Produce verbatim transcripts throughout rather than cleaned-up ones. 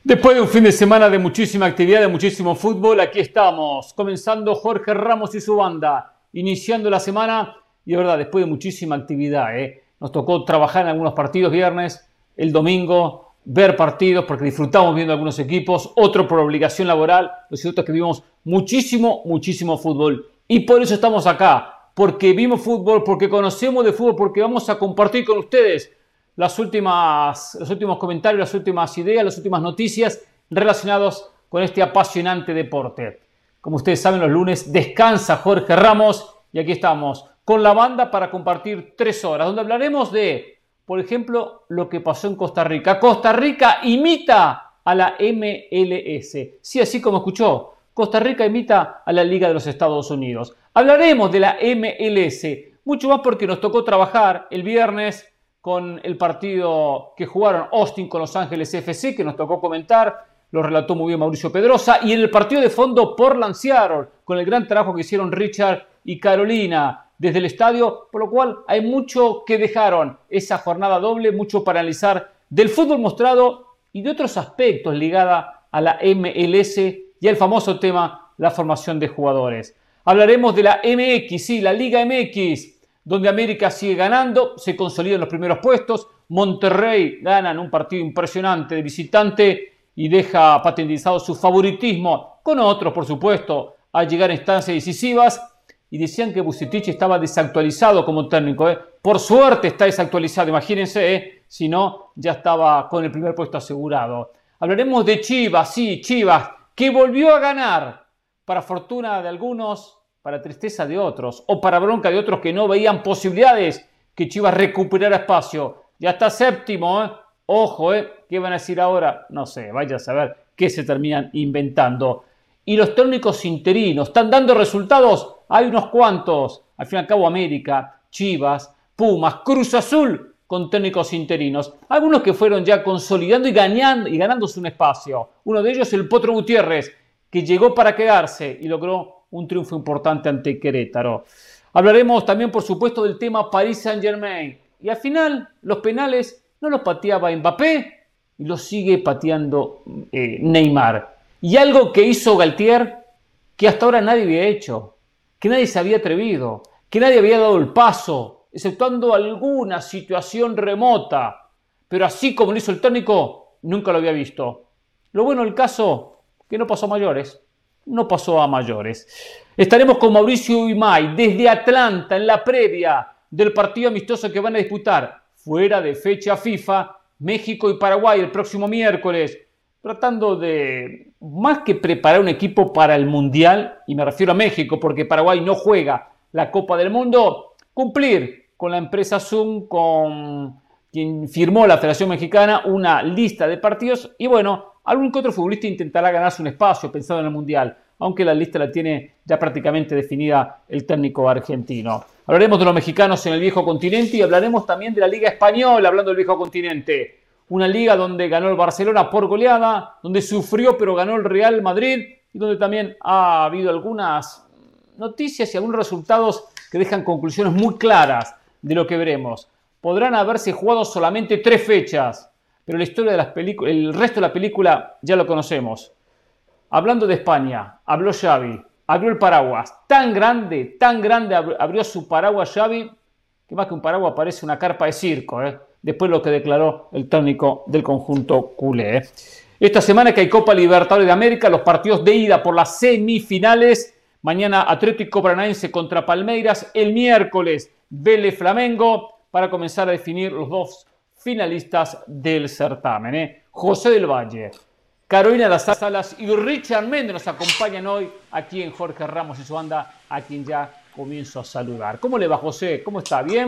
Después de un fin de semana de muchísima actividad, de muchísimo fútbol, aquí estamos, comenzando Jorge Ramos y su banda, iniciando la semana y de verdad, después de muchísima actividad, ¿eh? Nos tocó trabajar en algunos partidos viernes, el domingo, ver partidos porque disfrutamos viendo algunos equipos, otro por obligación laboral, lo cierto es que vimos muchísimo, muchísimo fútbol y por eso estamos acá, porque vimos fútbol, porque conocemos de fútbol, porque vamos a compartir con ustedes Las últimas, los últimos comentarios, las últimas ideas, las últimas noticias relacionados con este apasionante deporte. Como ustedes saben, los lunes descansa Jorge Ramos y aquí estamos con la banda para compartir tres horas, donde hablaremos de, por ejemplo, lo que pasó en Costa Rica. Costa Rica imita a la M L S. Sí, así como escuchó, Costa Rica imita a la Liga de los Estados Unidos. Hablaremos de la M L S, mucho más porque nos tocó trabajar el viernes con el partido que jugaron Austin con Los Ángeles F C, que nos tocó comentar, lo relató muy bien Mauricio Pedrosa, y en el partido de fondo Portland-Seattle, con el gran trabajo que hicieron Richard y Carolina desde el estadio, por lo cual hay mucho que dejaron esa jornada doble, mucho para analizar del fútbol mostrado y de otros aspectos ligada a la M L S y al famoso tema, la formación de jugadores. Hablaremos de la M X, sí, la Liga M X, donde América sigue ganando, se consolida en los primeros puestos. Monterrey gana en un partido impresionante de visitante y deja patentizado su favoritismo con otros, por supuesto, a llegar a instancias decisivas. Y decían que Vucetich estaba desactualizado como técnico. ¿eh? Por suerte está desactualizado, imagínense, ¿eh? Si no, ya estaba con el primer puesto asegurado. Hablaremos de Chivas, sí, Chivas, que volvió a ganar, para fortuna de algunos, para tristeza de otros, o para bronca de otros que no veían posibilidades que Chivas recuperara espacio. Ya está séptimo, ¿eh? Ojo, ¿eh? ¿Qué van a decir ahora? No sé, vaya a saber qué se terminan inventando. Y los técnicos interinos, ¿están dando resultados? Hay unos cuantos. Al fin y al cabo, América, Chivas, Pumas, Cruz Azul, con técnicos interinos. Algunos que fueron ya consolidando y ganando, y ganándose un espacio. Uno de ellos, el Potro Gutiérrez, que llegó para quedarse y logró un triunfo importante ante Querétaro. Hablaremos también, por supuesto, del tema Paris Saint-Germain. Y al final, los penales no los pateaba Mbappé y los sigue pateando eh, Neymar. Y algo que hizo Galtier que hasta ahora nadie había hecho, que nadie se había atrevido, que nadie había dado el paso, exceptuando alguna situación remota. Pero así como lo hizo el técnico, nunca lo había visto. Lo bueno del caso, que no pasó a mayores. No pasó a mayores. Estaremos con Mauricio Imay desde Atlanta en la previa del partido amistoso que van a disputar fuera de fecha FIFA México y Paraguay el próximo miércoles, tratando de, más que preparar un equipo para el Mundial, y me refiero a México porque Paraguay no juega la Copa del Mundo, cumplir con la empresa Zoom, con quien firmó la Federación Mexicana una lista de partidos y bueno, algún que otro futbolista intentará ganarse un espacio pensando en el Mundial, aunque la lista la tiene ya prácticamente definida el técnico argentino. Hablaremos de los mexicanos en el viejo continente y hablaremos también de la Liga Española, hablando del viejo continente. Una liga donde ganó el Barcelona por goleada, donde sufrió pero ganó el Real Madrid y donde también ha habido algunas noticias y algunos resultados que dejan conclusiones muy claras de lo que veremos. Podrán haberse jugado solamente tres fechas, pero la historia de las películas, el resto de la película ya lo conocemos. Hablando de España, habló Xavi, abrió el paraguas. Tan grande, tan grande abrió su paraguas Xavi, que más que un paraguas parece una carpa de circo, ¿eh? Después de lo que declaró el técnico del conjunto culé. ¿eh? Esta semana que hay Copa Libertadores de América, los partidos de ida por las semifinales. Mañana Atlético Paranaense contra Palmeiras. El miércoles Vélez Flamengo para comenzar a definir los dos finalistas del certamen. ¿eh? José del Valle, Carolina Las Salas y Richard Méndez nos acompañan hoy aquí en Jorge Ramos y su banda, a quien ya comienzo a saludar. ¿Cómo le va, José? ¿Cómo está? ¿Bien?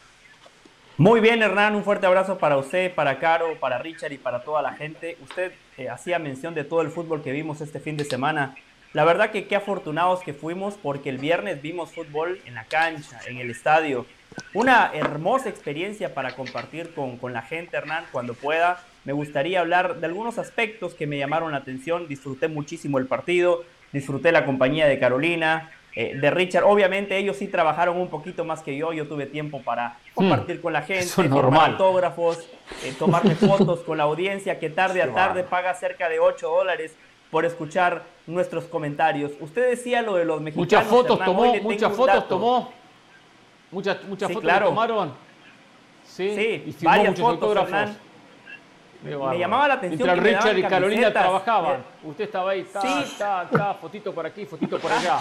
Muy bien, Hernán. Un fuerte abrazo para usted, para Caro, para Richard y para toda la gente. Usted eh, hacía mención de todo el fútbol que vimos este fin de semana. La verdad que qué afortunados que fuimos porque el viernes vimos fútbol en la cancha, en el estadio. Una hermosa experiencia para compartir con, con la gente, Hernán, cuando pueda. Me gustaría hablar de algunos aspectos que me llamaron la atención. Disfruté muchísimo el partido, disfruté la compañía de Carolina, eh, de Richard. Obviamente ellos sí trabajaron un poquito más que yo, yo tuve tiempo para compartir hmm, con la gente, firmar autógrafos, eh, tomarme fotos con la audiencia que tarde a tarde paga cerca de ocho dólares por escuchar nuestros comentarios. Usted decía lo de los mexicanos. Muchas fotos Hernán, tomó, muchas fotos dato. tomó, muchas, muchas sí, fotos claro. tomaron. Sí, sí y firmó varias muchos fotos, autógrafos. Hernán. Me llamaba la atención. Mientras que Richard me y Carolina camisetas. trabajaban. Usted estaba ahí, ta, sí. ta, ta, fotito por aquí, fotito por allá.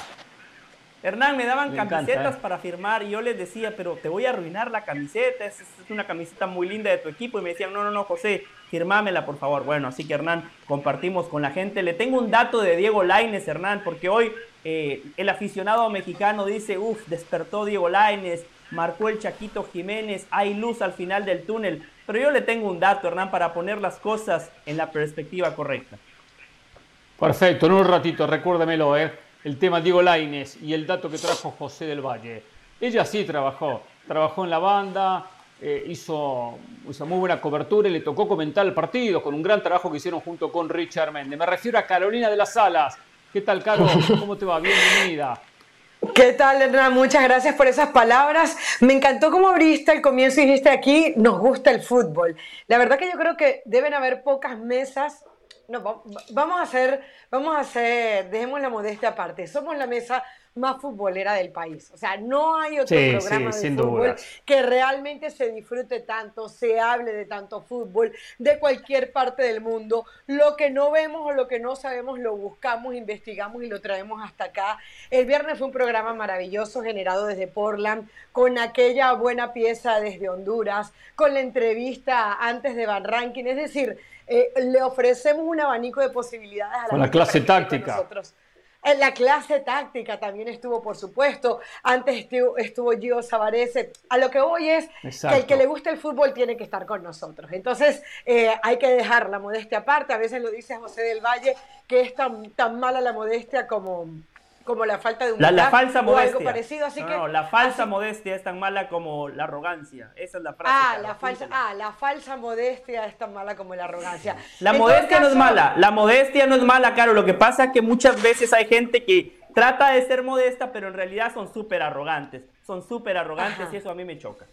Hernán, me daban me camisetas encanta, ¿eh? para firmar y yo les decía, pero te voy a arruinar la camiseta, es, es una camiseta muy linda de tu equipo. Y me decían, no, no, no, José, firmámela, por favor. Bueno, así que Hernán, compartimos con la gente. Le tengo un dato de Diego Lainez, Hernán, porque hoy eh, el aficionado mexicano dice, uff, despertó Diego Lainez, marcó el Chaquito Jiménez, hay luz al final del túnel. Pero yo le tengo un dato, Hernán, para poner las cosas en la perspectiva correcta. Perfecto, en un ratito, recuérdamelo, ¿eh? El tema Diego Lainez y el dato que trajo José del Valle. Ella sí trabajó, trabajó en la banda, eh, hizo, hizo muy buena cobertura y le tocó comentar el partido con un gran trabajo que hicieron junto con Richard Méndez. Me refiero a Carolina de las Alas. ¿Qué tal, Caro? ¿Cómo te va? Bienvenida. ¿Qué tal, Hernán? Muchas gracias por esas palabras. Me encantó cómo abriste al comienzo y dijiste aquí, nos gusta el fútbol. La verdad que yo creo que deben haber pocas mesas. No, vamos a hacer, vamos a hacer, dejemos la modestia aparte, somos la mesa más futbolera del país. O sea, no hay otro sí, programa sí, de fútbol dudas. que realmente se disfrute tanto, se hable de tanto fútbol de cualquier parte del mundo. Lo que no vemos o lo que no sabemos lo buscamos, investigamos y lo traemos hasta acá. El viernes fue un programa maravilloso generado desde Portland, con aquella buena pieza desde Honduras, con la entrevista antes de Van Ranking. Es decir, eh, le ofrecemos un abanico de posibilidades a la con la clase táctica. Nosotros. La clase táctica también estuvo, por supuesto. Antes estuvo, estuvo Gio Savarese. A lo que voy es Exacto. que el que le gusta el fútbol tiene que estar con nosotros. Entonces, eh, hay que dejar la modestia aparte. A veces lo dice José del Valle, que es tan, tan mala la modestia como, como la falta de humildad. La, la falsa modestia. O algo parecido. Así no, que, no, la falsa así, modestia es tan mala como la arrogancia. Esa es la frase. Ah, la falsa, ah, la falsa modestia es tan mala como la arrogancia. La en modestia caso, no es mala. La modestia no es mala, Caro. Lo que pasa es que muchas veces hay gente que trata de ser modesta, pero en realidad son súper arrogantes. Son súper arrogantes y eso a mí me choca.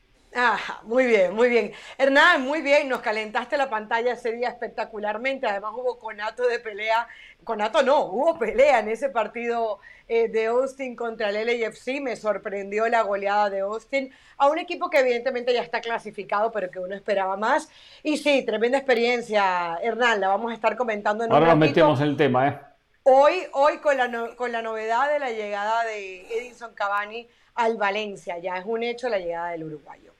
Ajá, muy bien, muy bien. Hernán, muy bien, nos calentaste la pantalla ese día espectacularmente. Además hubo conato de pelea. Conato no, hubo pelea en ese partido eh, de Austin contra el L A F C. Me sorprendió la goleada de Austin a un equipo que evidentemente ya está clasificado, pero que uno esperaba más. Y sí, tremenda experiencia, Hernán, la vamos a estar comentando en Ahora un ratito. Ahora nos metemos en el tema, ¿eh? Hoy, hoy con, la no, con la novedad de la llegada de Edinson Cavani al Valencia, ya es un hecho la llegada del uruguayo.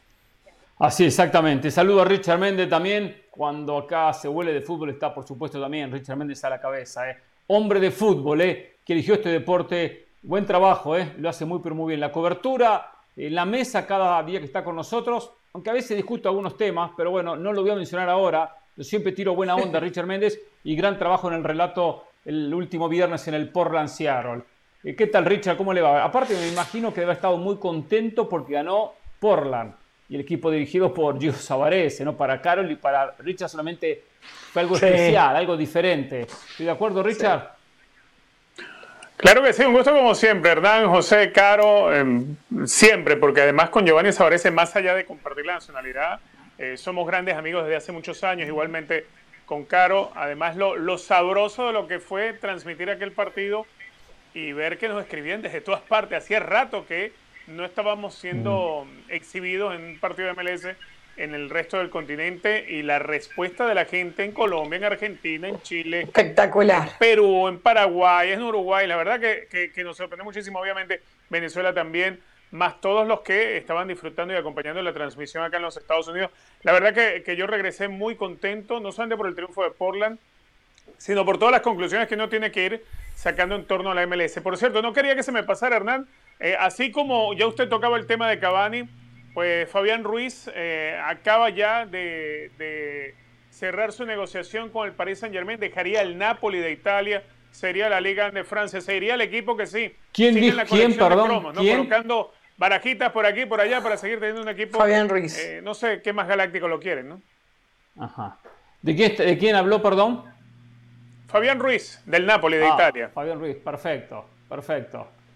Así, exactamente. Saludo a Richard Méndez también. Cuando acá se huele de fútbol está, por supuesto, también Richard Méndez a la cabeza. ¿eh? Hombre de fútbol, ¿eh? que eligió este deporte. Buen trabajo, ¿eh? lo hace muy, pero muy bien. La cobertura, en la mesa cada día que está con nosotros, aunque a veces discuto algunos temas, pero bueno, no lo voy a mencionar ahora. Yo siempre tiro buena onda a Richard Méndez y gran trabajo en el relato el último viernes en el Portland Seattle. ¿Qué tal, Richard? ¿Cómo le va? Aparte, me imagino que debe haber estado muy contento porque ganó Portland y el equipo dirigido por Gio Savarese, ¿no? Para Carol y para Richard solamente fue algo sí. especial, algo diferente. ¿Estoy de acuerdo, Richard? Sí. Claro que sí, un gusto como siempre, Hernán, José, Caro, eh, siempre, porque además con Giovanni Savarese, más allá de compartir la nacionalidad, eh, somos grandes amigos desde hace muchos años, igualmente con Caro, además lo, lo sabroso de lo que fue transmitir aquel partido y ver que nos escribían desde todas partes. Hacía rato que no estábamos siendo mm. exhibidos en un partido de M L S en el resto del continente y la respuesta de la gente en Colombia, en Argentina, en Chile, espectacular, en Perú, en Paraguay, en Uruguay, la verdad que, que, que nos sorprendió muchísimo, obviamente Venezuela también, más todos los que estaban disfrutando y acompañando la transmisión acá en los Estados Unidos. La verdad que, que yo regresé muy contento, no solamente por el triunfo de Portland, sino por todas las conclusiones que uno tiene que ir sacando en torno a la M L S. Por cierto, no quería que se me pasara, Hernán, eh, así como ya usted tocaba el tema de Cavani, pues Fabián Ruiz eh, acaba ya de, de cerrar su negociación con el Paris Saint-Germain, dejaría el Napoli de Italia, sería la Liga de Francia, sería el equipo que sí. ¿Quién dijo? ¿Quién, perdón? Cromos, ¿no? ¿Quién? Colocando barajitas por aquí, por allá, para seguir teniendo un equipo. Fabián Ruiz. Eh, no sé qué más galáctico lo quieren, ¿no? Ajá. ¿De quién, de quién habló, perdón? Fabián Ruiz, del Napoli, de ah, Italia. Fabián Ruiz, perfecto, perfecto.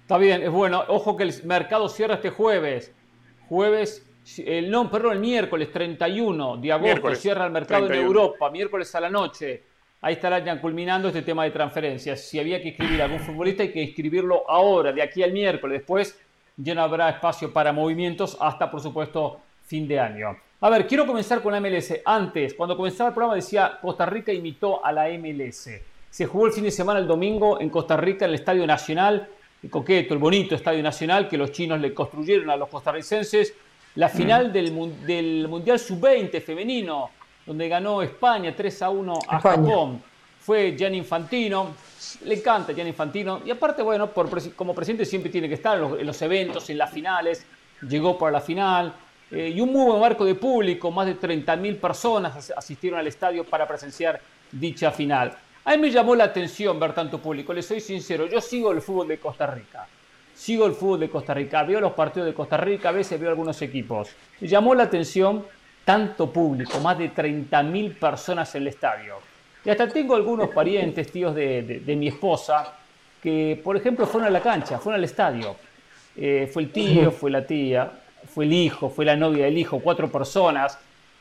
Está bien, es bueno. Ojo que el mercado cierra este jueves. Jueves, el, no, perdón, el miércoles treinta y uno de agosto miércoles, cierra el mercado treinta y uno en Europa, miércoles a la noche. Ahí estará ya culminando este tema de transferencias. Si había que inscribir a algún futbolista, hay que inscribirlo ahora, de aquí al miércoles. Después ya no habrá espacio para movimientos hasta, por supuesto, fin de año. A ver, quiero comenzar con la M L S. Antes, cuando comenzaba el programa decía Costa Rica imitó a la M L S. Se jugó el fin de semana, el domingo, en Costa Rica, en el Estadio Nacional, el coqueto, el bonito Estadio Nacional que los chinos le construyeron a los costarricenses. La final mm. del, del Mundial sub veinte femenino, donde ganó España tres a uno a España. Japón. Fue Gianni Infantino, le encanta Gianni Infantino, y aparte, bueno, por, como presidente siempre tiene que estar en los, en los eventos, en las finales, llegó para la final, eh, y un muy buen marco de público, más de treinta mil personas asistieron al estadio para presenciar dicha final. A mí me llamó la atención ver tanto público, les soy sincero, yo sigo el fútbol de Costa Rica, sigo el fútbol de Costa Rica, veo los partidos de Costa Rica, a veces veo algunos equipos, me llamó la atención tanto público, más de treinta mil personas en el estadio. Y hasta tengo algunos parientes, tíos de, de, de mi esposa, que por ejemplo fueron a la cancha, fueron al estadio. Eh, fue el tío, fue la tía, fue el hijo, fue la novia del hijo, cuatro personas.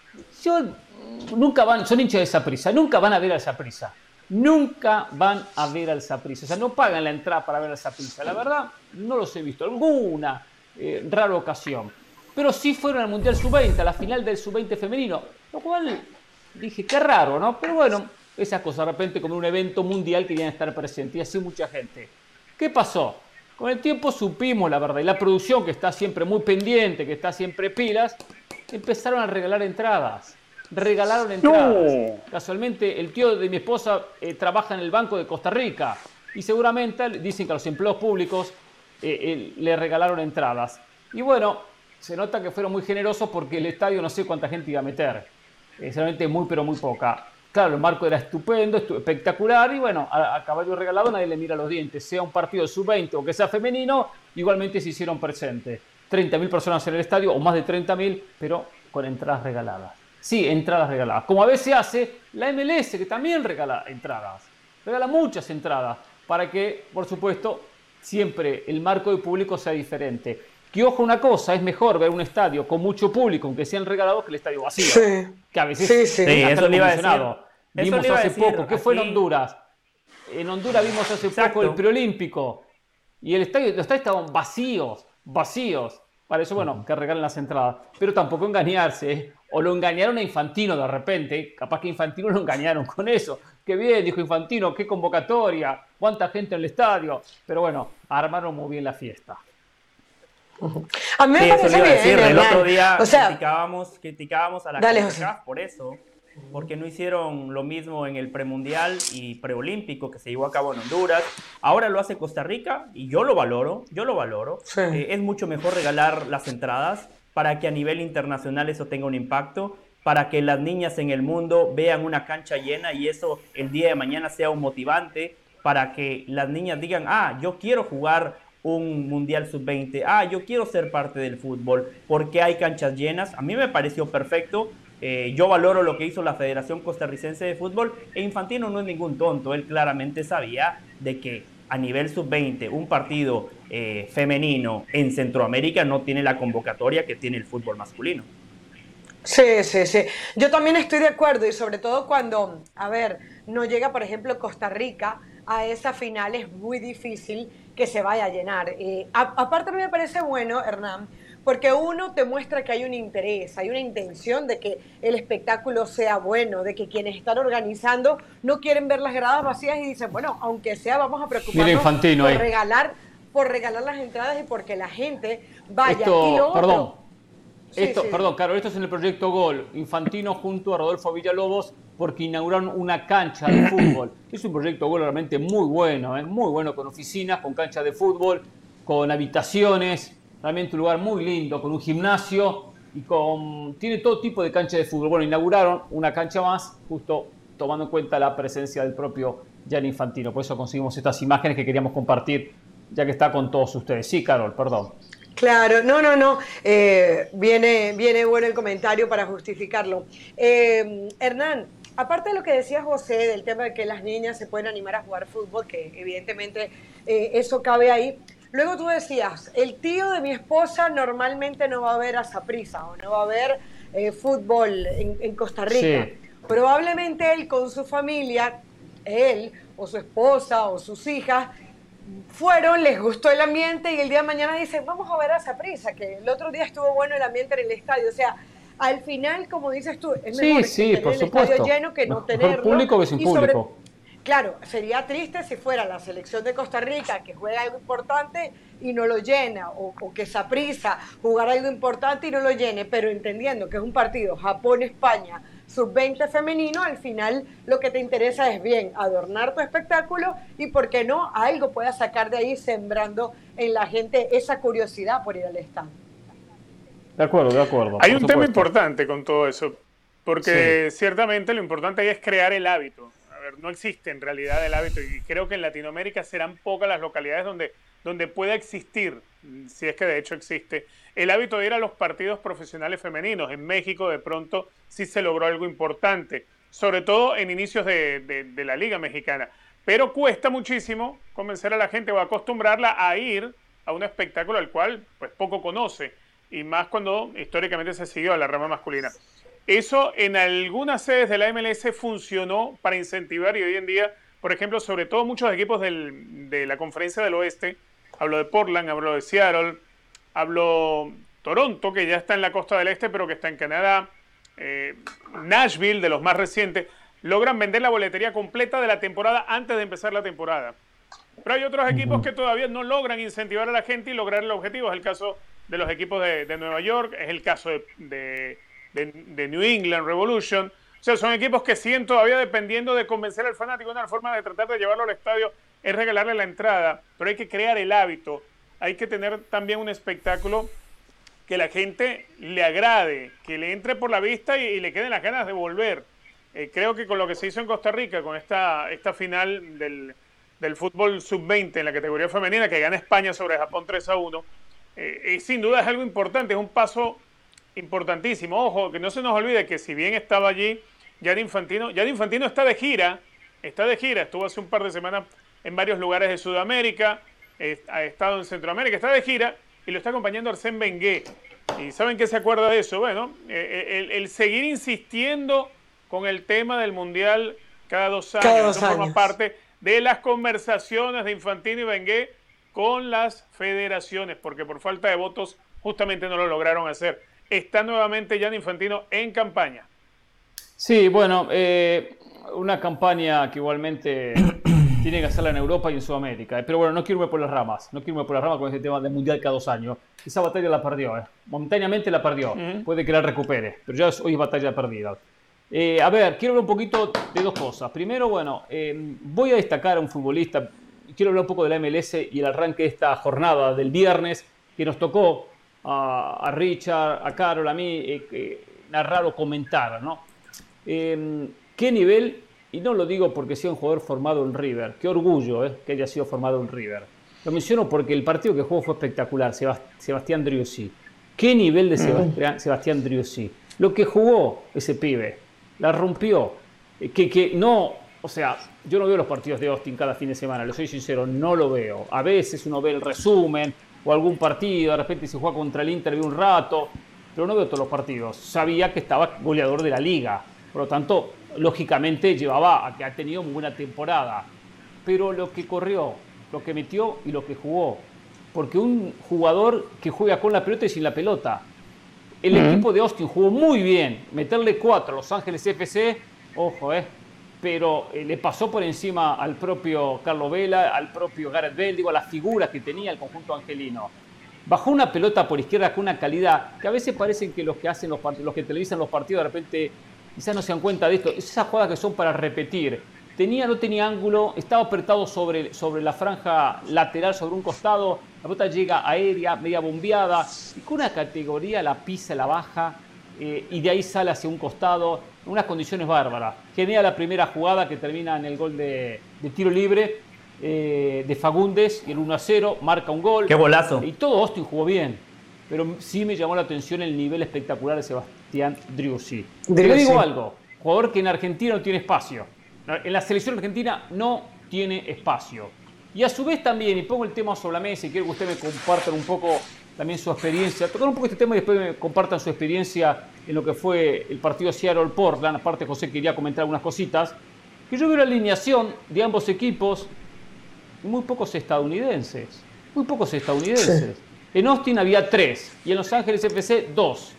Yo, nunca van, son hinchas de Saprissa, nunca van a ver al Saprissa. Nunca van a ver al Saprissa. O sea, no pagan la entrada para ver al Saprissa. La verdad, no los he visto. Alguna eh, rara ocasión. Pero sí fueron al Mundial sub veinte, a la final del sub veinte femenino. Lo cual dije, qué raro, ¿no? Pero bueno, esas cosas, de repente como un evento mundial querían estar presentes. Y así mucha gente. ¿Qué pasó? Con el tiempo supimos, la verdad, y la producción, que está siempre muy pendiente, que está siempre pilas, empezaron a regalar entradas. Regalaron entradas. No. Casualmente, el tío de mi esposa eh, trabaja en el Banco de Costa Rica y seguramente dicen que a los empleados públicos eh, eh, le regalaron entradas. Y bueno, se nota que fueron muy generosos porque el estadio no sé cuánta gente iba a meter. Eh, solamente muy, pero muy poca. Claro, el marco era estupendo, estu espectacular y bueno, a, a caballo regalado nadie le mira los dientes. Sea un partido sub veinte o que sea femenino, igualmente se hicieron presentes. treinta mil personas en el estadio o más de treinta mil, pero con entradas regaladas. Sí, entradas regaladas. Como a veces hace la M L S, que también regala entradas. Regala muchas entradas para que, por supuesto, siempre el marco de público sea diferente. Que ojo una cosa, es mejor ver un estadio con mucho público, aunque sean regalados, que el estadio vacío. Sí. Que a veces sí, sí. Sí, eso le iba a decir. Vimos eso hace decir, poco, ¿qué aquí... fue en Honduras? En Honduras vimos hace Exacto. poco el preolímpico. Y el estadio, los estadios estaban vacíos, vacíos. Para eso, bueno, que regalen las entradas. Pero tampoco engañarse, ¿eh? O lo engañaron a Infantino de repente. Capaz que Infantino lo engañaron con eso. Qué bien, dijo Infantino, qué convocatoria, cuánta gente en el estadio. Pero bueno, armaron muy bien la fiesta. A mí me sí, parece bien. Decir, el otro día o sea, criticábamos, criticábamos a la CONCACAF por eso. Porque no hicieron lo mismo en el premundial y preolímpico que se llevó a cabo en Honduras. Ahora lo hace Costa Rica y yo lo valoro, yo lo valoro. Sí. Eh, es mucho mejor regalar las entradas para que a nivel internacional eso tenga un impacto, para que las niñas en el mundo vean una cancha llena y eso el día de mañana sea un motivante para que las niñas digan, ah, yo quiero jugar un Mundial sub veinte, ah, yo quiero ser parte del fútbol, porque hay canchas llenas. A mí me pareció perfecto. Eh, yo valoro lo que hizo la Federación Costarricense de Fútbol e Infantino no es ningún tonto, él claramente sabía de que a nivel sub veinte un partido eh, femenino en Centroamérica no tiene la convocatoria que tiene el fútbol masculino. Sí, sí, sí. Yo también estoy de acuerdo y sobre todo cuando, a ver, no llega por ejemplo Costa Rica a esa final es muy difícil que se vaya a llenar. Eh, a, aparte a mí me parece bueno, Hernán, porque uno te muestra que hay un interés, hay una intención de que el espectáculo sea bueno, de que quienes están organizando no quieren ver las gradas vacías y dicen, bueno, aunque sea, vamos a preocuparnos Infantino, por ahí. regalar, por regalar las entradas y porque la gente vaya. Esto, y lo perdón, otro, sí, esto, sí. perdón, Caro, esto es en el proyecto Gol. Infantino junto a Rodolfo Villalobos porque inauguraron una cancha de fútbol. Es un proyecto Gol realmente muy bueno, ¿eh? Muy bueno, con oficinas, con cancha de fútbol, con habitaciones. Realmente un lugar muy lindo, con un gimnasio y con tiene todo tipo de cancha de fútbol. Bueno, inauguraron una cancha más, justo tomando en cuenta la presencia del propio Gianni Infantino. Por eso conseguimos estas imágenes que queríamos compartir, ya que está con todos ustedes. Sí, Carol, perdón. Claro, no, no, no. Eh, viene, viene bueno el comentario para justificarlo. Eh, Hernán, aparte de lo que decía José, del tema de que las niñas se pueden animar a jugar fútbol, que evidentemente eh, eso cabe ahí, Luego tú decías, el tío de mi esposa normalmente no va a ver a Saprissa o no va a ver eh, fútbol en, en Costa Rica. Sí. Probablemente él con su familia, él o su esposa o sus hijas, fueron, les gustó el ambiente y el día de mañana dicen, vamos a ver a Saprissa, que el otro día estuvo bueno el ambiente en el estadio. O sea, al final, como dices tú, es Sí, mejor sí, tener por el supuesto. estadio lleno que no Mejor tenerlo. público que sin Y sobre- público. Claro, sería triste si fuera la selección de Costa Rica que juega algo importante y no lo llena, o, o que Saprissa jugar algo importante y no lo llene, pero entendiendo que es un partido Japón-España sub veinte femenino, al final lo que te interesa es bien adornar tu espectáculo y, ¿por qué no?, algo puedas sacar de ahí sembrando en la gente esa curiosidad por ir al estadio. De acuerdo, de acuerdo. Hay por un tema supuesto. importante con todo eso, porque ciertamente lo importante ahí es crear el hábito. A ver, no existe en realidad el hábito y creo que en Latinoamérica serán pocas las localidades donde, donde pueda existir, si es que de hecho existe, el hábito de ir a los partidos profesionales femeninos. En México de pronto sí se logró algo importante, sobre todo en inicios de, de, de la Liga Mexicana. Pero cuesta muchísimo convencer a la gente o acostumbrarla a ir a un espectáculo al cual pues poco conoce, y más cuando históricamente se siguió a la rama masculina. Eso en algunas sedes de la M L S funcionó para incentivar, y hoy en día, por ejemplo, sobre todo muchos equipos del, de la Conferencia del Oeste, hablo de Portland, hablo de Seattle, hablo Toronto, que ya está en la costa del este, pero que está en Canadá, eh, Nashville, de los más recientes, logran vender la boletería completa de la temporada antes de empezar la temporada. Pero hay otros equipos que todavía no logran incentivar a la gente y lograr el objetivo. Es el caso de los equipos de, de Nueva York, es el caso de, de, de, de New England Revolution. O sea, son equipos que siguen todavía dependiendo de convencer al fanático. Una forma de tratar de llevarlo al estadio es regalarle la entrada, pero hay que crear el hábito. Hay que tener también un espectáculo que la gente le agrade, que le entre por la vista y, y le queden las ganas de volver. Eh, creo que con lo que se hizo en Costa Rica, con esta, esta final del, del fútbol sub veinte en la categoría femenina, que gana España sobre Japón tres a uno, eh, eh, sin duda es algo importante, es un paso importantísimo. Ojo, que no se nos olvide que si bien estaba allí Gianni Infantino, Gianni Infantino está de gira, está de gira, estuvo hace un par de semanas en varios lugares de Sudamérica, eh, ha estado en Centroamérica, está de gira y lo está acompañando Arsène Wenger. ¿Y saben qué se acuerda de eso? Bueno, eh, el, el seguir insistiendo con el tema del Mundial cada dos años, Cada dos eso forma años. parte de las conversaciones de Infantino y Wenger con las federaciones, porque por falta de votos justamente no lo lograron hacer. Está nuevamente Gianni Infantino en campaña. Sí, bueno, eh, una campaña que igualmente tiene que hacerla en Europa y en Sudamérica. eh. Pero bueno, no quiero irme por las ramas. No quiero irme por las ramas con ese tema del Mundial cada dos años. Esa batalla la perdió. Eh. Momentáneamente la perdió. Uh-huh. Puede que la recupere, pero ya es, hoy es batalla perdida. Eh, a ver, quiero hablar un poquito de dos cosas. Primero, bueno, eh, voy a destacar a un futbolista. Quiero hablar un poco de la M L S y el arranque de esta jornada del viernes que nos tocó a, a Richard, a Carol, a mí, eh, eh, narrar o comentar, ¿no? Eh, ¿Qué nivel? Y no lo digo porque sea un jugador formado en River. Qué orgullo eh, que haya sido formado en River. Lo menciono porque el partido que jugó fue espectacular. Sebast- Sebastián Driussi. ¿Qué nivel de Sebastián, Sebastián Driussi? Lo que jugó ese pibe. La rompió. Eh, que, que no... O sea, yo no veo los partidos de Austin cada fin de semana. Le soy sincero, no lo veo. A veces uno ve el resumen o algún partido. De repente se juega contra el Inter, ve un rato. Pero no veo todos los partidos. Sabía que estaba goleador de la liga. Por lo tanto, lógicamente llevaba a que ha tenido muy buena temporada. Pero lo que corrió, lo que metió y lo que jugó. Porque un jugador que juega con la pelota y sin la pelota. El uh-huh. equipo de Austin jugó muy bien. Meterle cuatro a Los Ángeles F C, ojo, eh. Pero eh, le pasó por encima al propio Carlo Vela, al propio Gareth Bale, digo, a las figuras que tenía el conjunto angelino. Bajó una pelota por izquierda con una calidad que a veces parecen que los que hacen los partidos, los que televisan los partidos de repente quizás no se dan cuenta de esto. Esas jugadas que son para repetir. Tenía, no tenía ángulo, estaba apretado sobre, sobre la franja lateral, sobre un costado. La pelota llega aérea, media bombeada. Y con una categoría la pisa, la baja. Eh, y de ahí sale hacia un costado. En unas condiciones bárbaras. Genera la primera jugada que termina en el gol de, de tiro libre eh, de Fagundes. Y el uno a cero marca un gol. ¡Qué golazo! Y todo Austin jugó bien. Pero sí me llamó la atención el nivel espectacular de Sebastián Driussi. Te digo algo, jugador que en Argentina no tiene espacio. En la selección argentina no tiene espacio. Y a su vez también, y pongo el tema sobre la mesa y quiero que ustedes me compartan un poco también su experiencia, tocar un poco este tema y después me compartan su experiencia en lo que fue el partido Seattle-Portland. Aparte, José quería comentar algunas cositas. Que yo veo la alineación de ambos equipos, muy pocos estadounidenses. Muy pocos estadounidenses. Sí. En Austin había tres y en Los Ángeles F C dos.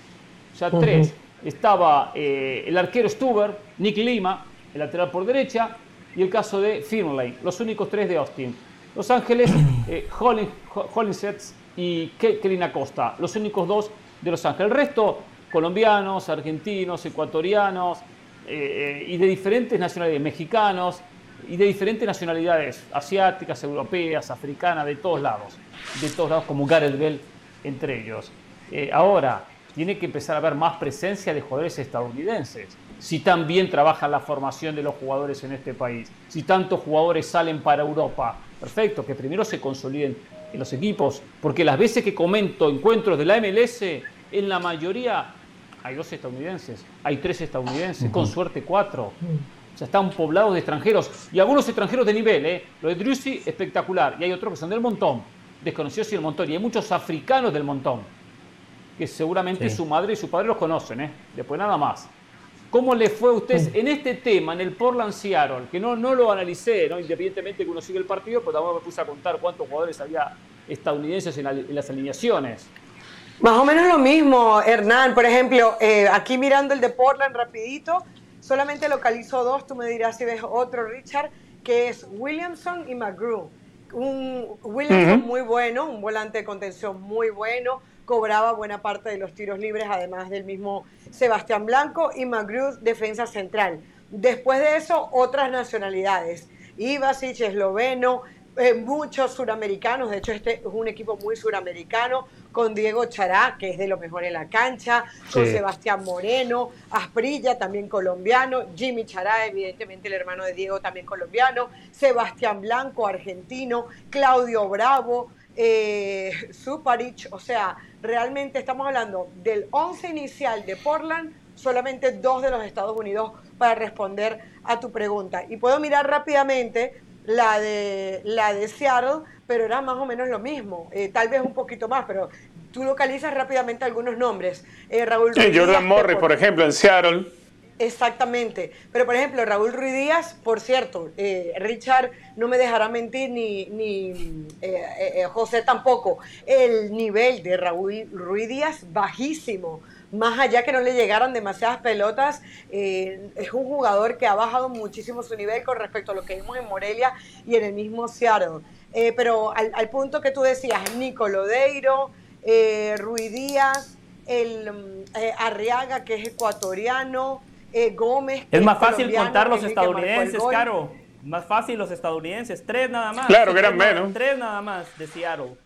O sea, uh-huh. tres. Estaba eh, el arquero Stuber, Nick Lima, el lateral por derecha, y el caso de Finlay, los únicos tres de Austin. Los Ángeles, eh, Hollinsets y Kelly Acosta, los únicos dos de Los Ángeles. El resto, colombianos, argentinos, ecuatorianos, eh, y de diferentes nacionalidades, mexicanos, y de diferentes nacionalidades, asiáticas, europeas, africanas, de todos lados. De todos lados, como Gareth Bell entre ellos. Eh, ahora, tiene que empezar a haber más presencia de jugadores estadounidenses. Si tan bien trabajan la formación de los jugadores en este país, si tantos jugadores salen para Europa, perfecto, que primero se consoliden en los equipos, porque las veces que comento encuentros de la M L S, en la mayoría hay dos estadounidenses, hay tres estadounidenses, uh-huh. con suerte cuatro. O sea, están poblados de extranjeros, y algunos extranjeros de nivel, ¿eh? Lo de Driussi, espectacular, y hay otros que son del montón, desconocidos y del montón, y hay muchos africanos del montón, que seguramente sí. Su madre y su padre los conocen, ¿eh? Después nada más. ¿Cómo le fue a ustedes en este tema, en el Portland Seattle? Que no, no lo analicé, ¿no? Independientemente que uno sigue el partido, pero tampoco me puse a contar cuántos jugadores había estadounidenses en, la, en las alineaciones. Más o menos lo mismo, Hernán. Por ejemplo, eh, aquí mirando el de Portland rapidito, solamente localizo dos, tú me dirás si ves otro, Richard, que es Williamson y McGrew. Un Williamson uh-huh. muy bueno, un volante de contención muy bueno, cobraba buena parte de los tiros libres, además del mismo Sebastián Blanco, y McGrew, defensa central. Después de eso, otras nacionalidades. Ivasic, esloveno, eh, muchos suramericanos, de hecho este es un equipo muy suramericano, con Diego Chará, que es de lo mejor en la cancha, sí. con Sebastián Moreno, Asprilla, también colombiano, Jimmy Chará, evidentemente el hermano de Diego, también colombiano, Sebastián Blanco, argentino, Claudio Bravo, eh, Suparic, o sea, realmente estamos hablando del once inicial de Portland, solamente dos de los Estados Unidos para responder a tu pregunta. Y puedo mirar rápidamente la de, la de Seattle, pero era más o menos lo mismo, eh, tal vez un poquito más, pero tú localizas rápidamente algunos nombres. Eh, Raúl sí, Ruiz Jordan Díaz, Morris, por ejemplo, en Seattle. Exactamente, pero por ejemplo Raúl Ruiz Díaz, por cierto, eh, Richard no me dejará mentir, ni, ni eh, eh, José tampoco, el nivel de Raúl Ruiz Díaz bajísimo, más allá que no le llegaran demasiadas pelotas, eh, es un jugador que ha bajado muchísimo su nivel con respecto a lo que vimos en Morelia y en el mismo Seattle, eh, pero al, al punto que tú decías, Nico Lodeiro, eh, Ruiz Díaz, el eh, Arriaga, que es ecuatoriano, Eh, Gómez. Es más fácil contar los estadounidenses, Caro. Más fácil los estadounidenses. Tres nada más. Claro que eran menos. Tres nada más de Seattle.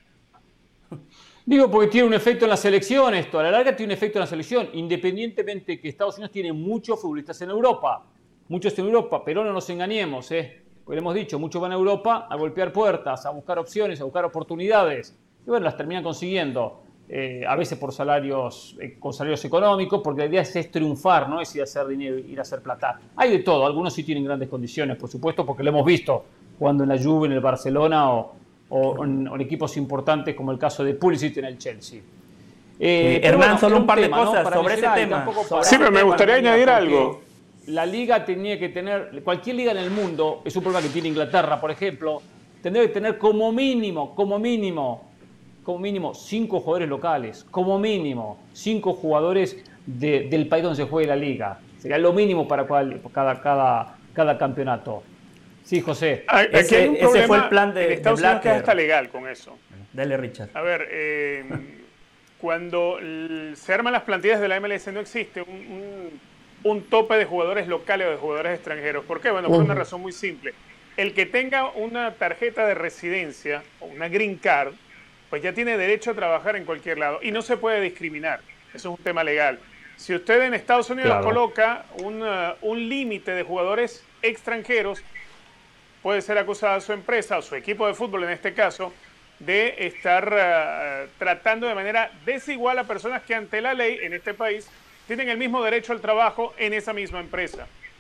Digo porque tiene un efecto en la selección esto. A la larga tiene un efecto en la selección. Independientemente que Estados Unidos tiene muchos futbolistas en Europa. Muchos en Europa. Pero no nos engañemos, ¿eh? Como hemos dicho, muchos van a Europa a golpear puertas, a buscar opciones, a buscar oportunidades. Y bueno, las terminan consiguiendo. Eh, a veces por salarios, eh, con salarios económicos, porque la idea es, es triunfar, no es ir a hacer dinero, ir a hacer plata. Hay de todo, algunos sí tienen grandes condiciones, por supuesto, porque lo hemos visto jugando en la Juve, en el Barcelona o, o, en, o en equipos importantes como el caso de Pulisic en el Chelsea. Eh, Hernán, bueno, solo un par de tema, cosas ¿no? sobre ese tema. Sobre sí, pero me gustaría añadir algo. La liga tenía que tener, cualquier liga en el mundo, es un problema que tiene Inglaterra, por ejemplo, tendría que tener como mínimo, como mínimo, como mínimo cinco jugadores locales, como mínimo cinco jugadores de, del país donde se juegue la liga. Sería lo mínimo para cual, cada, cada, cada campeonato. Sí, José. Aquí ese, hay un problema, ese fue el plan de, en Estados de Unidos que está legal con eso. Dale, Richard. A ver, eh, cuando se arman las plantillas de la M L S no existe un, un, un tope de jugadores locales o de jugadores extranjeros. ¿Por qué? Bueno, por una razón muy simple. El que tenga una tarjeta de residencia o una green card, pues ya tiene derecho a trabajar en cualquier lado y no se puede discriminar. Eso es un tema legal. Si usted en Estados Unidos claro. coloca un, uh, un límite de jugadores extranjeros, puede ser acusada su empresa o su equipo de fútbol en este caso de estar uh, tratando de manera desigual a personas que ante la ley en este país tienen el mismo derecho al trabajo en esa misma empresa.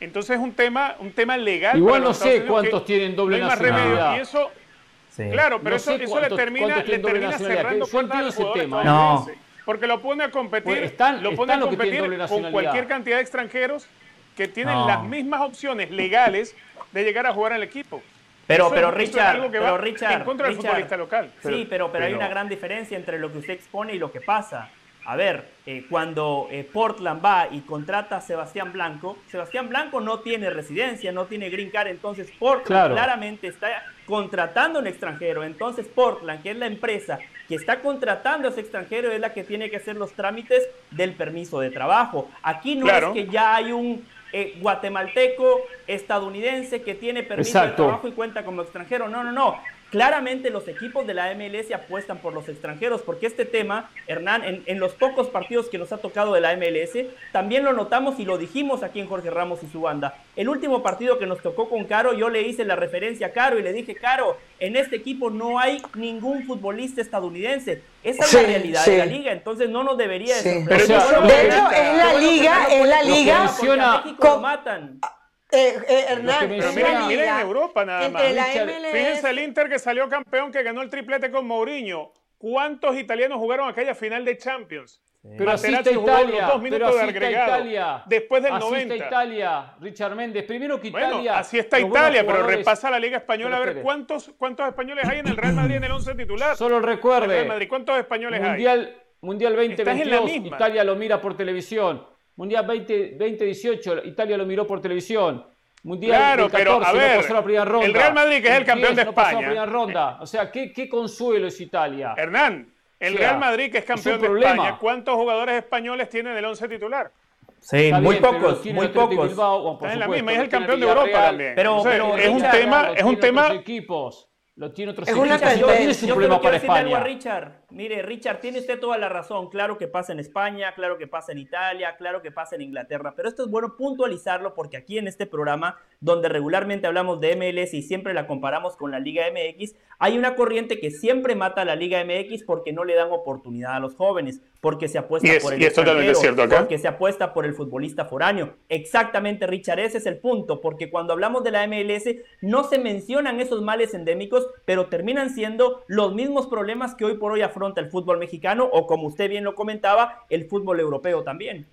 Entonces es un tema, un tema legal. Igual no sé cuántos tienen doble no hay nacionalidad. Más y eso, sí. Claro, pero no eso, eso le termina, le termina cerrando puertas al jugador tema. No. Porque lo pone a competir, pues están, lo pone a lo competir con cualquier cantidad de extranjeros que tienen no. las mismas opciones legales de llegar a jugar al equipo. Pero, eso, pero eso Richard, es algo que pero va Richard, en contra del Richard, futbolista local. Sí, pero, pero, pero hay una gran diferencia entre lo que usted expone y lo que pasa. A ver, eh, cuando eh, Portland va y contrata a Sebastián Blanco, Sebastián Blanco no tiene residencia, no tiene green card, entonces Portland claro. claramente está contratando a un extranjero. Entonces Portland, que es la empresa que está contratando a ese extranjero, es la que tiene que hacer los trámites del permiso de trabajo. Aquí no claro. es que ya hay un eh, guatemalteco, estadounidense que tiene permiso Exacto. de trabajo y cuenta como extranjero. No, no, no. Claramente los equipos de la M L S apuestan por los extranjeros, porque este tema, Hernán, en, en los pocos partidos que nos ha tocado de la M L S, también lo notamos y lo dijimos aquí en Jorge Ramos y su banda. El último partido que nos tocó con Caro, yo le hice la referencia a Caro y le dije, Caro, en este equipo no hay ningún futbolista estadounidense. Esa sí, es la realidad sí. de la liga, entonces no nos debería sí. de sorprender. Pero no, de hecho, es la liga, es la liga. México lo matan. Eh, eh, Hernán, pero miren, miren en Europa nada más. Fíjense el Inter que salió campeón, que ganó el triplete con Mourinho. ¿Cuántos italianos jugaron aquella final de Champions? Sí. Pero asiste Italia, dos minutos pero de agregado, Italia, después del asiste noventa. Italia, Richard Méndez. Primero que Italia. Bueno, así está Italia, pero repasa la Liga Española a ver cuántos, cuántos españoles hay en el Real Madrid en el once titular. Solo recuerde. Real Madrid, ¿cuántos españoles mundial, hay? Mundial veinte veintidós, Italia lo mira por televisión. Mundial veinte dieciocho, Italia lo miró por televisión. Mundial claro, catorce, pero a ver, no pasó la primera ronda. El Real Madrid, que es el campeón de no España. Pasó la primera ronda. O sea, ¿qué, qué consuelo es Italia? Hernán, el o sea, Real Madrid, que es campeón es de problema. España, ¿cuántos jugadores españoles tiene en el once titular? Sí, Está muy bien, pocos, muy pocos. Bilbao, bueno, Está en la misma, es el campeón de Europa Real, también. Pero, o sea, pero es un tema, es un tema. Equipos. Lo tiene otros es equipos. Una yo, tiene su yo problema quiero para decirle algo a España. Richard. Mire, Richard, tiene usted toda la razón. Claro que pasa en España, claro que pasa en Italia, claro que pasa en Inglaterra. Pero esto es bueno puntualizarlo porque aquí en este programa, donde regularmente hablamos de M L S y siempre la comparamos con la Liga M X, hay una corriente que siempre mata a la Liga M X porque no le dan oportunidad a los jóvenes, porque se apuesta es, por el y es totalmente cierto acá. porque se apuesta por el futbolista foráneo. Exactamente, Richard, ese es el punto, porque cuando hablamos de la M L S no se mencionan esos males endémicos, pero terminan siendo los mismos problemas que hoy por hoy afronta el fútbol mexicano o, como usted bien lo comentaba, el fútbol europeo también.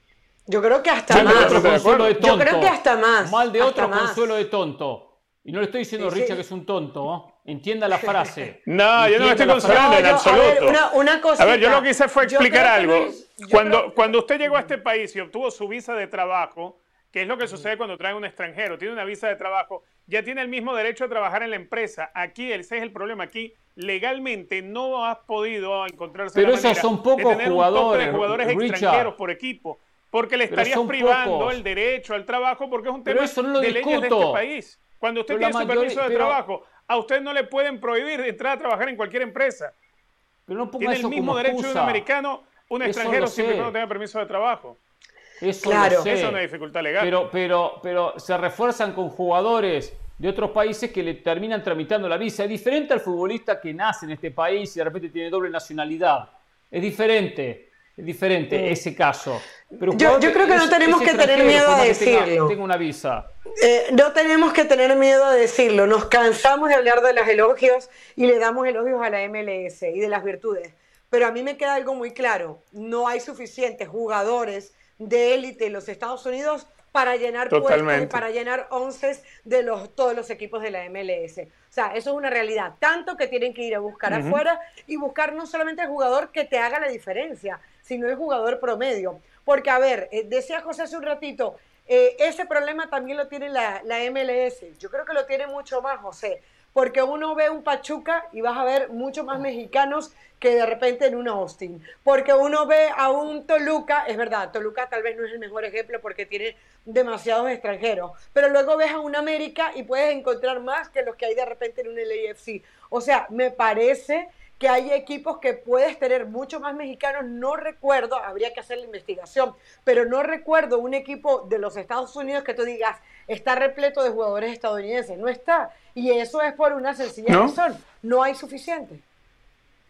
Yo creo que hasta mal más. De otro consuelo de tonto. Yo creo que hasta más. Mal de otro más. consuelo de tonto. Y no le estoy diciendo a sí, Richard sí. que es un tonto, ¿eh? Entienda la frase. No, yo no me estoy consolando en absoluto. A ver, una, una cosita, a ver, yo lo que hice fue explicar algo. Es, cuando, creo... cuando usted llegó a este país y obtuvo su visa de trabajo, que es lo que sucede cuando trae un extranjero, tiene una visa de trabajo, ya tiene el mismo derecho a trabajar en la empresa. Aquí, ese es el problema, aquí legalmente no has podido encontrarse Pero la esos son pocos de tener jugadores, un de jugadores Richard. extranjeros por equipo, porque le estarías privando pocos. el derecho al trabajo, porque es un pero tema eso no lo de discuto. leyes de este país. Cuando usted pero tiene su mayoría, permiso de pero, trabajo, a usted no le pueden prohibir entrar a trabajar en cualquier empresa. Pero no ponga tiene eso el mismo como derecho excusa. de un americano, un Eso extranjero, siempre y cuando tenga permiso de trabajo. Eso claro. lo sé. Eso es una dificultad legal. Pero, pero, pero se refuerzan con jugadores de otros países que le terminan tramitando la visa. Es diferente al futbolista que nace en este país y de repente tiene doble nacionalidad. Es diferente. Es diferente mm. ese caso. Pero yo, yo creo que no tenemos que tener miedo a decirlo. Tenga, tenga una visa. Eh, no tenemos que tener miedo a decirlo. Nos cansamos de hablar de los elogios y le damos elogios a la M L S y de las virtudes. Pero a mí me queda algo muy claro. No hay suficientes jugadores de élite en los Estados Unidos para llenar Totalmente. puestos y para llenar onces de los, todos los equipos de la M L S. O sea, eso es una realidad. Tanto que tienen que ir a buscar uh-huh. afuera y buscar no solamente el jugador que te haga la diferencia, sino el jugador promedio. Porque, a ver, eh, decía José hace un ratito, eh, ese problema también lo tiene la, la M L S. Yo creo que lo tiene mucho más, José. Porque uno ve un Pachuca y vas a ver mucho más mexicanos que de repente en un Austin. Porque uno ve a un Toluca, es verdad, Toluca tal vez no es el mejor ejemplo porque tiene demasiados extranjeros, pero luego ves a un América y puedes encontrar más que los que hay de repente en un L A F C. O sea, me parece que hay equipos que puedes tener mucho más mexicanos. No recuerdo, habría que hacer la investigación, pero no recuerdo un equipo de los Estados Unidos que tú digas, está repleto de jugadores estadounidenses. No está. Y eso es por una sencilla ¿No? razón. No hay suficiente.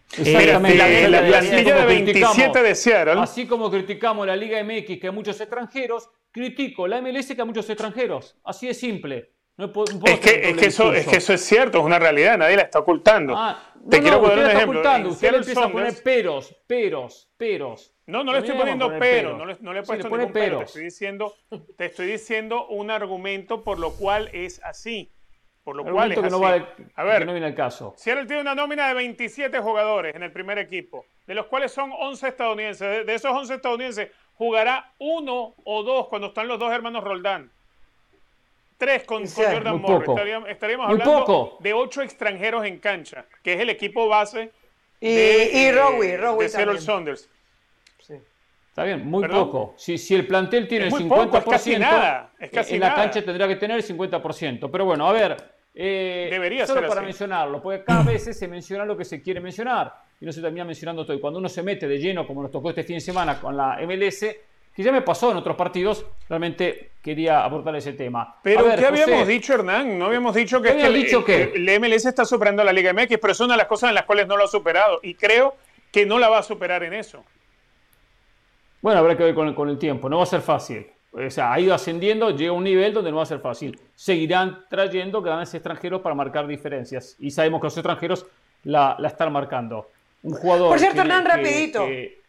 Exactamente. La, la, la Y así plantilla como de veintisiete criticamos- de Seattle. Así como criticamos la Liga M X, que hay muchos extranjeros, critico la M L S, que hay muchos extranjeros. Así de simple. No puedo, no puedo Es que, hacer es, doble que eso, es discurso. que eso es cierto, es una realidad, nadie la está ocultando. Ah, no, Te no, quiero usted poner la un está ejemplo. ocultando. En Usted le Seattle empieza a poner Sounders- peros, peros, peros. No, no le estoy Terminemos poniendo con pero, peros. no le, no le he Sí, puesto le pone ningún pero. Te peros. estoy diciendo, te estoy diciendo un argumento por lo cual es así. Por lo cual es Argumento que así. no, va de- A ver, que no viene al caso. Seattle tiene una nómina de veintisiete jugadores en el primer equipo, de los cuales son once estadounidenses. De, de esos once estadounidenses, jugará uno o dos cuando están los dos hermanos Roldán. Tres con, Sí, con Jordan muy Morris. poco. Estaríamos, estaríamos Muy hablando poco. de ocho extranjeros en cancha, que es el equipo base Y, de, y eh, Rowie, Rowie de Seattle también. Saunders. Sí. Está bien, muy ¿Perdón? poco. Si, si el plantel tiene Es el muy poco, cincuenta por es casi ciento, nada, es casi en la nada. cancha tendrá que tener el cincuenta por ciento. Pero bueno, a ver, eh, Debería solo ser para así. mencionarlo, porque cada vez se menciona lo que se quiere mencionar y no se termina mencionando todo. Y cuando uno se mete de lleno, como nos tocó este fin de semana con la M L S, que ya me pasó en otros partidos, realmente quería aportar ese tema. Pero A ver, ¿qué habíamos José, dicho, Hernán? No habíamos dicho que, ¿Qué es que habían el- dicho el, qué? el M L S está superando a la Liga M X, pero es una de las cosas en las cuales no lo ha superado. Y creo que no la va a superar en eso. Bueno, habrá que ver con el, con el tiempo, no va a ser fácil. O sea, ha ido ascendiendo, llega a un nivel donde no va a ser fácil. Seguirán trayendo grandes extranjeros para marcar diferencias. Y sabemos que los extranjeros la, la están marcando. Un jugador Por cierto, que- Hernán, que- rapidito. que,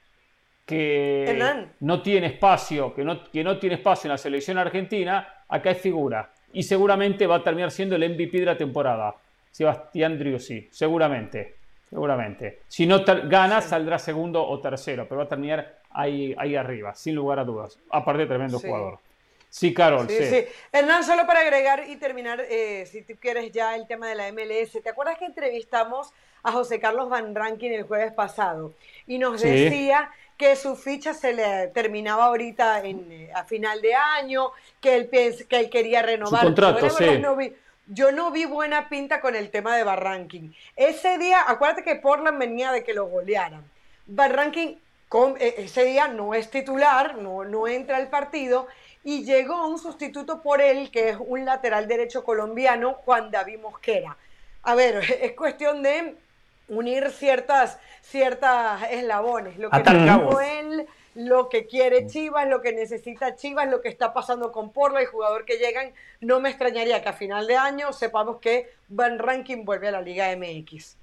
que Hernán. no tiene espacio, que no, que no tiene espacio en la selección argentina, acá es figura. Y seguramente va a terminar siendo el M V P de la temporada. Sebastián Driussi, seguramente. Seguramente. Si no ter- gana, saldrá segundo o tercero, pero va a terminar ahí, ahí arriba, sin lugar a dudas. Aparte, tremendo Sí. jugador. Sí, Carol, Sí, sí. sí. Hernán, solo para agregar y terminar, eh, si tú quieres ya el tema de la M L S, ¿te acuerdas que entrevistamos a José Carlos Van Rankin el jueves pasado? Y nos Sí. decía que su ficha se le terminaba ahorita en, eh, a final de año, que él, piensa, que él quería renovar. Su contrato, Yo, la verdad, sí. no vi, yo no vi buena pinta con el tema de Van Rankin. Ese día, acuérdate que Portland venía de que lo golearan. Van Rankin con, eh, ese día no es titular, no, no entra al partido, y llegó un sustituto por él, que es un lateral derecho colombiano, Juan David Mosquera. A ver, es cuestión de unir ciertas, ciertas eslabones. Lo que Atar dijo cabos. él, lo que quiere Chivas, lo que necesita Chivas, lo que está pasando con Porla, el jugador que llegan. No me extrañaría que a final de año sepamos que Van Rankin vuelve a la Liga M X.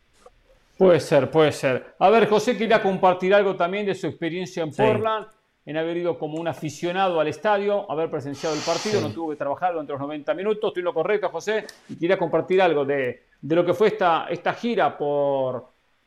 Puede ser, puede ser. A ver, José quería compartir algo también de su experiencia en Sí. Portland, en haber ido como un aficionado al estadio, haber presenciado el partido, no tuvo que trabajar durante los noventa minutos. Estoy en lo correcto, José, y quería compartir algo de, de lo que fue esta, esta gira por,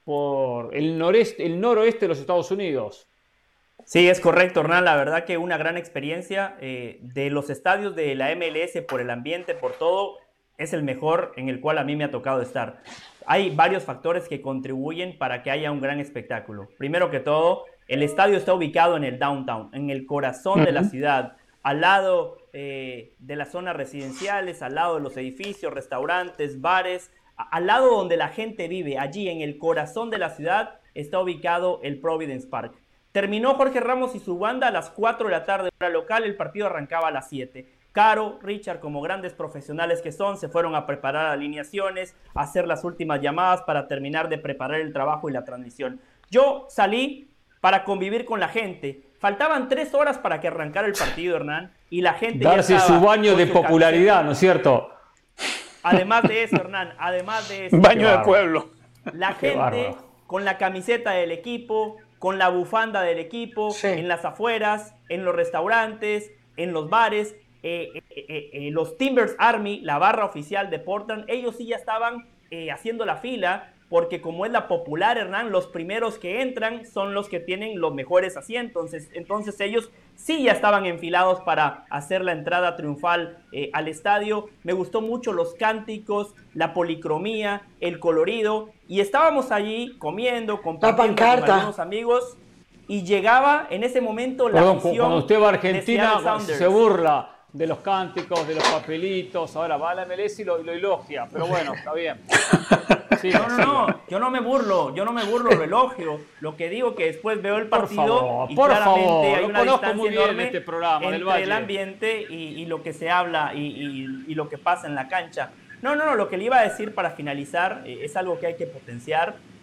por el, noreste, el noroeste de los Estados Unidos. Sí, es correcto, Hernán. La verdad que una gran experiencia eh, de los estadios de la M L S por el ambiente, por todo, es el mejor en el cual a mí me ha tocado estar. Hay varios factores que contribuyen para que haya un gran espectáculo. Primero que todo, el estadio está ubicado en el downtown, en el corazón de la ciudad, al lado eh, de las zonas residenciales, al lado de los edificios, restaurantes, bares, a- al lado donde la gente vive, allí en el corazón de la ciudad, está ubicado el Providence Park. Terminó Jorge Ramos y su banda a las cuatro de la tarde, hora local, el partido arrancaba a las siete. Caro, Richard, como grandes profesionales que son, se fueron a preparar alineaciones, a hacer las últimas llamadas para terminar de preparar el trabajo y la transmisión. Yo salí para convivir con la gente. Faltaban tres horas para que arrancara el partido, Hernán, y la gente Darse ya estaba su baño con de su popularidad, camiseta. ¿no es cierto? Además de eso, Hernán, además de eso, Baño de bárbaro. pueblo. la Qué gente bárbaro. con la camiseta del equipo, con la bufanda del equipo, Sí. en las afueras, en los restaurantes, en los bares. Eh, eh, eh, eh, los Timbers Army, la barra oficial de Portland, ellos sí ya estaban eh, haciendo la fila, porque como es la popular, Hernán, los primeros que entran son los que tienen los mejores asientos. Entonces, entonces ellos sí ya estaban enfilados para hacer la entrada triunfal eh, al estadio. Me gustó mucho los cánticos, la policromía, el colorido, y estábamos allí comiendo, compartiendo con pancarta. algunos amigos, y llegaba en ese momento la Perdón, afición cuando usted va a de Argentina Seattle Sounders. se burla de los cánticos, de los papelitos, ahora va a la M L S y lo, y lo elogia, pero bueno, está bien. Sí, No, no, sí. no, yo no me burlo, yo no me burlo, lo elogio. Lo que digo que después veo el Por partido favor, y por claramente favor, hay lo una conozco distancia muy bien enorme este programa del entre Valle. el ambiente y, y lo que se habla y, y- y lo que pasa en la cancha. No, no, no, lo que le iba a decir para finalizar eh, es algo que hay que potenciar.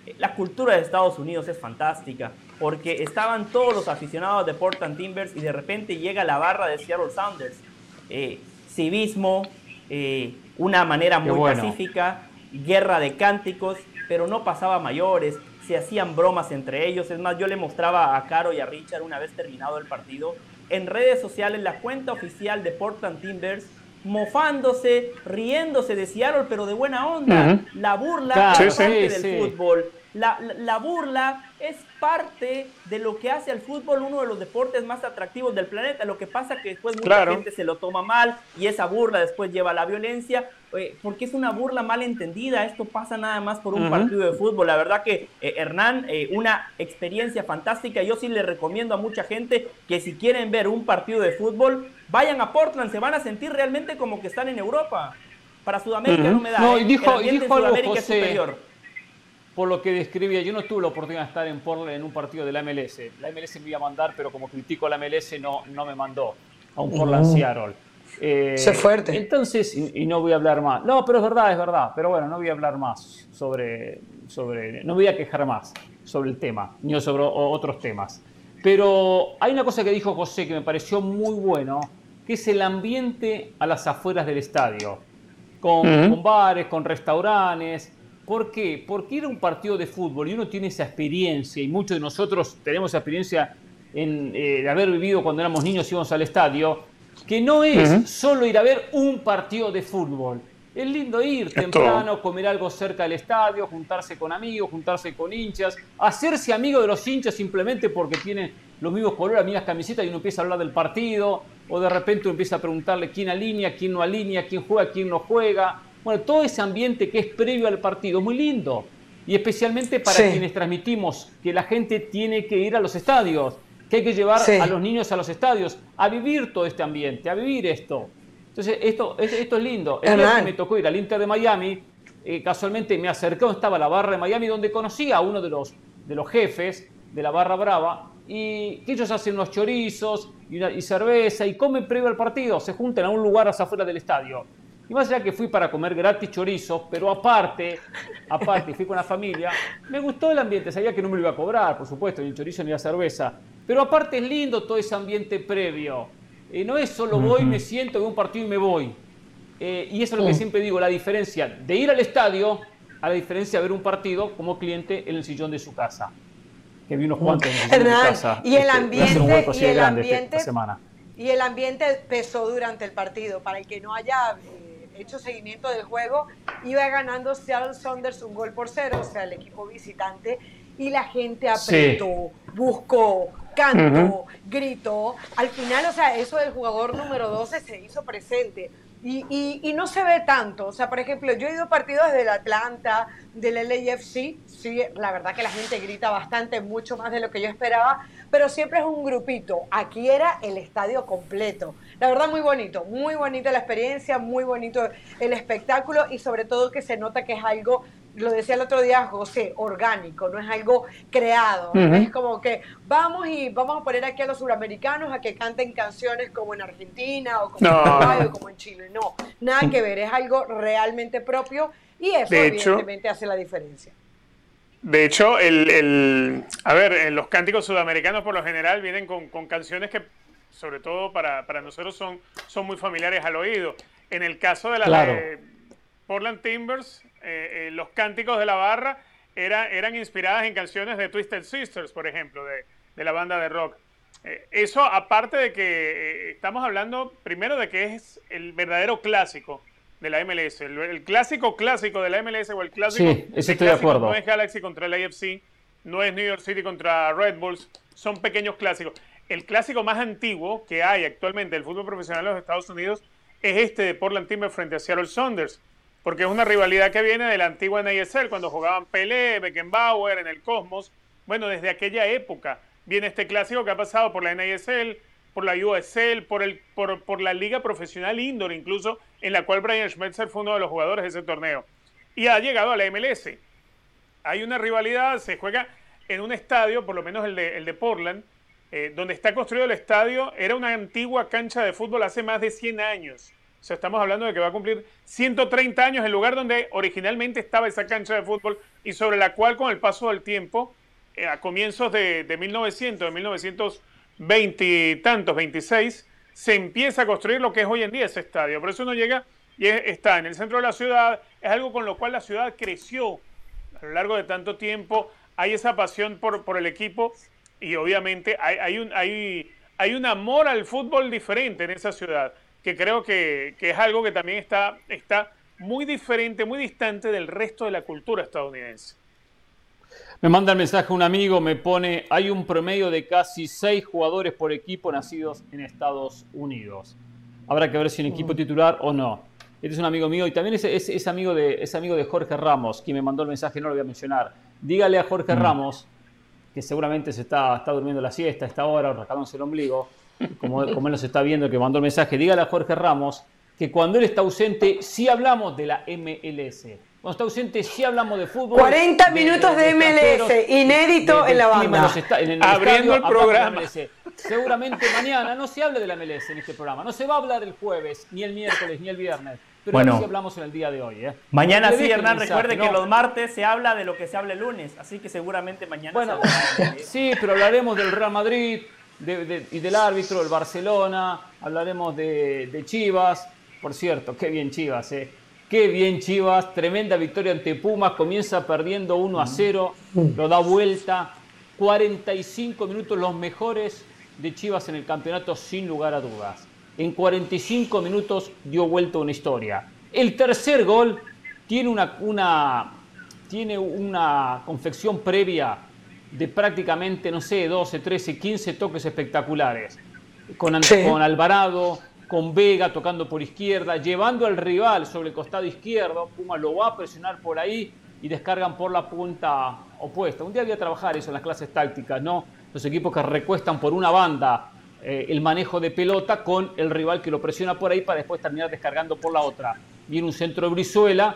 La cultura de Estados Unidos es fantástica, porque estaban todos los aficionados de Portland Timbers y de repente llega la barra de Seattle Sounders. Eh, civismo, eh, una manera muy bueno. pacífica, guerra de cánticos, pero no pasaba a mayores, se hacían bromas entre ellos. Es más, yo le mostraba a Caro y a Richard una vez terminado el partido, en redes sociales, la cuenta oficial de Portland Timbers, mofándose, riéndose de Seattle, pero de buena onda. Uh-huh. La burla claro, es parte sí, del sí. fútbol. La, la, la burla es parte de lo que hace al fútbol uno de los deportes más atractivos del planeta. Lo que pasa es que después mucha claro. gente se lo toma mal y esa burla después lleva a la violencia, eh, porque es una burla mal entendida. Esto pasa nada más por un uh-huh. partido de fútbol. La verdad que, eh, Hernán, eh, una experiencia fantástica. Yo sí le recomiendo a mucha gente que si quieren ver un partido de fútbol, vayan a Portland, se van a sentir realmente como que están en Europa. Para Sudamérica uh-huh. no me da. No, y dijo, el ambiente dijo en Sudamérica algo, es superior. Por lo que describía, yo no tuve la oportunidad de estar en Portland en un partido de la M L S. La M L S me iba a mandar, pero como critico a la M L S, no, no me mandó a un Portland uh-huh. Seattle. Eh, Sé fuerte. Entonces, y, y no voy a hablar más. No, pero es verdad, es verdad. Pero bueno, no voy a hablar más sobre, sobre no voy a quejar más sobre el tema, ni sobre o, otros temas. Pero hay una cosa que dijo José que me pareció muy bueno, que es el ambiente a las afueras del estadio. Con, uh-huh. con bares, con restaurantes. ¿Por qué? Porque ir a un partido de fútbol y uno tiene esa experiencia, y muchos de nosotros tenemos esa experiencia en, eh, de haber vivido cuando éramos niños y íbamos al estadio, que no es uh-huh. solo ir a ver un partido de fútbol. Es lindo ir Esto. temprano, comer algo cerca del estadio, juntarse con amigos, juntarse con hinchas, hacerse amigo de los hinchas simplemente porque tienen los mismos colores, las mismas camisetas, y uno empieza a hablar del partido, o de repente uno empieza a preguntarle quién alinea, quién no alinea, quién juega, quién no juega. Bueno, todo ese ambiente que es previo al partido es muy lindo. Y especialmente para sí. quienes transmitimos que la gente tiene que ir a los estadios, que hay que llevar sí. a los niños a los estadios, a vivir todo este ambiente, a vivir esto. Entonces, esto, esto es lindo. El día que me tocó ir al Inter de Miami, eh, casualmente me acercó donde estaba la barra de Miami, donde conocí a uno de los, de los jefes de la barra brava, y que ellos hacen unos chorizos y, una, y cerveza, y comen previo al partido, se juntan a un lugar a las afueras del estadio. Y más allá que fui para comer gratis chorizos, pero aparte, aparte, fui con la familia, me gustó el ambiente, sabía que no me lo iba a cobrar, por supuesto, ni el chorizo ni la cerveza, pero aparte es lindo todo ese ambiente previo. Eh, no es solo voy, me siento, veo un partido y me voy. Eh, y eso es lo que siempre digo, la diferencia de ir al estadio a la diferencia de ver un partido como cliente en el sillón de su casa. Que vi unos cuantos en el sillón de mi casa. Y el ambiente, este, y el ambiente, esta semana. Y el ambiente pesó durante el partido. Para el que no haya eh, hecho seguimiento del juego, iba ganando Seattle Sounders un gol por cero, o sea, el equipo visitante, y la gente apretó, sí. buscó, cantó, uh-huh. gritó. Al final, o sea, eso del jugador número doce se hizo presente. Y, y, y no se ve tanto. O sea, por ejemplo, yo he ido a partidos del Atlanta, del L A F C. Sí, la verdad que la gente grita bastante, mucho más de lo que yo esperaba, pero siempre es un grupito. Aquí era el estadio completo. La verdad, muy bonito, muy bonita la experiencia, muy bonito el espectáculo, y sobre todo que se nota que es algo, lo decía el otro día José, orgánico, no es algo creado. Uh-huh. Es como que vamos y vamos a poner aquí a los suramericanos a que canten canciones como en Argentina o como no. en Uruguay o como en Chile. No, nada que ver, es algo realmente propio, y eso de evidentemente hecho, hace la diferencia. De hecho, el, el, a ver, los cánticos sudamericanos por lo general vienen con, con canciones que, sobre todo para, para nosotros, son, son muy familiares al oído. En el caso de la claro. de Portland Timbers, eh, eh, los cánticos de la barra era, eran inspiradas en canciones de Twisted Sisters, por ejemplo, de, de la banda de rock. Eh, eso, aparte de que eh, estamos hablando primero de que es el verdadero clásico de la M L S, el, el clásico clásico de la M L S, o el clásico, sí, ese estoy de acuerdo. No es Galaxy contra el A F C, no es New York City contra Red Bulls, son pequeños clásicos. El clásico más antiguo que hay actualmente del fútbol profesional en los Estados Unidos es este de Portland Timbers frente a Seattle Sounders, porque es una rivalidad que viene de la antigua N A S L, cuando jugaban Pelé, Beckenbauer en el Cosmos. Bueno, desde aquella época viene este clásico que ha pasado por la N A S L, por la U S L, por, el, por, por la Liga Profesional Indoor incluso, en la cual Brian Schmetzer fue uno de los jugadores de ese torneo. Y ha llegado a la M L S. Hay una rivalidad, se juega en un estadio, por lo menos el de, el de Portland, eh, donde está construido el estadio, era una antigua cancha de fútbol hace más de cien años. O sea, estamos hablando de que va a cumplir ciento treinta años, el lugar donde originalmente estaba esa cancha de fútbol y sobre la cual con el paso del tiempo, eh, a comienzos de, de mil novecientos, de mil novecientos veinte y tantos, veintiséis, se empieza a construir lo que es hoy en día ese estadio. Por eso uno llega y es, está en el centro de la ciudad, es algo con lo cual la ciudad creció a lo largo de tanto tiempo, hay esa pasión por, por el equipo y obviamente hay, hay, un, hay, hay un amor al fútbol diferente en esa ciudad, que creo que, que es algo que también está, está muy diferente, muy distante del resto de la cultura estadounidense. Me manda el mensaje un amigo, me pone, hay un promedio de casi seis jugadores por equipo nacidos en Estados Unidos. Habrá que ver si en equipo titular o no. Este es un amigo mío y también es, es, es, amigo, de, es amigo de Jorge Ramos, quien me mandó el mensaje, no lo voy a mencionar. Dígale a Jorge mm. Ramos, que seguramente se está, está durmiendo la siesta a esta hora, rascándose el ombligo, como, como él nos está viendo, que mandó el mensaje, dígale a Jorge Ramos que cuando él está ausente sí hablamos de la M L S. Cuando está ausente sí hablamos de fútbol. cuarenta minutos de, de, de M L S, inédito de, de en la banda. Está, en el Abriendo estadio, el programa. Seguramente mañana no se hable de la M L S en este programa. No se va a hablar el jueves, ni el miércoles, ni el viernes. Pero bueno, sí hablamos en el día de hoy. ¿eh? Mañana sí, Hernán, mensaje, recuerde ¿no? que los martes se habla de lo que se habla el lunes. Así que seguramente mañana bueno, se habla. Sí, pero hablaremos del Real Madrid de, de, y del árbitro, del Barcelona. Hablaremos de, de Chivas. Por cierto, qué bien Chivas, ¿eh? Qué bien Chivas, tremenda victoria ante Pumas, comienza perdiendo uno a cero, lo da vuelta, cuarenta y cinco minutos los mejores de Chivas en el campeonato sin lugar a dudas. En cuarenta y cinco minutos dio vuelta una historia. El tercer gol tiene una, una, tiene una confección previa de prácticamente, no sé, doce, trece, quince toques espectaculares. Con, sí. con Alvarado, con Vega tocando por izquierda, llevando al rival sobre el costado izquierdo. Puma lo va a presionar por ahí y descargan por la punta opuesta. Un día voy a trabajar eso en las clases tácticas, ¿no? Los equipos que recuestan por una banda eh, el manejo de pelota con el rival que lo presiona por ahí para después terminar descargando por la otra. Viene un centro de Brizuela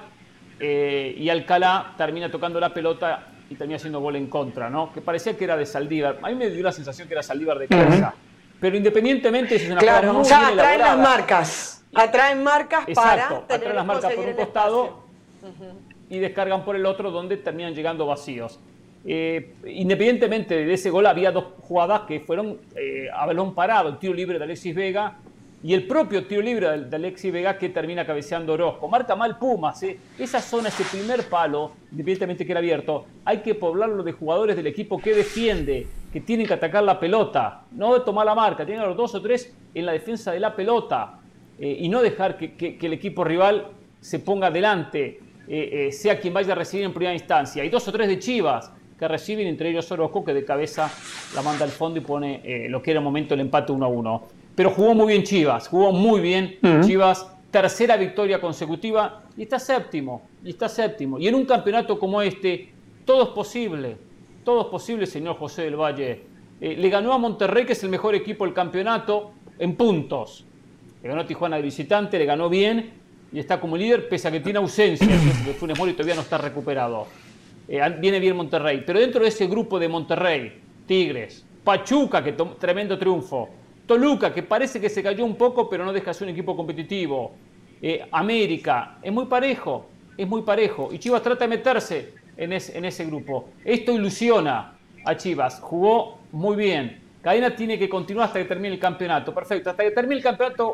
eh, y Alcalá termina tocando la pelota y termina haciendo gol en contra, ¿no? Que parecía que era de Saldívar. A mí me dio la sensación que era Saldívar de cabeza. Uh-huh. Pero independientemente es una claro, muy o sea, bien atraen elaborada. las marcas, atraen marcas Exacto, para tener atraen las marcas por un costado uh-huh. y descargan por el otro donde terminan llegando vacíos. Eh, independientemente de ese gol había dos jugadas que fueron eh, a balón parado, el tiro libre de Alexis Vega y el propio tiro libre de, de Alexis Vega que termina cabeceando Orozco. Marca mal Pumas, ¿eh? Esa zona, ese primer palo, independientemente que era abierto, hay que poblarlo de jugadores del equipo que defiende, que tienen que atacar la pelota, no de tomar la marca, tienen a los dos o tres en la defensa de la pelota eh, y no dejar que, que, que el equipo rival se ponga adelante, eh, eh, sea quien vaya a recibir en primera instancia. Hay dos o tres de Chivas que reciben, entre ellos Orozco, que de cabeza la manda al fondo y pone eh, lo que era el momento el empate uno a uno. Pero jugó muy bien Chivas, jugó muy bien uh-huh. Chivas, tercera victoria consecutiva y está séptimo, y está séptimo. Y en un campeonato como este, todo es posible, todo es posible, señor José del Valle. Eh, le ganó a Monterrey, que es el mejor equipo del campeonato, en puntos. Le ganó a Tijuana de visitante, le ganó bien y está como líder, pese a que tiene ausencia, porque Funes Mori todavía no está recuperado. Eh, viene bien Monterrey, pero dentro de ese grupo de Monterrey, Tigres, Pachuca, que to- tremendo triunfo, Toluca, que parece que se cayó un poco, pero no deja de ser un equipo competitivo, eh, América, es muy parejo, es muy parejo, y Chivas trata de meterse en, es, en ese grupo. Esto ilusiona a Chivas, jugó muy bien, Cadena tiene que continuar hasta que termine el campeonato, perfecto, hasta que termine el campeonato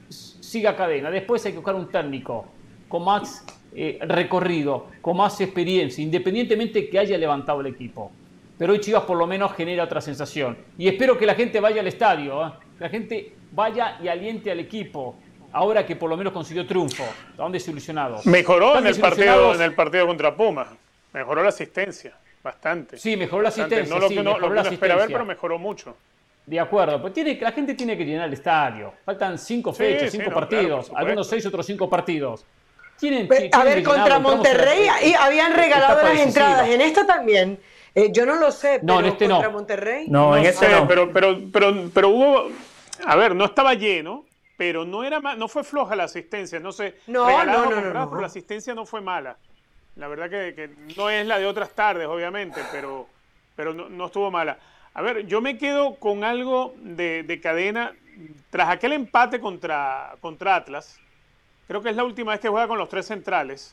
siga Cadena, después hay que buscar un técnico con más eh, recorrido, con más experiencia, independientemente que haya levantado el equipo. Pero hoy Chivas por lo menos genera otra sensación. Y espero que la gente vaya al estadio, ¿eh? Que la gente vaya y aliente al equipo, ahora que por lo menos consiguió triunfo. Están desilusionados. Mejoró en el, partido, en el partido contra Pumas. Mejoró la asistencia, bastante. Sí, mejoró la asistencia. No lo sí, que no, mejoró lo la que uno espera ver, pero mejoró mucho. De acuerdo, pero tiene, la gente tiene que llenar el estadio. Faltan cinco fechas, sí, cinco sí, partidos. No, claro, algunos seis, otros cinco partidos. Tienen, tienen a ver, contra Monterrey y habían regalado las entradas. En esta también. Eh, yo no lo sé, pero no, en este contra no. Monterrey. No, en no este sé, no. Pero, pero, pero, pero hubo. A ver, no estaba lleno, pero no era no fue floja la asistencia. No sé. No, regalado no, no, comprado, no, no. Pero la asistencia no fue mala. La verdad que, que no es la de otras tardes, obviamente, pero, pero no, no estuvo mala. A ver, yo me quedo con algo de, de Cadena. Tras aquel empate contra, contra Atlas, creo que es la última vez que juega con los tres centrales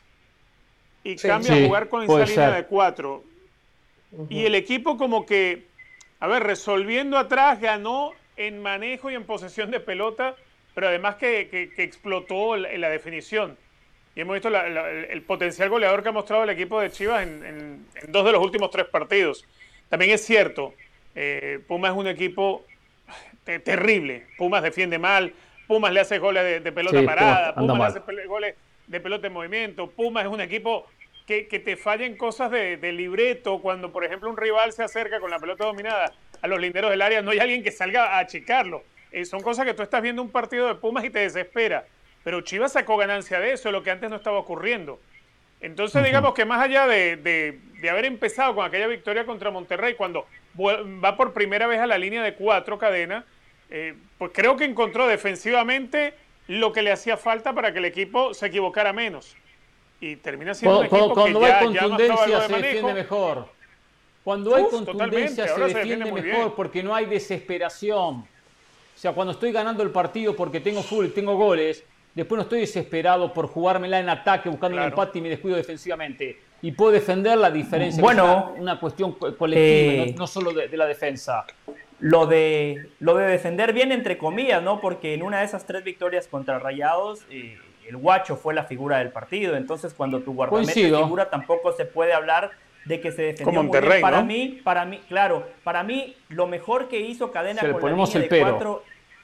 y Sí. cambia Sí, a jugar con esa puede línea ser. de cuatro. Ujú. Y el equipo como que, a ver, resolviendo atrás, ganó en manejo y en posesión de pelota, pero además que, que, que explotó en la definición. Y hemos visto la, la, el potencial goleador que ha mostrado el equipo de Chivas en, en, en dos de los últimos tres partidos. También es cierto, eh, Pumas es un equipo te, terrible. Pumas defiende mal, Pumas le hace goles de, de pelota Sí, parada, Pumas anda Pumas mal. le hace pele- goles de pelota en movimiento. Pumas es un equipo que, que te falla en cosas de, de libreto. Cuando, por ejemplo, un rival se acerca con la pelota dominada a los linderos del área, no hay alguien que salga a achicarlo. Eh, son cosas que tú estás viendo un partido de Pumas y te desespera. Pero Chivas sacó ganancia de eso, lo que antes no estaba ocurriendo. Entonces, Ujú. digamos que más allá de, de, de haber empezado con aquella victoria contra Monterrey, cuando va por primera vez a la línea de cuatro Cadena, eh, pues creo que encontró defensivamente lo que le hacía falta para que el equipo se equivocara menos. Y termina siendo un Cuando, equipo cuando que hay ya, ya mostraba contundencia algo de se manejo. defiende mejor. Cuando hay Uf, contundencia totalmente, se ahora se defiende, defiende muy mejor bien. porque no hay desesperación. O sea, cuando estoy ganando el partido porque tengo fútbol y tengo goles, después no estoy desesperado por jugármela en ataque buscando Claro. un empate y me descuido defensivamente. Y puedo defender la diferencia. Bueno, que es una, una cuestión co- colectiva, eh, no, no solo de, de la defensa. Lo de, lo de defender bien entre comillas, ¿no? Porque en una de esas tres victorias contra Rayados, eh, el Guacho fue la figura del partido. Entonces, cuando tu guardameta es Coincido. figura, tampoco se puede hablar de que se defendió Como muy bien. Monterrey, Para ¿no? mí, para mí, claro, para mí, lo mejor que hizo Cadena Se le con la ponemos línea el de pero. cuatro...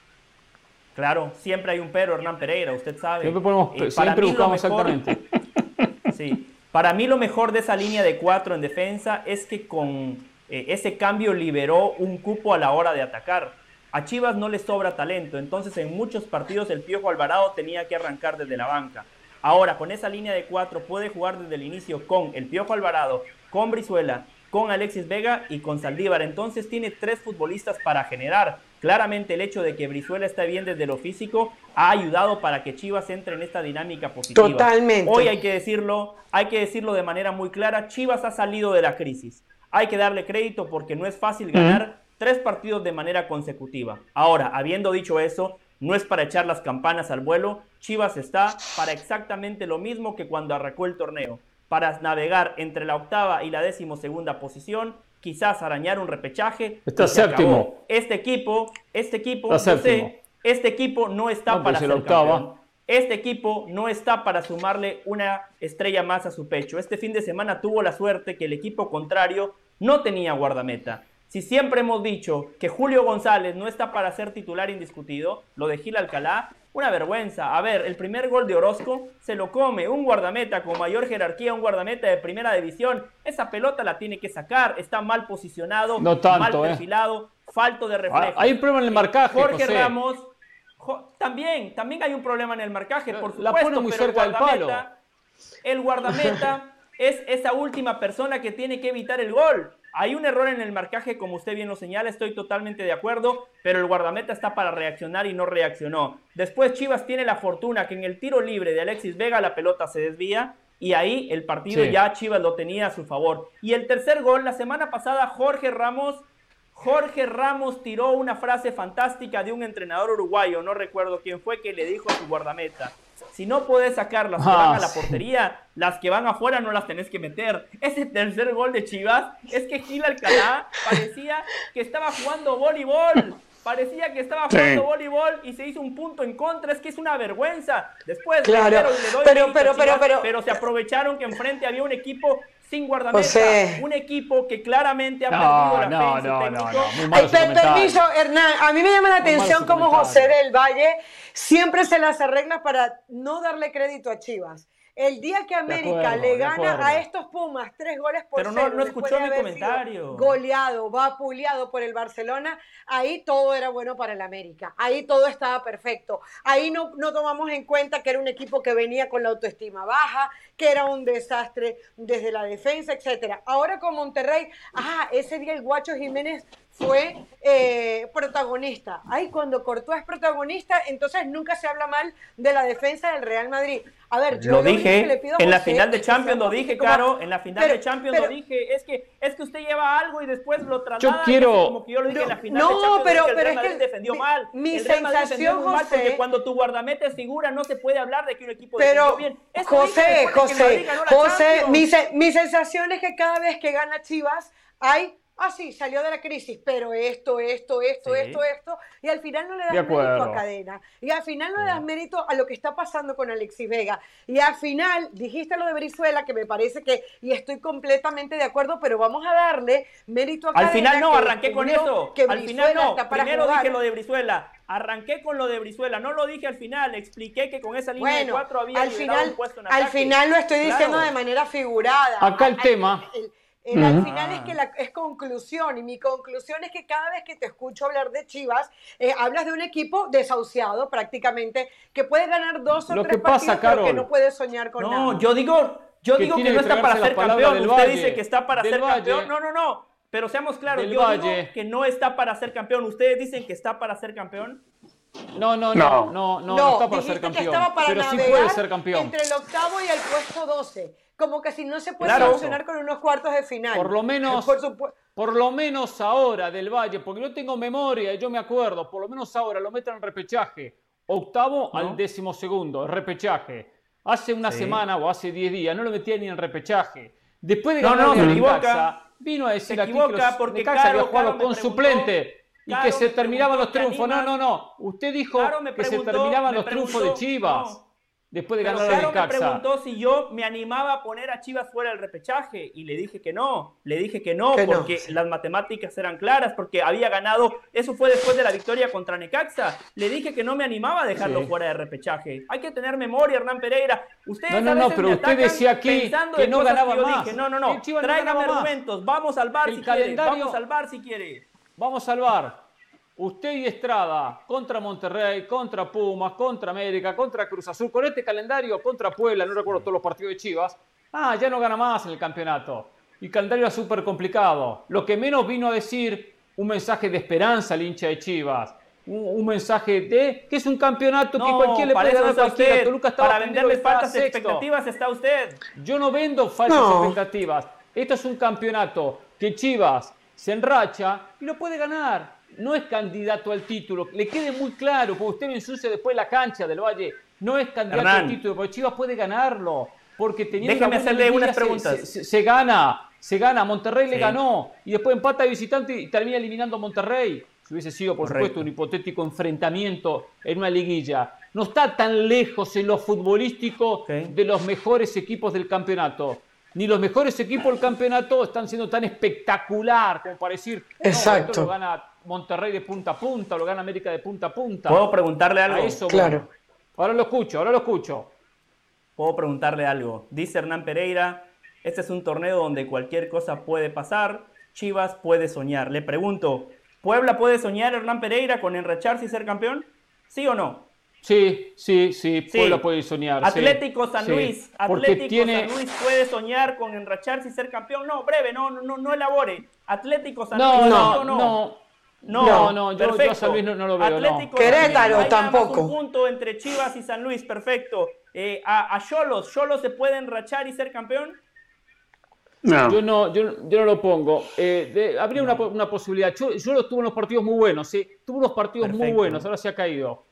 Claro, siempre hay un pero, Hernán Pereira, usted sabe. Siempre, ponemos, Eh, para siempre mí lo buscamos mejor- exactamente. Sí, para mí lo mejor de esa línea de cuatro en defensa es que con eh, ese cambio liberó un cupo a la hora de atacar. A Chivas no le sobra talento, entonces en muchos partidos el Piojo Alvarado tenía que arrancar desde la banca. Ahora, con esa línea de cuatro puede jugar desde el inicio con el Piojo Alvarado, con Brizuela, con Alexis Vega y con Saldívar. Entonces tiene tres futbolistas para generar. Claramente el hecho de que Brizuela está bien desde lo físico ha ayudado para que Chivas entre en esta dinámica positiva. Totalmente. Hoy hay que decirlo, hay que decirlo de manera muy clara, Chivas ha salido de la crisis. Hay que darle crédito porque no es fácil ganar tres partidos de manera consecutiva. Ahora, habiendo dicho eso, no es para echar las campanas al vuelo. Chivas está para exactamente lo mismo que cuando arrancó el torneo, para navegar entre la octava y la decimosegunda posición, quizás arañar un repechaje. Está y se séptimo. acabó. Este equipo, este equipo, Está yo sé, séptimo. este equipo no está No, para pues ser el octava. campeón. Este equipo no está para sumarle una estrella más a su pecho. Este fin de semana tuvo la suerte que el equipo contrario no tenía guardameta. Si siempre hemos dicho que Julio González no está para ser titular indiscutido, lo de Gil Alcalá, una vergüenza. A ver, el primer gol de Orozco se lo come un guardameta con mayor jerarquía, un guardameta de primera división. Esa pelota la tiene que sacar, está mal posicionado, No tanto, mal eh. perfilado, falto de reflejo. Ah, hay un problema en el marcaje, Jorge José. Ramos, jo- también, también hay un problema en el marcaje, por La supuesto, pone muy pero cerca el del palo. guardameta, el guardameta es esa última persona que tiene que evitar el gol. Hay un error en el marcaje, como usted bien lo señala, estoy totalmente de acuerdo, pero el guardameta está para reaccionar y no reaccionó. Después Chivas tiene la fortuna que en el tiro libre de Alexis Vega la pelota se desvía y ahí el partido Sí. ya Chivas lo tenía a su favor. Y el tercer gol, la semana pasada Jorge Ramos, Jorge Ramos tiró una frase fantástica de un entrenador uruguayo, no recuerdo quién fue, que le dijo a su guardameta: si no puedes sacar las que Ah, van a la sí. portería, las que van afuera no las tenés que meter. Ese tercer gol de Chivas es que Gil Alcalá parecía que estaba jugando voleibol. Parecía que estaba jugando Sí. voleibol y se hizo un punto en contra. Es que es una vergüenza. Después, Claro. reitero y le doy Pero- mérito a pero- pero- Chivas, pero- se aprovecharon que enfrente había un equipo sin guardameta. José. Un equipo que claramente ha No, perdido la no, fe en su no, no, técnico. no. Muy Ay, malo su per- comentario. permiso, Hernán. A mí me llama la Muy malo atención su cómo comentario. José del Valle siempre se las arregla para no darle crédito a Chivas. El día que América acuerdo, le de gana acuerdo. a estos Pumas tres goles por Pero no- cero, no después escuchó de mi haber comentario. sido goleado, vapuleado por el Barcelona, ahí todo era bueno para el América. Ahí todo estaba perfecto. Ahí no, no tomamos en cuenta que era un equipo que venía con la autoestima baja, que era un desastre desde la defensa, etcétera. Ahora con Monterrey, ah, ese día el Guacho Jiménez fue eh, protagonista. Ay, cuando Courtois es protagonista, entonces nunca se habla mal de la defensa del Real Madrid. A ver, yo lo, lo dije, que le pido a en la José, final de que Champions sea lo dije, como- Caro, en la final pero- de Champions pero- lo dije, es que, es que usted lleva algo y después lo traslada. Yo quiero- y hace como que yo lo dije en la final No, de Champions, pero- que el pero Real es que Madrid defendió mi- mal. mi el Real Madrid defendió sensación, muy mal, porque José- cuando tu guardameta es figura no se puede hablar de que un equipo Pero, defendió bien. Eso José, dije después de que el José, Madrid ganó la José, Champions. mi, se- mi sensación es que cada vez que gana Chivas hay, ah, sí, salió de la crisis, pero esto, esto, esto, Sí. esto, esto, y al final no le das De mérito acuerdo. a Cadena, y al final no le das mérito a lo que está pasando con Alexis Vega, y al final dijiste lo de Brizuela, que me parece que, y estoy completamente de acuerdo, pero vamos a darle mérito a Al Cadena. final no, que arranqué con descubrió eso. que Al final Brizuela no. está para Primero jugar. dije lo de Brizuela. Arranqué con lo de Brizuela. No lo dije al final. Expliqué que con esa línea de Bueno, cuatro había al liberado final, un puesto en al ataque. final lo estoy diciendo Claro. de manera figurada. Acá el Al- tema. el- el- al Ujú. final es que la, es conclusión, y mi conclusión es que cada vez que te escucho hablar de Chivas, eh, hablas de un equipo desahuciado prácticamente, que puede ganar dos o Lo tres que pasa, partidos, pero que Carol, no puede soñar con nada. No, yo digo, yo Que digo que tiene no que está para tragarse las ser palabras campeón. del Usted Valle. dice que está para Del ser Valle. campeón. No, no, no. Pero seamos claros, Del yo Valle. digo que no está para ser campeón. Ustedes dicen que está para ser campeón. No, no, no, No. no, no, No, no está para dijiste ser que campeón. estaba para Pero sí navegar puede ser campeón. entre el octavo y el puesto doce. Como que si no se puede Claro. funcionar con unos cuartos de final. Por lo menos, Por supuesto. por lo menos ahora del Valle, porque yo tengo memoria y yo me acuerdo, por lo menos ahora lo meten en repechaje. Octavo ¿No? al décimo segundo, repechaje. Hace una Sí. semana o hace diez días no lo metían ni en repechaje. Después de No, ganar no, a se Necaxa, equivoca. vino a decir Se aquí equivoca que los porque Necaxa Caro- había jugado Caro me con preguntó- suplente y Caro que se me terminaban los preguntó, ¿te triunfos. No, no, animas? no. Usted dijo Caro me que se preguntó- terminaban me los triunfos de preguntó- Chivas. no. Después de Pero ganar a Caro me Necaxa. preguntó si yo me animaba a poner a Chivas fuera del repechaje y le dije que no, le dije que no, Que no, porque sí. las matemáticas eran claras, porque había ganado, eso fue después de la victoria contra Necaxa, le dije que no me animaba a dejarlo Sí. fuera de repechaje. Hay que tener memoria, Hernán Pereira. Ustedes No, no, a no, veces pero me usted atacan decía aquí pensando que de no cosas ganaba yo más. dije, no, no, Que no, Chivas no tráigame ganaba más. argumentos, vamos al bar El si quiere, calendario- vamos al bar si quiere. Vamos al bar. Usted y Estrada contra Monterrey, contra Pumas, contra América, contra Cruz Azul. Con este calendario, contra Puebla, no recuerdo todos los partidos de Chivas. Ah, ya no gana más en el campeonato. Y el calendario era súper complicado. Lo que menos vino a decir un mensaje de esperanza al hincha de Chivas. Un, un mensaje de que es un campeonato que No, cualquiera le para puede eso ganar a está cualquiera. usted, Toluca estaba para primero venderle y estaba falsas sexto. expectativas está usted. Yo no vendo falsas No. expectativas. Esto es un campeonato que Chivas se enracha y lo puede ganar. No es candidato al título. Le quede muy claro, porque usted lo ensucia después la cancha del Valle. No es candidato Hernán. al título, porque Chivas puede ganarlo. Porque teniendo Déjeme una buena hacerle liguilla unas se- preguntas. Se, se- se gana, se gana. Monterrey le Sí. ganó y después empata de visitante y termina eliminando a Monterrey. Si hubiese sido, por Correcto. supuesto, un hipotético enfrentamiento en una liguilla. No está tan lejos en lo futbolístico Ok. de los mejores equipos del campeonato. Ni los mejores equipos del campeonato están siendo tan espectacular como para decir, no, Exacto. esto lo gana Monterrey de punta a punta, lo gana América de punta a punta. ¿Puedo preguntarle A algo? eso, Claro. bueno. Ahora lo escucho, ahora lo escucho. Puedo preguntarle algo. Dice Hernán Pereira, este es un torneo donde cualquier cosa puede pasar. Chivas puede soñar. Le pregunto, ¿Puebla puede soñar, Hernán Pereira, con enracharse y ser campeón? ¿Sí o no? Sí, sí, sí, Sí. Puebla puede soñar. sí, Atlético San sí. Luis, Porque Atlético tiene... San Luis puede soñar con enracharse y ser campeón. No, breve, no, no, no elabore. Atlético San No, Luis, no, ¿sí o no, no. no, no, yo- yo a perfecto. San Luis no- no lo veo, no. Atlético Querétaro San Luis, hay nada más tampoco. un punto entre Chivas y San Luis, perfecto. Eh, a Xolos, ¿Xolos se puede enrachar y ser campeón? No. Yo no, yo, yo no lo pongo. Eh, de- habría una, po- una posibilidad. Yo, yo lo tuve unos partidos muy buenos, sí. Tuvo unos partidos muy Perfecto. buenos, ahora se ha caído.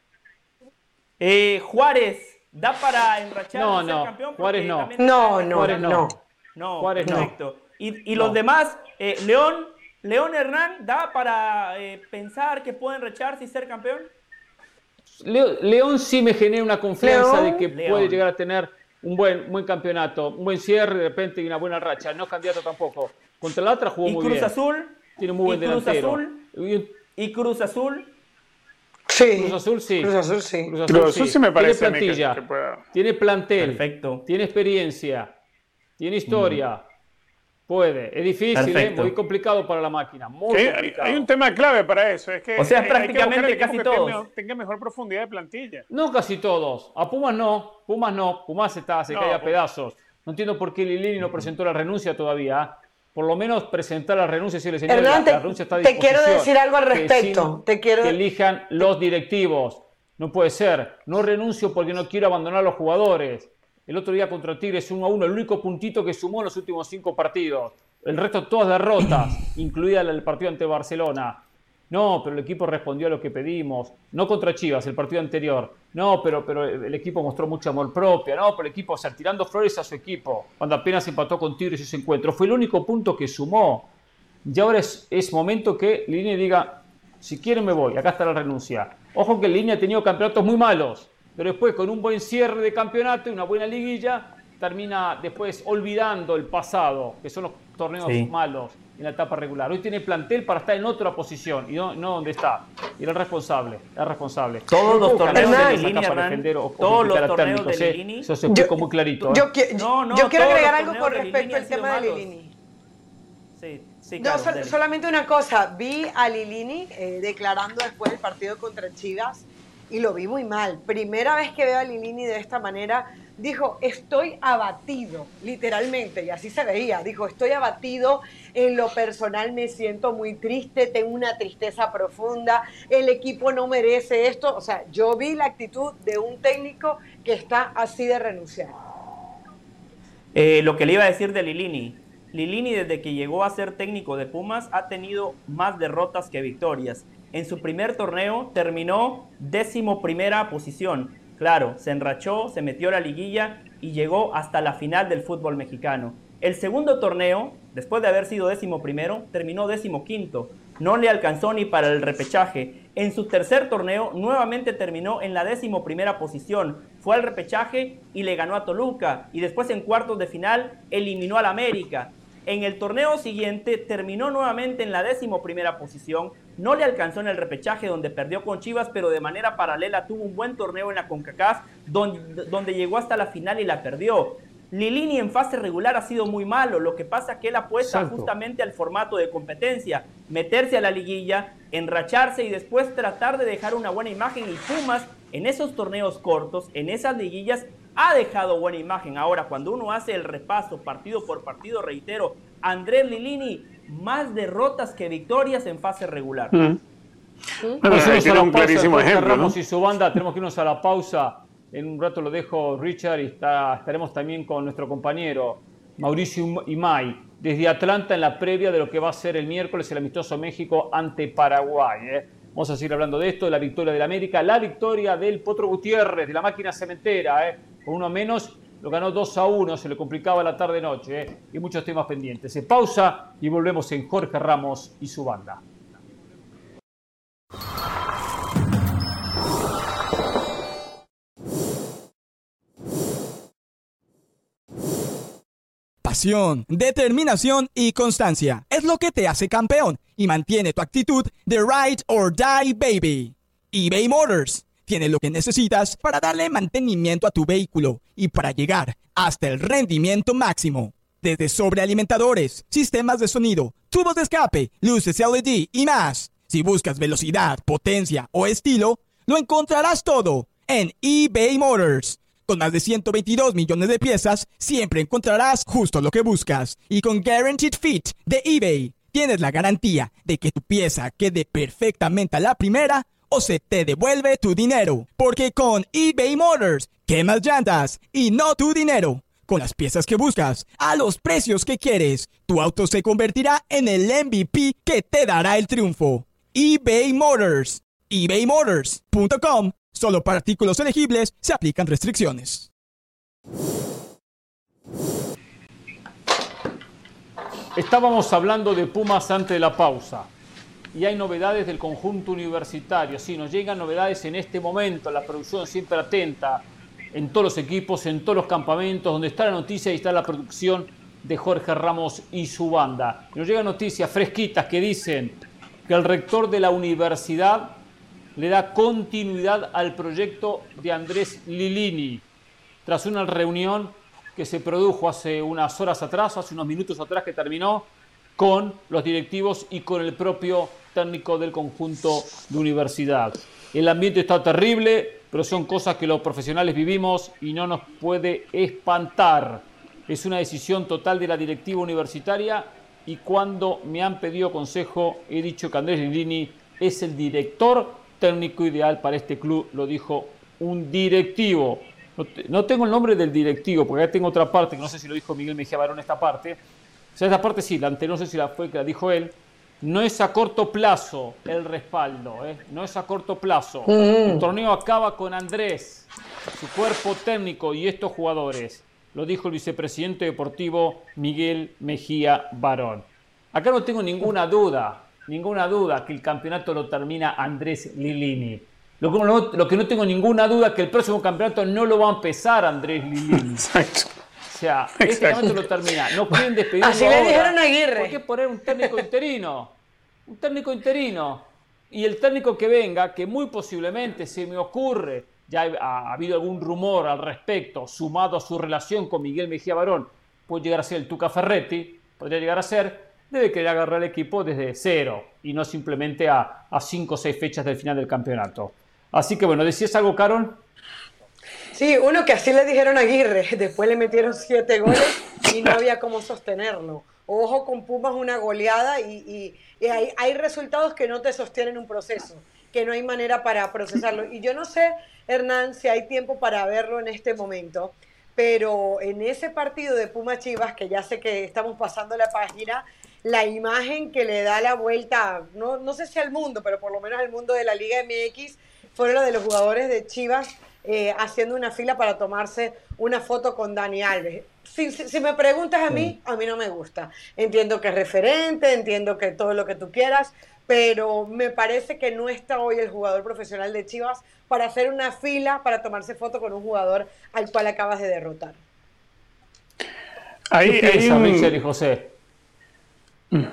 Eh, Juárez, ¿da para enrachar No, y ser no, campeón? Juárez Porque no. también No, está- no, Juárez no. no. No, Juárez no. perfecto. Y, y los No. demás, eh, León, León Hernán, ¿da para eh, pensar que pueden enracharse y ser campeón? Leo- León sí me genera una confianza León. de que León. puede llegar a tener un buen, buen campeonato, un buen cierre de repente y una buena racha. No es candidato tampoco. Contra la otra jugó ¿Y muy Cruz bien. Azul? Tiene un muy buen ¿Y Cruz delantero. Azul? Y un- ¿Y Cruz Azul? Sí. Cruz Azul sí. Cruz Azul sí. Cruz Cruz Azul sí me parece a Tiene mí que- plantilla, que pueda. tiene plantel, Perfecto. tiene experiencia, tiene historia. Puede. Es difícil, ¿eh? Perfecto. Muy complicado para la máquina. Muy Hay, hay- complicado. hay un tema clave para eso. Es que O sea, hay- hay que prácticamente buscar el equipo casi que tenga todos. mejor- tenga mejor profundidad de plantilla. No casi todos. A Pumas no. Pumas no. Pumas está, se No, cae a Pumas. pedazos. No entiendo por qué Lilini no presentó la renuncia todavía. Por lo menos presentar la renuncia y decirle, señor, Hernán, la, te, la renuncia está a te quiero decir algo al que respecto. sin- Te quiero... que elijan los directivos. No puede ser. No renuncio porque no quiero abandonar a los jugadores. El otro día contra Tigres uno a uno, el único puntito que sumó en los últimos cinco partidos. El resto todas derrotas, incluida el partido ante Barcelona. No, pero el equipo respondió a lo que pedimos. No contra Chivas, el partido anterior. No, pero, pero el equipo mostró mucho amor propio. No, pero el equipo, o sea, tirando flores a su equipo, cuando apenas empató con Tigres ese encuentro. Fue el único punto que sumó. Y ahora es, es momento que Línea diga, si quieren me voy, acá está la renuncia. Ojo que Línea ha tenido campeonatos muy malos, pero después con un buen cierre de campeonato y una buena liguilla, termina después olvidando el pasado, que son los torneos Sí. malos en la etapa regular. Hoy tiene plantel para estar en otra posición y no, no donde está. Y era el responsable, era responsable. Todos los torneos de Hernán, Lilini, para Hernán, defender o, o todos los criticar a torneos técnicos, de ¿eh? Lilini. Eso se explico muy clarito. ¿eh? Yo, qui- No, no, yo quiero todos agregar los algo torneos con de respecto Lilini al han sido tema de malos. Lilini. Sí, sí, No, claro. sol- dele. solamente una cosa, vi a Lilini eh, declarando después del partido contra Chivas y lo vi muy mal. Primera vez que veo a Lilini de esta manera, dijo, estoy abatido, literalmente, y así se veía, dijo, estoy abatido, en lo personal me siento muy triste, tengo una tristeza profunda, el equipo no merece esto, o sea, yo vi la actitud de un técnico que está así de renunciar. Eh, lo que le iba a decir de Lilini. Lilini, desde que llegó a ser técnico de Pumas, ha tenido más derrotas que victorias. En su primer torneo terminó décimo primera posición. Claro, se enrachó, se metió a la liguilla y llegó hasta la final del fútbol mexicano. El segundo torneo, después de haber sido décimo primero, terminó décimo quinto. No le alcanzó ni para el repechaje. En su tercer torneo, nuevamente terminó en la décimo primera posición. Fue al repechaje y le ganó a Toluca. Y después en cuartos de final eliminó al América. En el torneo siguiente terminó nuevamente en la décimo primera posición. No le alcanzó en el repechaje donde perdió con Chivas, pero de manera paralela tuvo un buen torneo en la CONCACAF donde, donde llegó hasta la final y la perdió. Lilini en fase regular ha sido muy malo, lo que pasa es que él apuesta Exacto. justamente al formato de competencia, meterse a la liguilla, enracharse y después tratar de dejar una buena imagen. Y Pumas en esos torneos cortos, en esas liguillas, ha dejado buena imagen. Ahora, cuando uno hace el repaso partido por partido, reitero, Andrés Lilini, más derrotas que victorias en fase regular. Mm. Bueno, Vamos ahí a tiene la un pausa, clarísimo Jorge ejemplo, ¿no? Ramos y su banda, tenemos que irnos a la pausa. En un rato lo dejo Richard y está, estaremos también con nuestro compañero Mauricio Imay desde Atlanta en la previa de lo que va a ser el miércoles el amistoso México ante Paraguay. ¿eh? Vamos a seguir hablando de esto, de la victoria del América, la victoria del Potro Gutiérrez, de la máquina cementera, ¿eh? Con uno menos lo ganó dos a uno, se le complicaba la tarde-noche ¿eh? Y muchos temas pendientes. Se pausa y volvemos en Jorge Ramos y su banda. Pasión, determinación y constancia es lo que te hace campeón y mantiene tu actitud de ride or die, baby. eBay Motors tiene lo que necesitas para darle mantenimiento a tu vehículo y para llegar hasta el rendimiento máximo. Desde sobrealimentadores, sistemas de sonido, tubos de escape, luces L E D y más. Si buscas velocidad, potencia o estilo, lo encontrarás todo en eBay Motors. Con más de ciento veintidós millones de piezas, siempre encontrarás justo lo que buscas. Y con Guaranteed Fit de eBay, tienes la garantía de que tu pieza quede perfectamente a la primera o se te devuelve tu dinero. Porque con eBay Motors, quemas llantas y no tu dinero. Con las piezas que buscas, a los precios que quieres, tu auto se convertirá en el M V P que te dará el triunfo. eBay Motors. ebay motors punto com. Solo para artículos elegibles se aplican restricciones. Estábamos hablando de Pumas antes de la pausa y hay novedades del conjunto universitario. Sí, nos llegan novedades en este momento, la producción siempre atenta en todos los equipos, en todos los campamentos, donde está la noticia y está la producción de Jorge Ramos y su banda. Nos llegan noticias fresquitas que dicen que el rector de la universidad le da continuidad al proyecto de Andrés Lilini tras una reunión que se produjo hace unas horas atrás, hace unos minutos atrás que terminó, con los directivos y con el propio técnico del conjunto de universidad. El ambiente está terrible, pero son cosas que los profesionales vivimos y no nos puede espantar. es una decisión total de la directiva universitaria y cuando me han pedido consejo he dicho que Andrés Lilini es el director técnico ideal para este club, lo dijo un directivo. No, te, no tengo el nombre del directivo, porque ya tengo otra parte, que no sé si lo dijo Miguel Mejía Barón esta parte. O sea, esta parte sí, la anterior no sé si la fue que la dijo él. No es a corto plazo el respaldo, ¿eh? No es a corto plazo. Mm. El torneo acaba con Andrés, su cuerpo técnico y estos jugadores. Lo dijo el vicepresidente deportivo Miguel Mejía Barón. Acá no tengo ninguna duda, ninguna duda que el campeonato lo termina Andrés Lilini. Lo que, no, lo que no tengo ninguna duda es que el próximo campeonato no lo va a empezar Andrés Lilini. Exacto. O sea, este Exacto. campeonato lo termina. No pueden despedirlo Así ahora. le dijeron a Aguirre. ¿Por qué poner un técnico interino? Un técnico interino. Y el técnico que venga, que muy posiblemente se me ocurre, ya ha, ha habido algún rumor al respecto, sumado a su relación con Miguel Mejía Barón, puede llegar a ser el Tuca Ferretti, podría llegar a ser, debe querer agarrar el equipo desde cero y no simplemente a, a cinco o seis fechas del final del campeonato. Así que bueno, ¿decías algo, Carol? Sí, uno que así le dijeron a Aguirre, después le metieron siete goles y no había cómo sostenerlo. Ojo con Pumas, una goleada y, y, y hay, hay resultados que no te sostienen un proceso, que no hay manera para procesarlo. Y yo no sé, Hernán, si hay tiempo para verlo en este momento, pero en ese partido de Pumas Chivas, que ya sé que estamos pasando la página, la imagen que le da la vuelta, no, no sé si al mundo, pero por lo menos al mundo de la Liga M X, fue la de los jugadores de Chivas eh, haciendo una fila para tomarse una foto con Dani Alves. Si, si, si me preguntas a mí, a mí no me gusta. Entiendo que es referente, entiendo que todo lo que tú quieras, pero me parece que no está hoy el jugador profesional de Chivas para hacer una fila para tomarse foto con un jugador al cual acabas de derrotar. Ahí, ¿Qué piensa, un... Richard y José? Mm.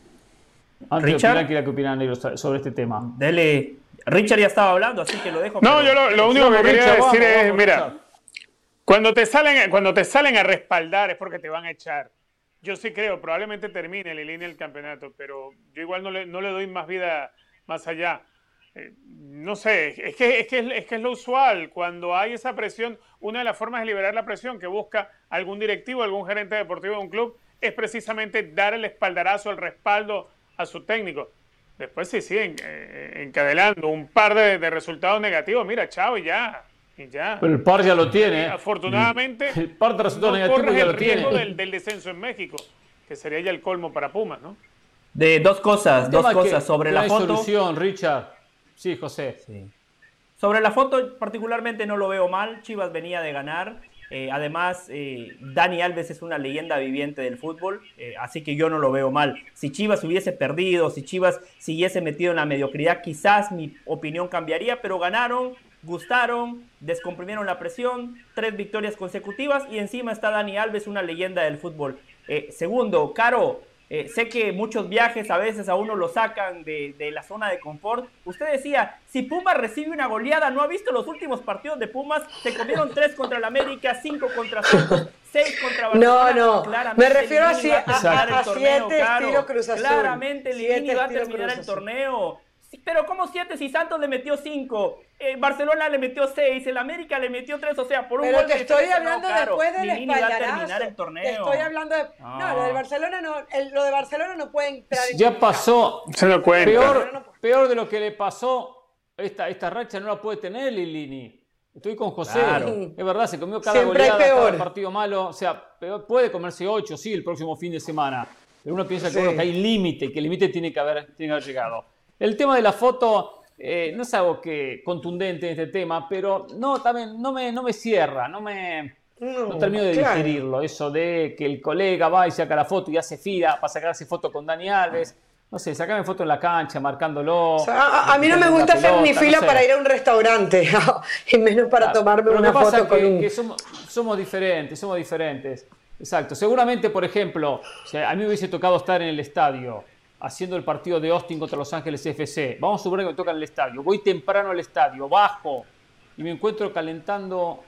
Antes Richard, ¿qué opinan sobre este tema? Dele. Richard ya estaba hablando, así que lo dejo. No, yo lo, lo único que quería Richard, decir vamos, es, vamos, mira, Richard. cuando te salen, cuando te salen a respaldar es porque te van a echar. Yo sí creo, probablemente termine Lilini el campeonato, pero yo igual no le, no le doy más vida más allá. Eh, no sé, es que, es, que, es que es lo usual. Cuando hay esa presión, una de las formas de liberar la presión que busca algún directivo, algún gerente deportivo de un club, es precisamente dar el espaldarazo, el respaldo a su técnico. Después sí siguen eh, encadenando un par de, de resultados negativos. Mira, chao, y ya. Y ya. Pero el par ya lo tiene. Afortunadamente, el par de resultados no negativos corres ya el lo riesgo tiene. del, del descenso en México, que sería ya el colmo para Pumas, ¿no? De dos cosas, dos cosas que, sobre que la hay foto. Solución, Richard. Sí, José. Sí. Sobre la foto, particularmente no lo veo mal. Chivas venía de ganar. Eh, además, eh, Dani Alves es una leyenda viviente del fútbol, eh, así que yo no lo veo mal. Si Chivas hubiese perdido, si Chivas siguiese metido en la mediocridad, quizás mi opinión cambiaría, pero ganaron, gustaron, descomprimieron la presión, tres victorias consecutivas y encima está Dani Alves, una leyenda del fútbol. Eh, segundo, Caro, eh, sé que muchos viajes a veces a uno lo sacan de, de la zona de confort. Usted decía, si Pumas recibe una goleada, ¿no ha visto los últimos partidos de Pumas? Se comieron tres contra el América, cinco contra Santos, seis contra Barcelona. No, no, claramente me refiero Lilini a, va a, a, a torneo, siete Caro. estilo Cruz Azul. Claramente Lilini va a terminar Cruz el Azul. torneo. Sí, pero ¿cómo siete si Santos le metió cinco? Eh, Barcelona le metió seis, el América le metió tres, o sea, por un pero gol te de estoy diferencia, hablando no, Caro. después del Lilini va a espaldarazo. terminar el torneo. Te estoy hablando de... No, No. lo del Barcelona no, el- lo de Barcelona no puede entrar en... Ya pasó. Se lo cuenta. Peor, peor de lo que le pasó, esta, esta racha no la puede tener Lilini. Estoy con José. Claro. Es verdad, se comió cada Siempre hay goleada, peor. cada partido malo. O sea, peor- puede comerse ocho, sí, el próximo fin de semana. Pero uno piensa que, Sí. bueno, que hay límite, que el límite tiene que haber, tiene que haber llegado. El tema de la foto eh, no es algo que contundente en este tema, pero no, también no me, no me cierra, no me... No, No termino de claro. digerirlo, eso de que el colega va y saca la foto y hace fila para sacarse foto con Dani Alves. No sé, sacame foto en la cancha, marcándolo. O sea, a, a mí no me gusta hacer ni fila para ir a un restaurante, y menos para tomarme Pero una lo que pasa foto es con que, un... que somos, somos diferentes, somos diferentes. Exacto. Seguramente, por ejemplo, si a mí me hubiese tocado estar en el estadio haciendo el partido de Austin contra Los Ángeles F C. Vamos a suponer que me toca en el estadio. Voy temprano al estadio, bajo y me encuentro calentando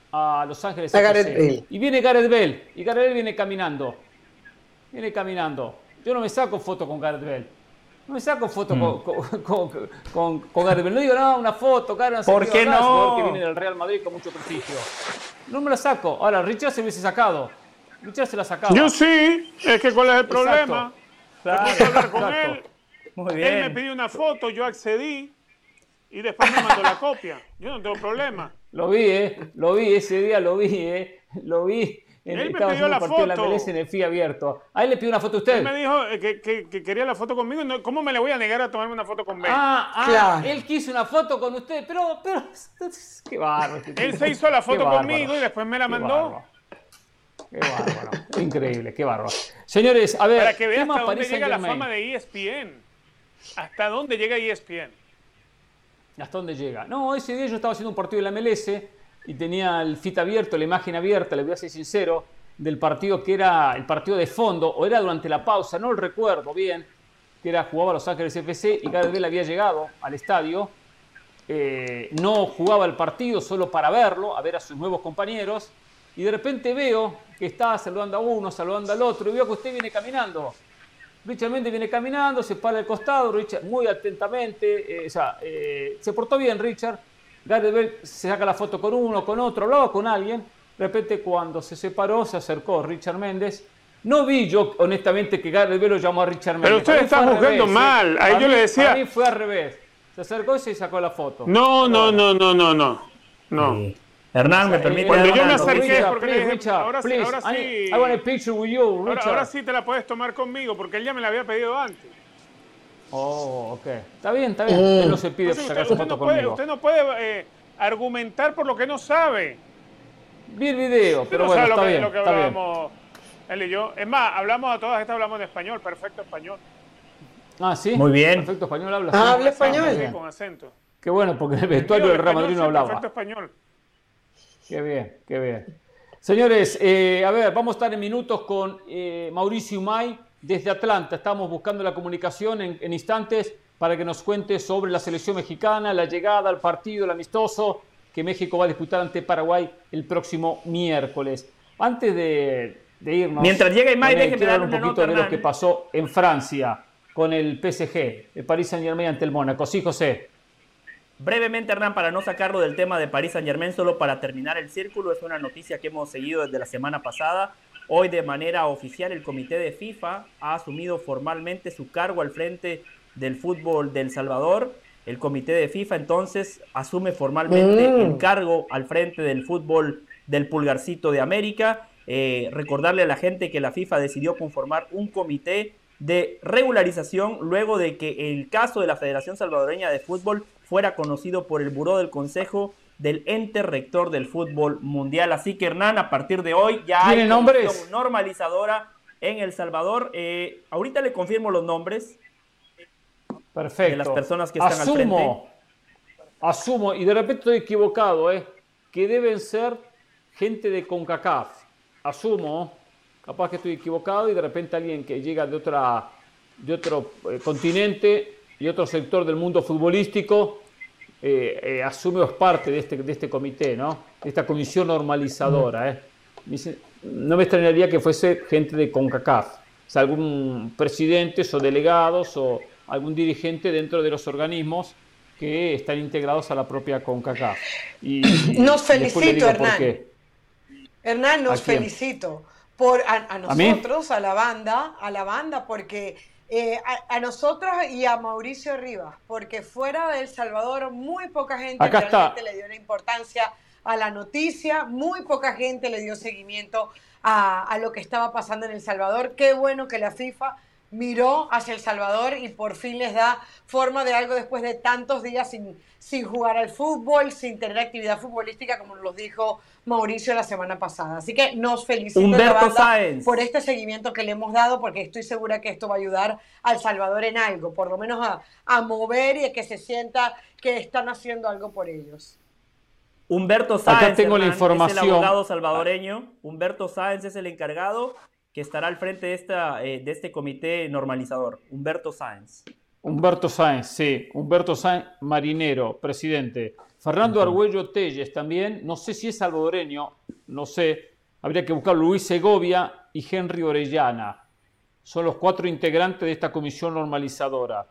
a Los Ángeles A F C. Gareth Bale. Y viene Gareth Bale. Y Gareth Bale viene caminando. Viene caminando. Yo no me saco foto con Gareth Bale. No me saco foto mm. con, con, con, con, con Gareth Bale. No digo, no, una foto, cara, no sé ¿Por qué no? Jugador que viene del Real Madrid con mucho prestigio. No me la saco. Ahora, Richard se hubiese sacado. Richard se la sacaba. Yo sí, es que ¿cuál es el problema? Claro, Me puse a hablar con exacto. él, Muy bien. él me pidió una foto, yo accedí y después me mandó la copia. Yo no tengo problema. Lo vi, ¿eh? Lo vi, ese día lo vi, ¿eh? Lo vi. En, Él me estaba pidió haciendo la un partido de la foto. M L S en el F I abierto. ¿A él le pidió una foto a usted? Él me dijo eh, que, que- que quería la foto conmigo. No, ¿cómo me le voy a negar a tomarme una foto con Ben? Ah, ah, Claro. él quiso una foto con usted, pero, pero, qué bárbaro. este Él tipo. se hizo la Qué foto bárbaro. conmigo y después me la Qué mandó. bárbaro. Qué bárbaro. Increíble, qué bárbaro. Señores, a ver, Para que veas tema hasta dónde Paris llega la Saint-Germain. fama de E S P N. Hasta dónde llega E S P N. ¿Hasta dónde llega? No, ese día yo estaba haciendo un partido de la M L S y tenía el feed abierto, la imagen abierta, le voy a ser sincero, del partido que era el partido de fondo, o era durante la pausa, no lo recuerdo bien, que era jugaba Los Ángeles F C y Gareth Bale había llegado al estadio, eh, no jugaba el partido solo para verlo, a ver a sus nuevos compañeros, y de repente veo que está saludando a uno, saludando al otro, y veo que usted viene caminando. Richard Méndez viene caminando, se para al costado, Richard muy atentamente, eh, o sea, eh, se portó bien Richard, Gareth Bale se saca la foto con uno, con otro, hablaba con alguien, de repente cuando se separó se acercó Richard Méndez. No vi yo honestamente que Gareth Bale lo llamó a Richard Méndez. Pero usted Para mí está fue al juzgando revés, ¿eh? mal. Ahí Para yo mí- le decía- Para mí fue al revés. Se acercó y se sacó la foto. No, no, no, no, no, no. No. Sí. Hernán, me permite. Cuando dar yo una me nota. acerqué es Richard, porque le please, dije, Richard, ahora sí, please, ahora I, sí. I want a picture with you, Ahora, Richard. ahora sí te la puedes tomar conmigo porque él ya me la había pedido antes. Oh, ok. Está bien, está bien. Él no se pide Entonces, sacar usted, su usted foto no puede, conmigo. usted no puede eh, argumentar por lo que no sabe. Vi el video, Usted pero no bueno, sabe lo está que, bien, lo que está bien. hablábamos él y yo. Es más, hablamos a todas estas, hablamos en español, perfecto español. Ah, sí. Muy bien. Perfecto español habla. Ah, sí. habla español. Muy Sí, bien. con acento. Qué bueno, porque en el vestuario del Real Madrid no Sí, hablaba. perfecto español. Qué bien, qué bien. Señores, eh, a ver, vamos a estar en minutos con eh, Mauricio Umay desde Atlanta. Estamos buscando la comunicación en, en instantes para que nos cuente sobre la selección mexicana, la llegada al partido, el amistoso que México va a disputar ante Paraguay el próximo miércoles. Antes de, de irnos, Mientras llega Imay, con él, déjeme quiero darle hablar una un poquito nota, de lo Hernán. que pasó en Francia con el P S G, el Paris Saint-Germain ante el Mónaco. Sí, José. Brevemente, Hernán, para no sacarlo del tema de Paris Saint-Germain, solo para terminar el círculo, es una noticia que hemos seguido desde la semana pasada. Hoy, de manera oficial, el comité de FIFA ha asumido formalmente su cargo al frente del fútbol de El Salvador. El comité de FIFA, entonces, asume formalmente Mm. el cargo al frente del fútbol del Pulgarcito de América. Eh, recordarle a la gente que la FIFA decidió conformar un comité de regularización luego de que el caso de la Federación Salvadoreña de Fútbol fuera conocido por el Buró del Consejo del ente rector del fútbol mundial. Así que, Hernán, a partir de hoy ya hay ¿Tiene nombres? comisión normalizadora en El Salvador. Eh, ahorita le confirmo los nombres Perfecto. de las personas que están al asumo, asumo, y de repente estoy equivocado, ¿eh? que deben ser gente de CONCACAF. Asumo, capaz que estoy equivocado y de repente alguien que llega de, otra, de otro eh, continente y otro sector del mundo futbolístico eh, eh, asume o es parte de este, de este comité, ¿no? De esta comisión normalizadora. ¿eh? Dice, no me extrañaría que fuese gente de CONCACAF, o sea, algún presidente o delegados o algún dirigente dentro de los organismos que están integrados a la propia CONCACAF. Y, y Nos después le felicito, digo por Hernán. qué. Hernán, nos ¿A quién? felicito por a, a mí? nosotros, a, la banda, a la banda, porque eh, a, a nosotros y a Mauricio Rivas, porque fuera de El Salvador muy poca gente Acá realmente está. le dio una importancia a la noticia, muy poca gente le dio seguimiento a, a lo que estaba pasando en El Salvador. Qué bueno que la FIFA miró hacia El Salvador y por fin les da forma de algo después de tantos días sin, sin jugar al fútbol, sin tener actividad futbolística, como nos dijo Mauricio la semana pasada. Así que nos felicito Humberto la banda Sáenz. por este seguimiento que le hemos dado, porque estoy segura que esto va a ayudar a El Salvador en algo, por lo menos a, a mover y a que se sienta que están haciendo algo por ellos. Humberto Sáenz, Acá tengo la Hernán, información. es el abogado salvadoreño. Humberto Sáenz es el encargado que estará al frente de, esta, eh, de este comité normalizador. Humberto Sáenz. Humberto Sáenz, sí. Humberto Sáenz, marinero, presidente. Fernando uh-huh. Argüello Telles también, no sé si es salvadoreño, no sé. Habría que buscar Luis Segovia y Henry Orellana. Son los cuatro integrantes de esta comisión normalizadora.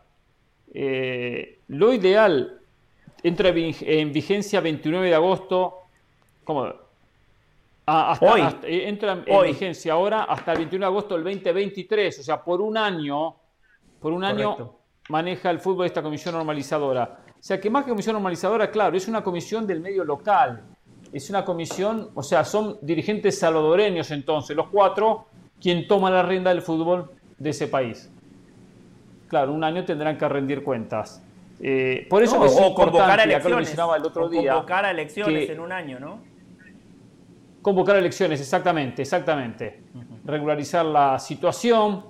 Eh, lo ideal entra en vigencia veintinueve de agosto. ¿Cómo? hasta, hoy. Hasta, entra en hoy. vigencia ahora hasta el veintiuno de agosto del veinte veintitrés. O sea, por un año, por un año Correcto. maneja el fútbol esta comisión normalizadora. O sea, que más que comisión normalizadora, claro, es una comisión del medio local. Es una comisión, o sea, son dirigentes salvadoreños entonces, los cuatro, quien toma la rienda del fútbol de ese país. Claro, un año tendrán que rendir cuentas. Eh, por eso No, es o convocar a importante, y acá lo elecciones. mencionaba el otro o día, convocar a elecciones que- en un año, ¿no? Convocar elecciones, exactamente, exactamente. Regularizar la situación,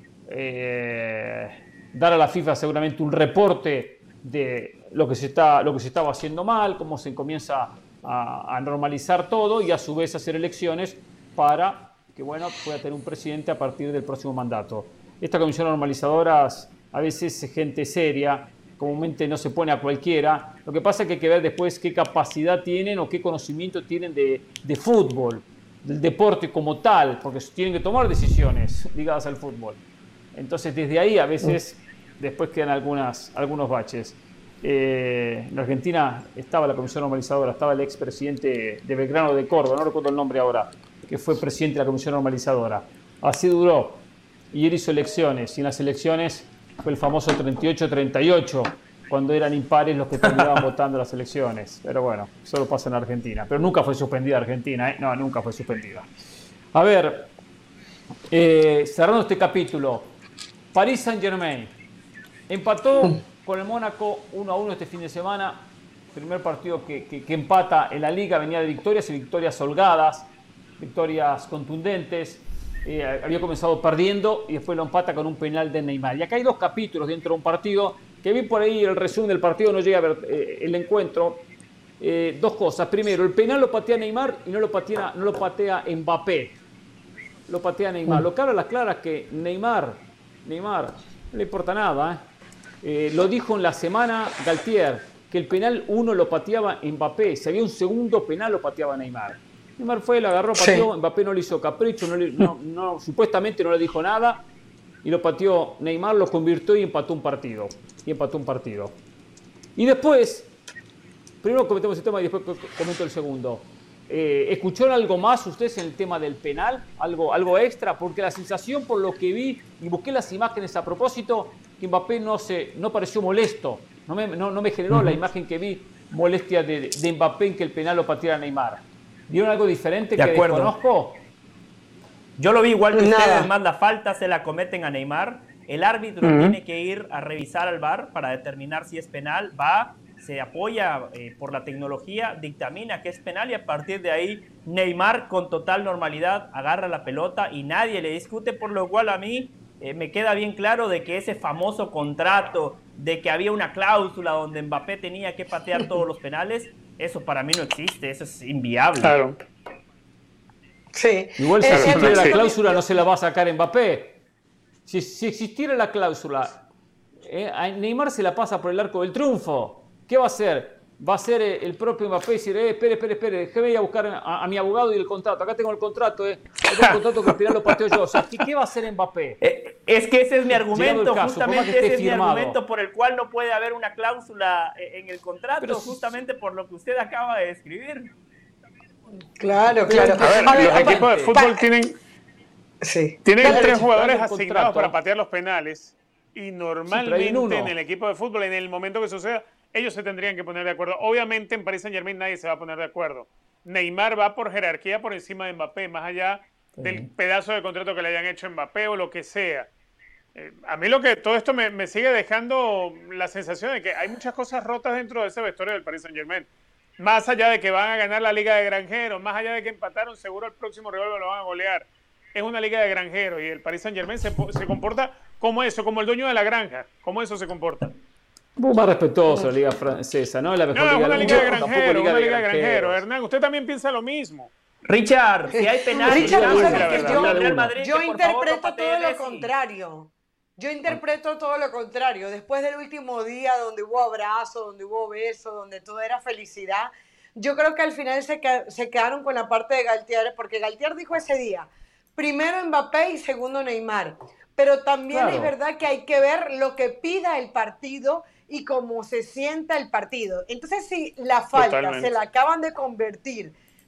eh, dar a la FIFA seguramente un reporte de lo que se está, lo que se estaba haciendo mal, cómo se comienza a, a normalizar todo y a su vez hacer elecciones para que bueno, pueda tener un presidente a partir del próximo mandato. Esta comisión normalizadora a veces es gente seria, comúnmente no se pone a cualquiera. Lo que pasa es que hay que ver después qué capacidad tienen o qué conocimiento tienen de, de fútbol, del deporte como tal, porque tienen que tomar decisiones ligadas al fútbol. Entonces desde ahí a veces después quedan algunas, algunos baches. Eh, en Argentina estaba la comisión normalizadora, estaba el expresidente de Belgrano de Córdoba, no recuerdo el nombre ahora, que fue presidente de la comisión normalizadora. Así duró. Y él hizo elecciones, y en las elecciones fue el famoso treinta y ocho treinta y ocho, cuando eran impares los que terminaban votando las elecciones. Pero bueno, solo pasa en Argentina. Pero nunca fue suspendida Argentina, ¿eh? No, nunca fue suspendida. A ver, eh, cerrando este capítulo, Paris Saint-Germain empató con el Mónaco uno a uno este fin de semana. Primer partido que, que, que empata en la Liga, venía de victorias y victorias holgadas, victorias contundentes. Eh, había comenzado perdiendo y después lo empata con un penal de Neymar. Y acá hay dos capítulos dentro de un partido que vi por ahí el resumen del partido, no llegué a ver eh, el encuentro. Eh, dos cosas. Primero, el penal lo patea Neymar y no lo patea, no lo patea Mbappé. Lo patea Neymar. Lo que habla a las claras que Neymar, Neymar, no le importa nada. ¿eh? Eh, lo dijo en la semana Galtier, que el penal uno lo pateaba Mbappé. Si había un segundo penal lo pateaba Neymar. Neymar fue, lo agarró, pateó, sí. Mbappé no le hizo capricho, no le, no, no, supuestamente no le dijo nada, y lo pateó Neymar, lo convirtió y empató un partido. Y empató un partido. Y después, primero comentemos el tema y después comento el segundo. Eh, ¿Escucharon algo más ustedes en el tema del penal? ¿Algo, algo extra? Porque la sensación, por lo que vi, y busqué las imágenes a propósito, que Mbappé no, se, no pareció molesto. No me, no, no me generó uh-huh. la imagen que vi, molestia de, de Mbappé en que el penal lo pateara Neymar. ¿Vieron algo diferente de que acuerdo. desconozco? Yo lo vi igual que Nada. ustedes, más la falta se la cometen a Neymar. El árbitro uh-huh. tiene que ir a revisar al V A R para determinar si es penal. Va, se apoya eh, por la tecnología, dictamina que es penal y a partir de ahí Neymar con total normalidad agarra la pelota y nadie le discute, por lo cual a mí eh, me queda bien claro de que ese famoso contrato, de que había una cláusula donde Mbappé tenía que patear todos los penales, eso para mí no existe, eso es inviable. Claro. Sí. Igual si Eh, existiera la sí. cláusula no se la va a sacar Mbappé. Si, si existiera la cláusula, eh, a Neymar se la pasa por el arco del triunfo. ¿Qué va a hacer? Va a ser eh, el propio Mbappé decir, eh, espere, espere, espere, déjeme ir a buscar a, a mi abogado y el contrato. Acá tengo el contrato, eh. Tengo el contrato que al final lo pateo yo. O sea, ¿qué, qué va a hacer Mbappé? Eh, es que ese es mi argumento, caso, justamente ese es firmado. mi argumento por el cual no puede haber una cláusula en el contrato, Pero, justamente por lo que usted acaba de describir. Claro, claro. A ver, A ver, los aparte- equipos de fútbol tienen, Sí. tienen Dale, tres Richie, jugadores dale el asignados contrato. para patear los penales y Sí, normalmente pero hay uno. en el equipo de fútbol, en el momento que suceda, ellos se tendrían que poner de acuerdo. Obviamente en Paris Saint-Germain nadie se va a poner de acuerdo. Neymar va por jerarquía por encima de Mbappé, más allá Sí. del pedazo de contrato que le hayan hecho a Mbappé o lo que sea. Eh, a mí lo que todo esto me, me sigue dejando la sensación de que hay muchas cosas rotas dentro de ese vestuario del Paris Saint-Germain. Más allá de que van a ganar la Liga de Granjeros, más allá de que empataron, seguro el próximo rival lo van a golear. Es una Liga de Granjeros y el Paris Saint-Germain se, se comporta como eso, como el dueño de la granja. ¿Cómo eso se comporta? Un poco más respetuoso la Liga Francesa, ¿no? La mejor No, es liga una del Liga de mundo, tampoco Granjeros, liga una de Liga de Granjeros. granjeros. Hernán, usted también piensa lo mismo. Richard, si hay penales, Richard, chance, ¿sabes la qué? verdad, Yo- el Real Madrid, Yo que por favor lo interpreto patee todo lo Messi. contrario. Yo interpreto todo lo contrario. Después del último día donde hubo abrazo, donde hubo beso, donde todo era felicidad, yo creo que al final se, ca- se quedaron con la parte de Galtier, porque Galtier dijo ese día, primero Mbappé y segundo Neymar. Pero también Claro. es verdad que hay que ver lo que pida el partido y cómo se sienta el partido. Entonces, si la falta Totalmente. se la acaban de convertir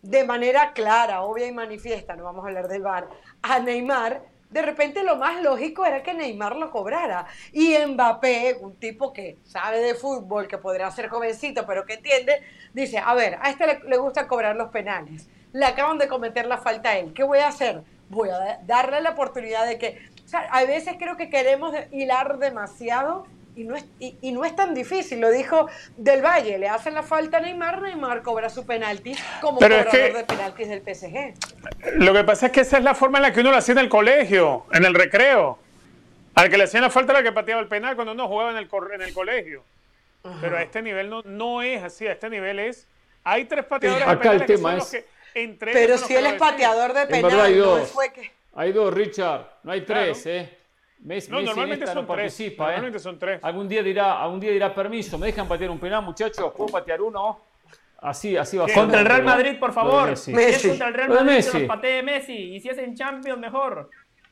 de manera clara, obvia y manifiesta, no vamos a hablar del V A R, a Neymar, de repente lo más lógico era que Neymar lo cobrara. Y Mbappé, un tipo que sabe de fútbol, que podrá ser jovencito, pero que entiende, dice, a ver, a este le, le gusta cobrar los penales. Le acaban de cometer la falta a él. ¿Qué voy a hacer? Voy a darle la oportunidad de que... O sea, a veces creo que queremos hilar demasiado y no es, y, y no es tan difícil. Lo dijo Del Valle, le hacen la falta a Neymar, Neymar cobra su penalti como Pero cobrador es que, de penaltis del P S G. Lo que pasa es que esa es la forma en la que uno lo hacía en el colegio, en el recreo. Al que le hacían la falta era el que pateaba el penal cuando uno jugaba en el, en el colegio. Ajá. Pero a este nivel no, no es así, a este nivel es... Hay tres pateadores de penales que son los que... Entre pero si él es pateador de penal, hay dos. no fue que... Hay dos, Richard, no hay tres, claro. ¿eh? Messi, no, Messi normalmente, son no tres. participa, normalmente ¿eh? son tres. Algún día dirá, algún día dirá permiso, ¿me dejan patear un penal, muchachos? ¿Puedo patear uno? Así, así va a ser. Contra el Real Madrid, por favor. Messi. Si es contra el Real Lo de Madrid, Messi. que los patee Messi. Y si es en Champions, mejor.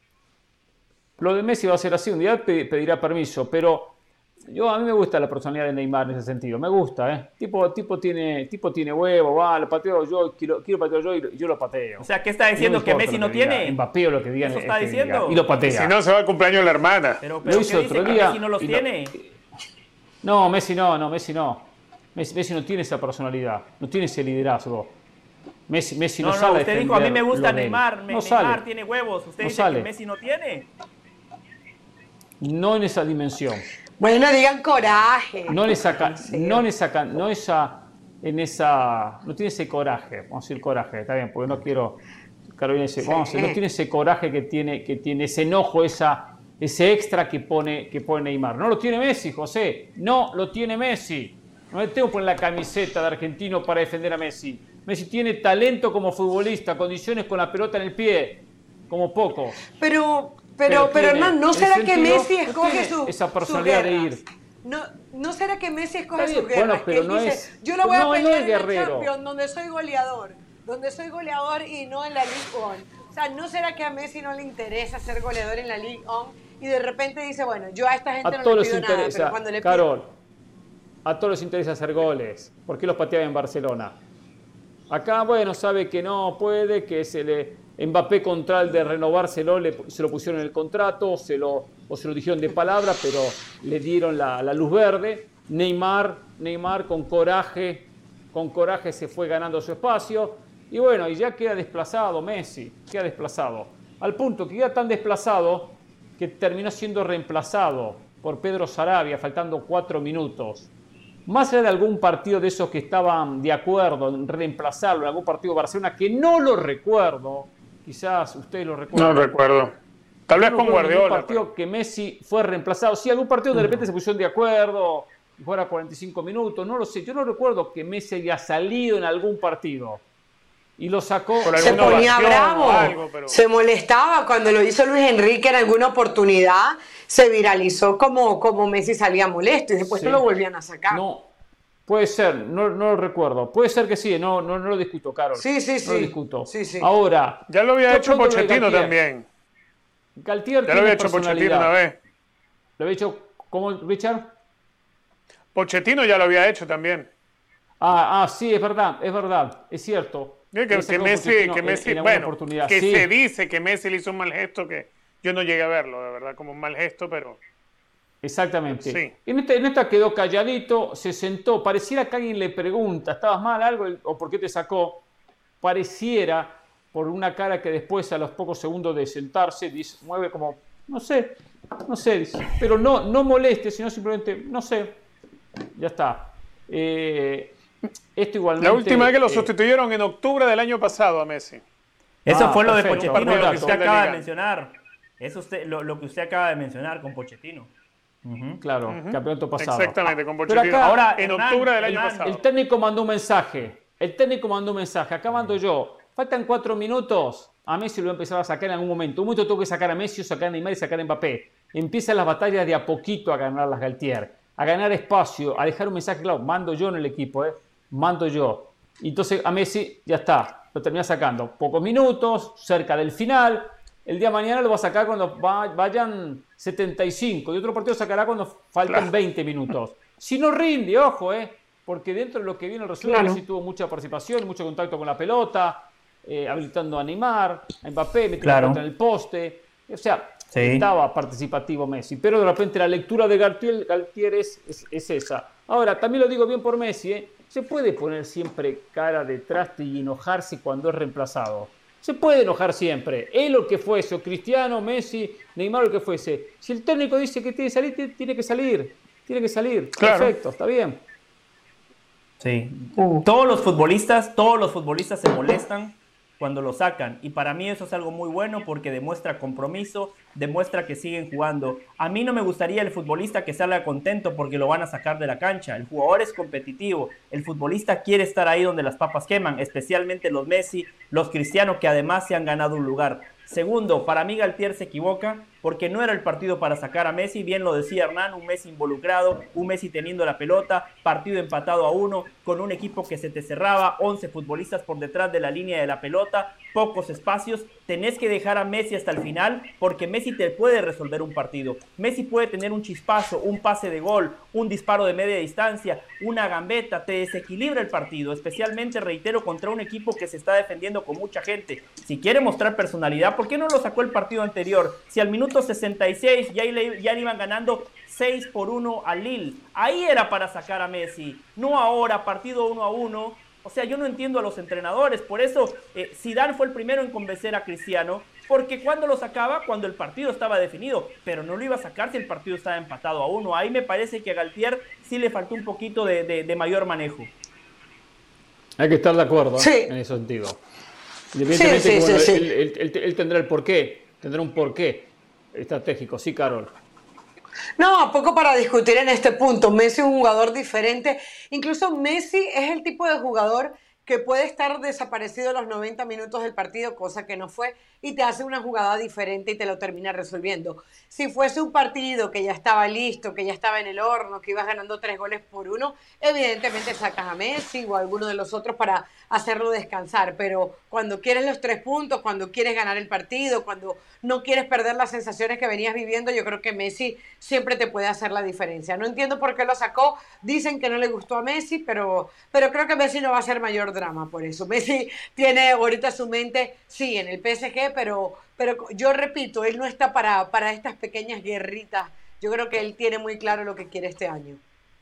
Lo de Messi va a ser así, un día pedirá permiso, pero yo a mí me gusta la personalidad de Neymar en ese sentido, me gusta, ¿eh? Tipo, tipo, tiene, tipo tiene huevo, va, lo pateo yo, quiero, quiero patear yo y yo lo pateo. O sea, ¿qué está diciendo? No ¿Que Messi no diga, tiene? Mbappé o lo que digan. ¿Eso está que diciendo? diga, y lo patea. Y si no, se va al cumpleaños de la hermana. Pero, pero lo hizo ¿qué dice? otro ¿Que día. Messi no los y tiene? No, Messi no, no, Messi no. Messi, Messi no tiene esa personalidad, no tiene ese liderazgo. Messi, Messi no, No, no, sale usted a dijo, a mí me gusta lo de él. Neymar, No Neymar sale. tiene huevos. Usted No dice sale. que Messi no tiene. No en esa dimensión. Bueno, digan coraje. No le sacan, no le sacan, no esa, en esa, no tiene ese coraje, vamos a decir coraje, está bien, porque no quiero, Carolina dice, vamos a decir, no tiene ese coraje que tiene, que tiene ese enojo, esa, ese extra que pone, que pone Neymar. No lo tiene Messi, José, no lo tiene Messi. No le tengo que poner la camiseta de argentino para defender a Messi. Messi tiene talento como futbolista, condiciones con la pelota en el pie, como pocos. Pero, pero, pero, tiene Hernán, ¿no el será que sentido- Messi no escoge tiene su esa sus personalidad de guerras? ir. No, ¿No será que Messi escoge Está bien, sus guerras? bueno, pero que él no dice, es- yo lo voy a no, no es pelear en la guerrero. Champions, donde soy goleador, donde soy goleador y no en la Ligue uno. O sea, ¿no será que a Messi no le interesa ser goleador en la Ligue uno? Y de repente dice, bueno, yo a esta gente A no todos le les pido nada, interesa, pero cuando le pido... Carol, a todos les interesa hacer goles. ¿Por qué los pateaba en Barcelona? Acá, bueno, sabe que no puede, que se le Mbappé contra el de renovárselo, le, se lo pusieron en el contrato, se lo, o se lo dijeron de palabra, pero le dieron la, la luz verde. Neymar, Neymar con coraje, con coraje se fue ganando su espacio. Y bueno, y ya queda desplazado Messi, queda desplazado. Al punto que queda tan desplazado que terminó siendo reemplazado por Pedro Sarabia, faltando cuatro minutos. Más allá de algún partido de esos que estaban de acuerdo en reemplazarlo, en algún partido de Barcelona, que no lo recuerdo, quizás ustedes lo recuerdan. No recuerdo. Tal vez No con recuerdo ningún Guardiola. partido pero- que Messi fue reemplazado. Sí, algún partido de repente se pusieron de acuerdo, y fuera cuarenta y cinco minutos, no lo sé. Yo no recuerdo que Messi haya salido en algún partido y lo sacó. Por Se alguna ponía ovación bravo, o algo, pero- se molestaba cuando lo hizo Luis Enrique en alguna oportunidad, se viralizó como, como Messi salía molesto y después Sí. no lo volvían a sacar. No, puede ser, no, no lo recuerdo. Puede ser que sí, no, no, no lo discuto, Caro. Sí, sí, No lo sí. discuto. Sí, sí. Ahora, Ya lo había yo hecho pronto lo de Pochettino Galtier. también. Galtier Ya tiene lo había hecho Pochettino personalidad. una vez. ¿Lo había hecho cómo, Richard? Pochettino ya lo había hecho también. Ah, ah, sí, es verdad, es verdad, es cierto. Que, que- Lo que sacó Messi, Pochettino que en- Messi en alguna bueno, oportunidad. que Sí. se dice que Messi le hizo un mal gesto que yo no llegué a verlo, de verdad, como un mal gesto, pero Exactamente. Sí. En, esta, en esta quedó calladito, se sentó, pareciera que alguien le pregunta, ¿estabas mal algo o por qué te sacó? Pareciera, por una cara que después a los pocos segundos de sentarse, dice, mueve como, no sé, no sé, dice, pero no, no moleste, sino simplemente, no sé, ya está. Eh, esto igualmente... la última vez que lo eh, sustituyeron en octubre del año pasado a Messi. Eso Ah, fue lo de perfecto, Pochettino, lo que perfecto. usted acaba de Liga. mencionar. Eso usted, lo, lo que usted acaba de mencionar con Pochettino. Ujú. Claro, campeonato pasado. Exactamente, con Pero Pochettino. acá- Ahora, en Hernán, octubre del año Hernán, pasado. El técnico mandó un mensaje. El técnico mandó un mensaje. Acá mando yo. Faltan cuatro minutos. A Messi lo voy a empezar a sacar en algún momento. Un momento tengo que sacar a Messi o sacar a Neymar y sacar a Mbappé. Empiezan las batallas de a poquito a ganar las Galtier. A ganar espacio, a dejar un mensaje claro. Mando yo en el equipo, ¿eh? Mando yo. Y entonces a Messi ya está. Lo termina sacando. Pocos minutos, cerca del final. El día de mañana lo va a sacar cuando va- vayan setenta y cinco. Y otro partido sacará cuando faltan Claro. veinte minutos. Si no rinde, ojo, ¿eh? porque dentro de lo que viene el resultado, Claro. Messi tuvo mucha participación, mucho contacto con la pelota, eh, habilitando a Neymar, a Mbappé, metió Claro. la pelota en el poste. O sea, Sí. estaba participativo Messi, pero de repente la lectura de Galtier, Galtier es, es, es esa. Ahora, también lo digo bien por Messi, ¿eh? Se puede poner siempre cara de traste y enojarse cuando es reemplazado. Se puede enojar siempre. Él o que fuese, o Cristiano, Messi, Neymar o el que fuese. Si el técnico dice que tiene que salir, t- tiene que salir. Tiene que salir. Claro. Perfecto, está bien. Sí. Uh. Todos los futbolistas, todos los futbolistas se molestan cuando lo sacan. Y para mí eso es algo muy bueno porque demuestra compromiso, demuestra que siguen jugando. A mí no me gustaría el futbolista que salga contento porque lo van a sacar de la cancha. El jugador es competitivo. El futbolista quiere estar ahí donde las papas queman, especialmente los Messi, los Cristiano, que además se han ganado un lugar. Segundo, para mí Galtier se equivoca porque no era el partido para sacar a Messi, bien lo decía Hernán, un Messi involucrado, un Messi teniendo la pelota, partido empatado a uno, con un equipo que se te cerraba, once futbolistas por detrás de la línea de la pelota, pocos espacios, tenés que dejar a Messi hasta el final porque Messi te puede resolver un partido. Messi puede tener un chispazo, un pase de gol, un disparo de media distancia, una gambeta, te desequilibra el partido, especialmente, reitero, contra un equipo que se está defendiendo con mucha gente. Si quiere mostrar personalidad, ¿por qué no lo sacó el partido anterior? Si al minuto sesenta y seis ya le, ya le iban ganando seis por uno al Lille, ahí era para sacar a Messi, no ahora, partido uno a uno. O sea, yo no entiendo a los entrenadores, por eso eh, Zidane fue el primero en convencer a Cristiano, porque cuando lo sacaba, cuando el partido estaba definido, pero no lo iba a sacar si el partido estaba empatado a uno. Ahí me parece que a Galtier sí le faltó un poquito de, de, de mayor manejo. Hay que estar de acuerdo, ¿eh? Sí. En ese sentido. Independientemente Sí, que, sí, bueno, sí, sí. Él, él- él- él tendrá el porqué, tendrá un porqué estratégico. Sí, Carol. No, poco para discutir en este punto. Messi es un jugador diferente. Incluso Messi es el tipo de jugador que puede estar desaparecido los noventa minutos del partido, cosa que no fue, y te hace una jugada diferente y te lo termina resolviendo. Si fuese un partido que ya estaba listo, que ya estaba en el horno, que ibas ganando tres goles por uno, evidentemente sacas a Messi o a alguno de los otros para hacerlo descansar, pero cuando quieres los tres puntos, cuando quieres ganar el partido, cuando no quieres perder las sensaciones que venías viviendo, yo creo que Messi siempre te puede hacer la diferencia. No entiendo por qué lo sacó, dicen que no le gustó a Messi, pero, pero creo que Messi no va a ser mayor drama por eso. Messi tiene ahorita su mente, sí, en el P S G, pero, pero yo repito, él no está para, para estas pequeñas guerritas. Yo creo que él tiene muy claro lo que quiere este año.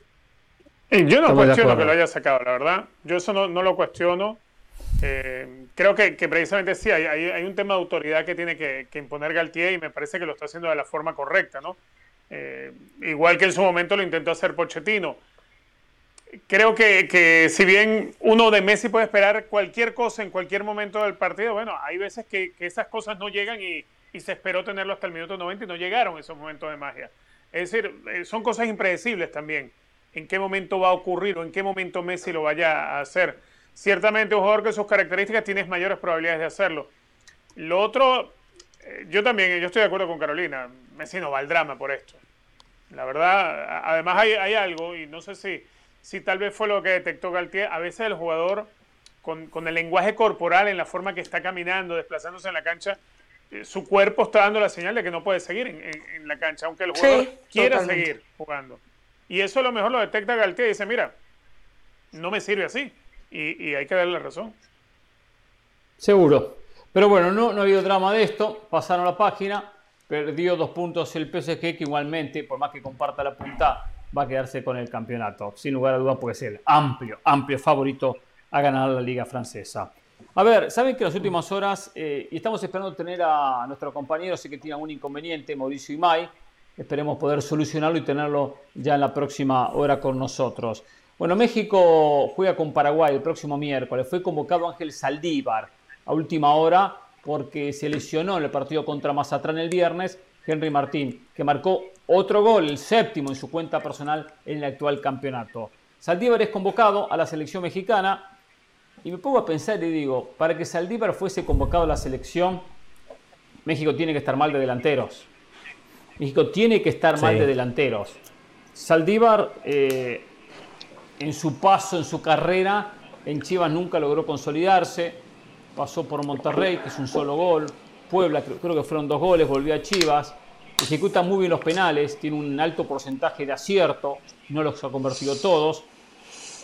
Y yo no Estamos de cuestiono acuerdo. que lo haya sacado, la verdad. Yo eso no, no lo cuestiono. Eh, creo que, que precisamente sí, hay, hay, hay un tema de autoridad que tiene que, que imponer Galtier y me parece que lo está haciendo de la forma correcta, ¿no? Eh, igual que en su momento lo intentó hacer Pochettino. Creo que, que si bien uno de Messi puede esperar cualquier cosa en cualquier momento del partido, bueno, hay veces que, que esas cosas no llegan y, y se esperó tenerlo hasta el minuto noventa y no llegaron esos momentos de magia. Es decir, eh, son cosas impredecibles también. En qué momento va a ocurrir o en qué momento Messi lo vaya a hacer. Ciertamente un jugador con sus características tienes mayores probabilidades de hacerlo. Lo otro, eh, yo también, yo estoy de acuerdo con Carolina, Messi no va al drama por esto. La verdad, a- además hay, hay algo, y no sé si, si tal vez fue lo que detectó Galtier, a veces el jugador con, con el lenguaje corporal, en la forma que está caminando, desplazándose en la cancha, eh, su cuerpo está dando la señal de que no puede seguir en, en- en la cancha, aunque el jugador Sí, quiera totalmente. seguir jugando. Y eso a lo mejor lo detecta Galtier y dice, mira, no me sirve así. Y, y hay que darle la razón. Seguro. Pero bueno, no, no ha habido drama de esto. Pasaron la página. Perdió dos puntos el P S G, que igualmente, por más que comparta la punta, va a quedarse con el campeonato. Sin lugar a dudas, porque es el amplio, amplio favorito a ganar la Liga Francesa. A ver, saben que en las últimas horas, eh, y estamos esperando tener a nuestro compañero, sé que tiene un inconveniente, Mauricio Imay. Esperemos poder solucionarlo y tenerlo ya en la próxima hora con nosotros. Bueno, México juega con Paraguay el próximo miércoles. Fue convocado Ángel Saldívar a última hora porque se lesionó en el partido contra Mazatlán el viernes Henry Martín, que marcó otro gol, el séptimo en su cuenta personal en el actual campeonato. Saldívar es convocado a la selección mexicana y me pongo a pensar y digo, para que Saldívar fuese convocado a la selección, México tiene que estar mal de delanteros. México tiene que estar mal Sí. de delanteros. Saldívar, eh, en su paso, en su carrera, en Chivas nunca logró consolidarse. Pasó por Monterrey, que es un solo gol. Puebla, creo, creo que fueron dos goles, volvió a Chivas. Ejecuta muy bien los penales, tiene un alto porcentaje de acierto, no los ha convertido todos.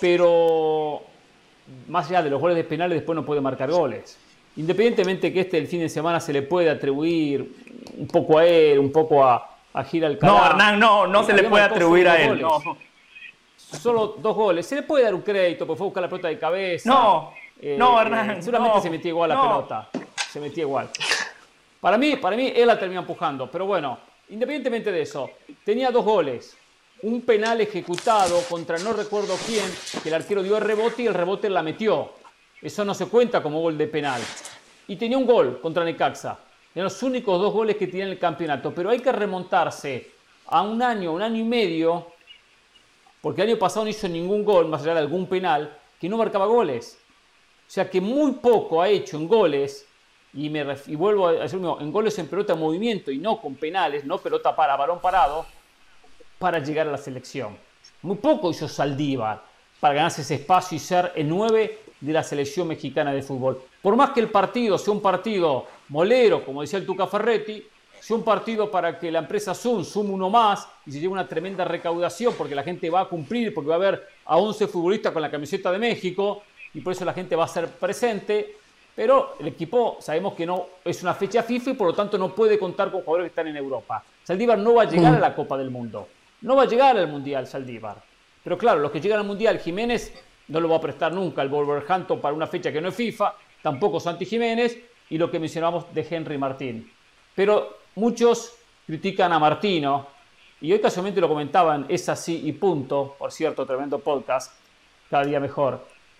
pero más allá de los goles de penales después no puede marcar goles. Independientemente que este el fin de semana se le puede atribuir un poco a él, un poco a, a Gil Alcalá. No, Hernán, no, no se le puede atribuir a él. No. Solo dos goles. Se le puede dar un crédito porque fue a buscar la pelota de cabeza. No, eh, no, Hernán. Eh, seguramente no, se metía igual la no. pelota. Se metía igual. Para mí, para mí, él la terminó empujando. Pero bueno, independientemente de eso, tenía dos goles. Un penal ejecutado contra no recuerdo quién, que el arquero dio el rebote y el rebote la metió. Eso no se cuenta como gol de penal. Y tenía un gol contra Necaxa. Eran los únicos dos goles que tiene en el campeonato. Pero hay que remontarse a un año, un año y medio, porque el año pasado no hizo ningún gol, más allá de algún penal, que no marcaba goles. O sea que muy poco ha hecho en goles, y, me ref- y vuelvo a decir lo mismo, en goles en pelota en movimiento y no con penales, no pelota para balón parado, para llegar a la selección. Muy poco hizo Saldívar para ganarse ese espacio y ser el nueve de la selección mexicana de fútbol. Por más que el partido sea un partido molero, como decía el Tuca Ferretti, sea un partido para que la empresa Zoom sume uno más y se lleve una tremenda recaudación porque la gente va a cumplir, porque va a haber a once futbolistas con la camiseta de México y por eso la gente va a ser presente. Pero el equipo sabemos que no es una fecha FIFA y por lo tanto no puede contar con jugadores que están en Europa. Saldívar no va a llegar a la Copa del Mundo. No va a llegar al Mundial Saldívar. Pero claro, los que llegan al Mundial, Jiménez no lo va a prestar nunca al Wolverhampton para una fecha que no es FIFA, tampoco Santi Jiménez y lo que mencionamos de Henry Martín. Pero muchos critican a Martino y hoy casualmente lo comentaban, es así y punto, por cierto, tremendo podcast, cada día mejor.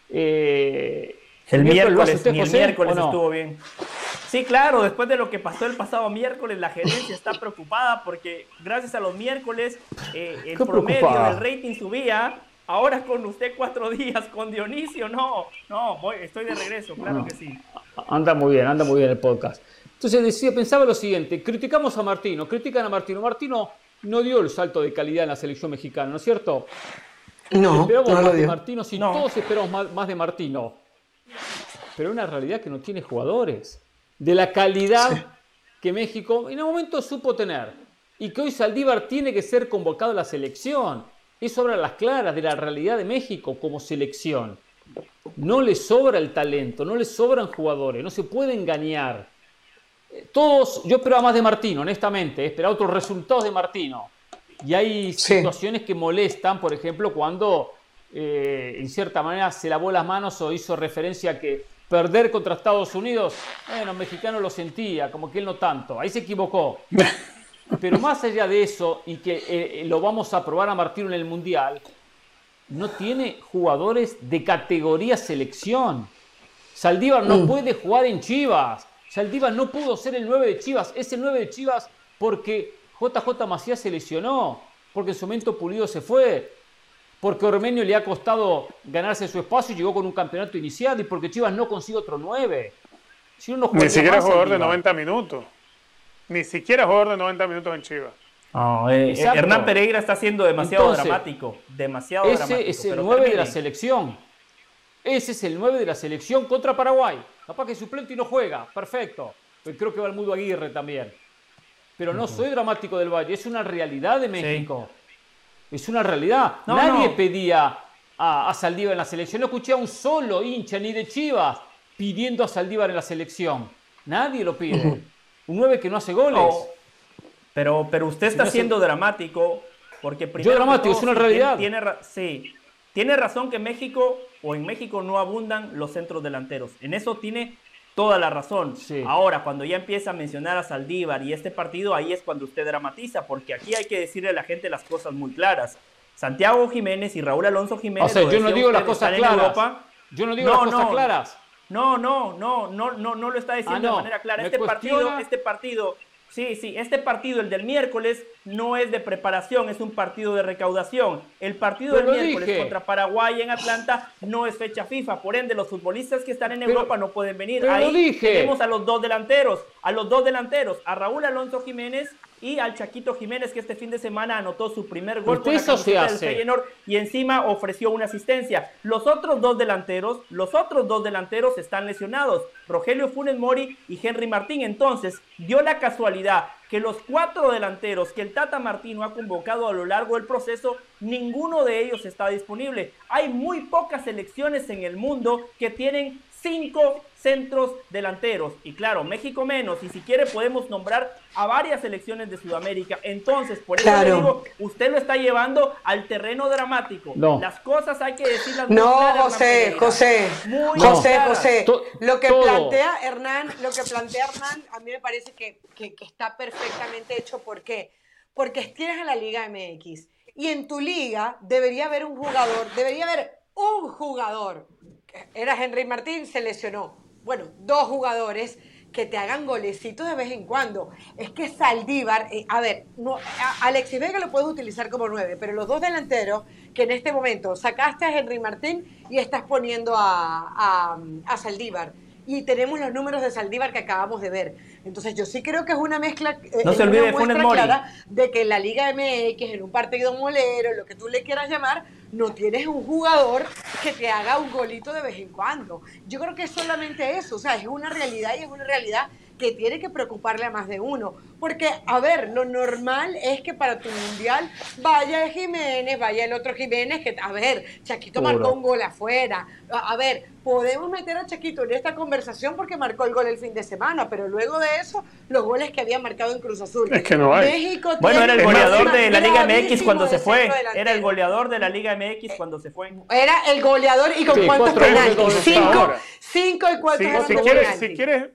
Eh, el, el miércoles, miércoles usted, ni José, el miércoles no? estuvo bien. Sí, claro, después de lo que pasó el pasado miércoles, la gerencia está preocupada porque gracias a los miércoles eh, el promedio preocupada? del rating subía. Ahora con usted cuatro días, con Dionisio, no, no, voy, estoy de regreso, claro no. que sí. Anda muy bien, anda muy bien el podcast. Entonces decía, pensaba lo siguiente, criticamos a Martino, critican a Martino. Martino no dio el salto de calidad en la selección mexicana, ¿no es cierto? No, esperamos no más lo de dio. Martino, sí, no. todos esperamos más, más de Martino. Pero una realidad que no tiene jugadores de la calidad sí. que México en un momento supo tener. Y que hoy Saldívar tiene que ser convocado a la selección. Eso habla a las claras de la realidad de México como selección. No le sobra el talento, no le sobran jugadores, no se puede engañar. Todos, yo esperaba más de Martino, honestamente, esperaba otros resultados de Martino. Y hay sí. situaciones que molestan, por ejemplo, cuando eh, en cierta manera se lavó las manos o hizo referencia a que perder contra Estados Unidos, bueno, el mexicano lo sentía, como que él no tanto. Ahí se equivocó. Pero más allá de eso, y que eh, lo vamos a probar a Martino en el Mundial, no tiene jugadores de categoría selección. Saldívar no mm. puede jugar en Chivas. Saldívar no pudo ser el nueve de Chivas. Es el nueve de Chivas porque J J Macías se lesionó, porque en su momento Pulido se fue, porque Ormeño le ha costado ganarse su espacio y llegó con un campeonato iniciado y porque Chivas no consigue otro nueve. Si no, no Ni siquiera jugador de noventa minutos. Ni siquiera jugador de noventa minutos en Chivas. Oh, eh, Hernán Pereira está siendo demasiado Entonces, dramático. Demasiado ese dramático. es el nueve de la selección. Ese es el nueve de la selección contra Paraguay. Capaz que suplente y no juega. Perfecto. Pues creo que va el Mudo Aguirre también. Pero no uh-huh. soy dramático del Valle. Es una realidad de México. Sí. Es una realidad. No, Nadie no. pedía a, a Saldívar en la selección. No escuché a un solo hincha ni de Chivas pidiendo a Saldívar en la selección. Nadie lo pide. Uh-huh. Un nueve que no hace goles. Oh, pero, pero usted está si no siendo hace... dramático porque primero Yo dramático, todo, es una realidad. Tiene, tiene, sí, tiene razón que México o en México no abundan los centros delanteros. En eso tiene toda la razón. Sí. Ahora, cuando ya empieza a mencionar a Saldívar y este partido, ahí es cuando usted dramatiza, porque aquí hay que decirle a la gente las cosas muy claras. Santiago Jiménez y Raúl Alonso Jiménez. O sea, yo no digo las cosas claras. Europa. Yo no digo no, las cosas no. claras. No, no, no, no, no, no lo está diciendo ah, no. de manera clara. Este cuestiona... partido, este partido, sí, sí, este partido, el del miércoles, no es de preparación, es un partido de recaudación. El partido Pero del miércoles dije. contra Paraguay en Atlanta no es fecha FIFA, por ende los futbolistas que están en Pero, Europa no pueden venir. Ahí dije. tenemos a los dos delanteros, a los dos delanteros, a Raúl Alonso Jiménez y al Chaquito Jiménez, que este fin de semana anotó su primer gol con la camiseta del Feyenoord y encima ofreció una asistencia. Los otros dos delanteros, los otros dos delanteros están lesionados, Rogelio Funes Mori y Henry Martín. Entonces, dio la casualidad que los cuatro delanteros que el Tata Martino ha convocado a lo largo del proceso, ninguno de ellos está disponible. Hay muy pocas selecciones en el mundo que tienen cinco centros delanteros. Y claro, México menos. Y si quiere podemos nombrar a varias selecciones de Sudamérica. Entonces, por eso Claro. le digo, usted lo está llevando al terreno dramático. No. Las cosas hay que decirlas muy No, claras, José, Hernán Pereira. José, Muy José, claras. José, To- lo que todo. plantea Hernán, lo que plantea Hernán, a mí me parece que, que, que está perfectamente hecho. ¿Por qué? Porque tienes a la Liga M X y en tu liga debería haber un jugador, debería haber un jugador, que era Henry Martín, se lesionó. Bueno, dos jugadores que te hagan golecitos de vez en cuando. Es que Saldívar, eh, a ver, no, a Alexis Vega lo puedes utilizar como nueve, pero los dos delanteros que en este momento sacaste a Henry Martín y estás poniendo a, a, a Saldívar. Y tenemos los números de Saldívar que acabamos de ver. Entonces yo sí creo que es una mezcla, eh, No es se olvide una de Funes muestra Mori. clara de que en la Liga M X, en un partido molero, lo que tú le quieras llamar, no tienes un jugador que te haga un golito de vez en cuando. Yo creo que es solamente eso, o sea, es una realidad y es una realidad que tiene que preocuparle a más de uno. Porque, a ver, lo normal es que para tu mundial vaya Jiménez, vaya el otro Jiménez, que, a ver, Chaquito Puro. marcó un gol afuera. A, a ver, podemos meter a Chaquito en esta conversación porque marcó el gol el fin de semana, pero luego de eso, los goles que había marcado en Cruz Azul. Es que no hay. México Bueno, era el tiene un goleador problema de la Liga M X cuando se gravísimo fue. de centro delantero. Era el goleador de la Liga M X cuando se fue. Era el goleador y con Sí, cuántos cuatro goles, penaltis. dos Cinco, ahora. cinco y cuatro Si, goles si de quieres, penalti. si quieres,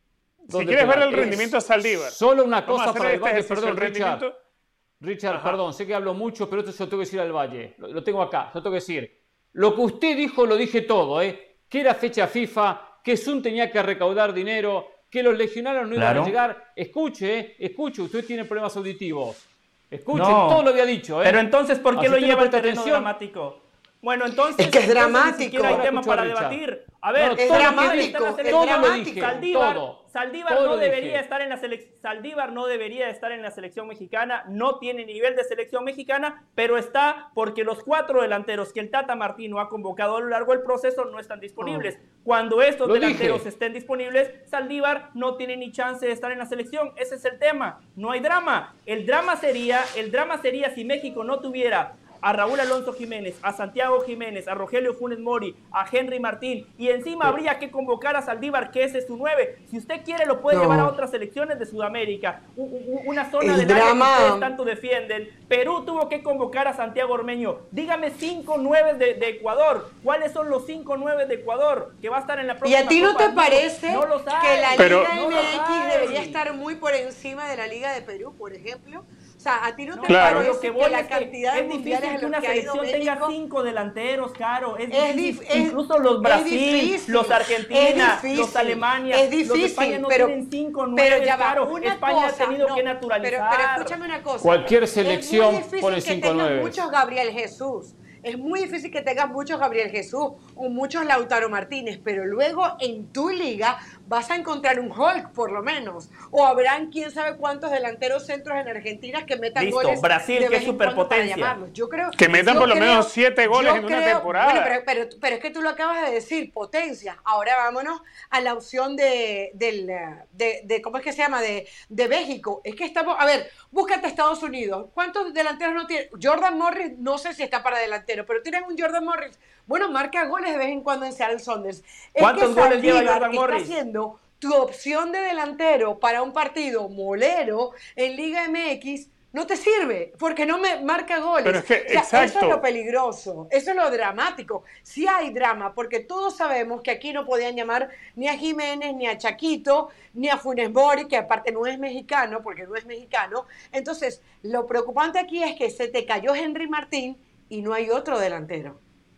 si ¿Dónde quieres ver el penal? rendimiento de Saldívar. Solo una Vamos a cosa hacer para el este Valle, ejercicio, perdón, el Richard. rendimiento. Richard, Ajá. perdón, sé que hablo mucho, pero esto se lo tengo que decir al Valle. Lo, lo tengo acá, lo tengo que decir. Lo que usted dijo, lo dije todo, ¿eh? Que era fecha FIFA, que Sun tenía que recaudar dinero, que los legionarios no Claro. iban a llegar. Escuche, ¿eh? Escuche, usted tiene problemas auditivos. Escuche, No. todo lo había dicho, ¿eh? Pero entonces, ¿por qué Así lo que no lleva al presta terreno atención. dramático? Bueno, entonces, Es que es entonces dramático. ni siquiera hay Ahora tema escucho a para Richard. debatir. A ver, No, Es todo lo que dramático, dije, es todo lo dramático. dije, Saldívar, todo. Saldívar Todo no lo dije. debería estar en la selec- Saldívar no debería estar en la selección mexicana, no tiene nivel de selección mexicana, pero está porque los cuatro delanteros que el Tata Martino ha convocado a lo largo del proceso no están disponibles. Cuando estos Lo delanteros dije. estén disponibles, Saldívar no tiene ni chance de estar en la selección. Ese es el tema. No hay drama. El drama sería, el drama sería si México no tuviera a Raúl Alonso Jiménez, a Santiago Jiménez, a Rogelio Funes Mori, a Henry Martín, y encima habría que convocar a Saldívar, que ese es su nueve. Si usted quiere, lo puede No. llevar a otras selecciones de Sudamérica, u- u- una zona El del área drama. que ustedes tanto defienden. Perú tuvo que convocar a Santiago Ormeño. Dígame cinco nueve de, de Ecuador. ¿Cuáles son los cinco nueve de Ecuador que va a estar en la ¿Y próxima a ti no Copa te del Mundo? parece No los hay. que la Pero- Liga No los M X hay. debería estar muy por encima de la Liga de Perú, por ejemplo? O sea, ¿a ti no te Claro. parece Lo que que, voy la es que cantidad de es mundiales difícil a que los una que ha ido selección tenga México cinco delanteros, Caro. Es Es difícil. dif- es- Incluso los es Brasil, difícil, los Argentina, es difícil, los Alemania, es difícil, los España no pero- tienen cinco pero nueve, ya va, Caro. una España cosa, ha tenido no, que pero, naturalizar. pero escúchame una cosa. Cualquier selección es muy difícil pone que cinco tengas nueves. muchos Gabriel Jesús. Es muy difícil que tengas muchos Gabriel Jesús o muchos Lautaro Martínez, pero luego en tu liga vas a encontrar un Hulk por lo menos. O habrán quién sabe cuántos delanteros centros en Argentina que metan Listo, goles. Brasil, de que vez es en cuando para superpotencia. llamarlos. Yo creo, Que metan yo por lo creo- menos siete goles yo en una creo- temporada. Bueno, pero, pero, pero es que tú lo acabas de decir, potencia. Ahora vámonos a la opción de, del, de, de ¿cómo es que se llama? De, de México. Es que estamos, a ver, búscate Estados Unidos. ¿Cuántos delanteros no tiene? Jordan Morris, no sé si está para delantero, pero tienes un Jordan Morris. Bueno, marca goles de vez en cuando en Seattle Sounders. Es ¿Cuántos que goles lleva Saldívar Jordan Morris? está siendo tu opción de delantero para un partido molero en Liga M X. No te sirve, porque no me marca goles. Pero es que, O sea, eso exacto. es lo peligroso, eso es lo dramático. Sí hay drama, porque todos sabemos que aquí no podían llamar ni a Jiménez, ni a Chaquito, ni a Funes Mori, que aparte no es mexicano, porque no es mexicano. Entonces, lo preocupante aquí es que se te cayó Henry Martín y no hay otro delantero.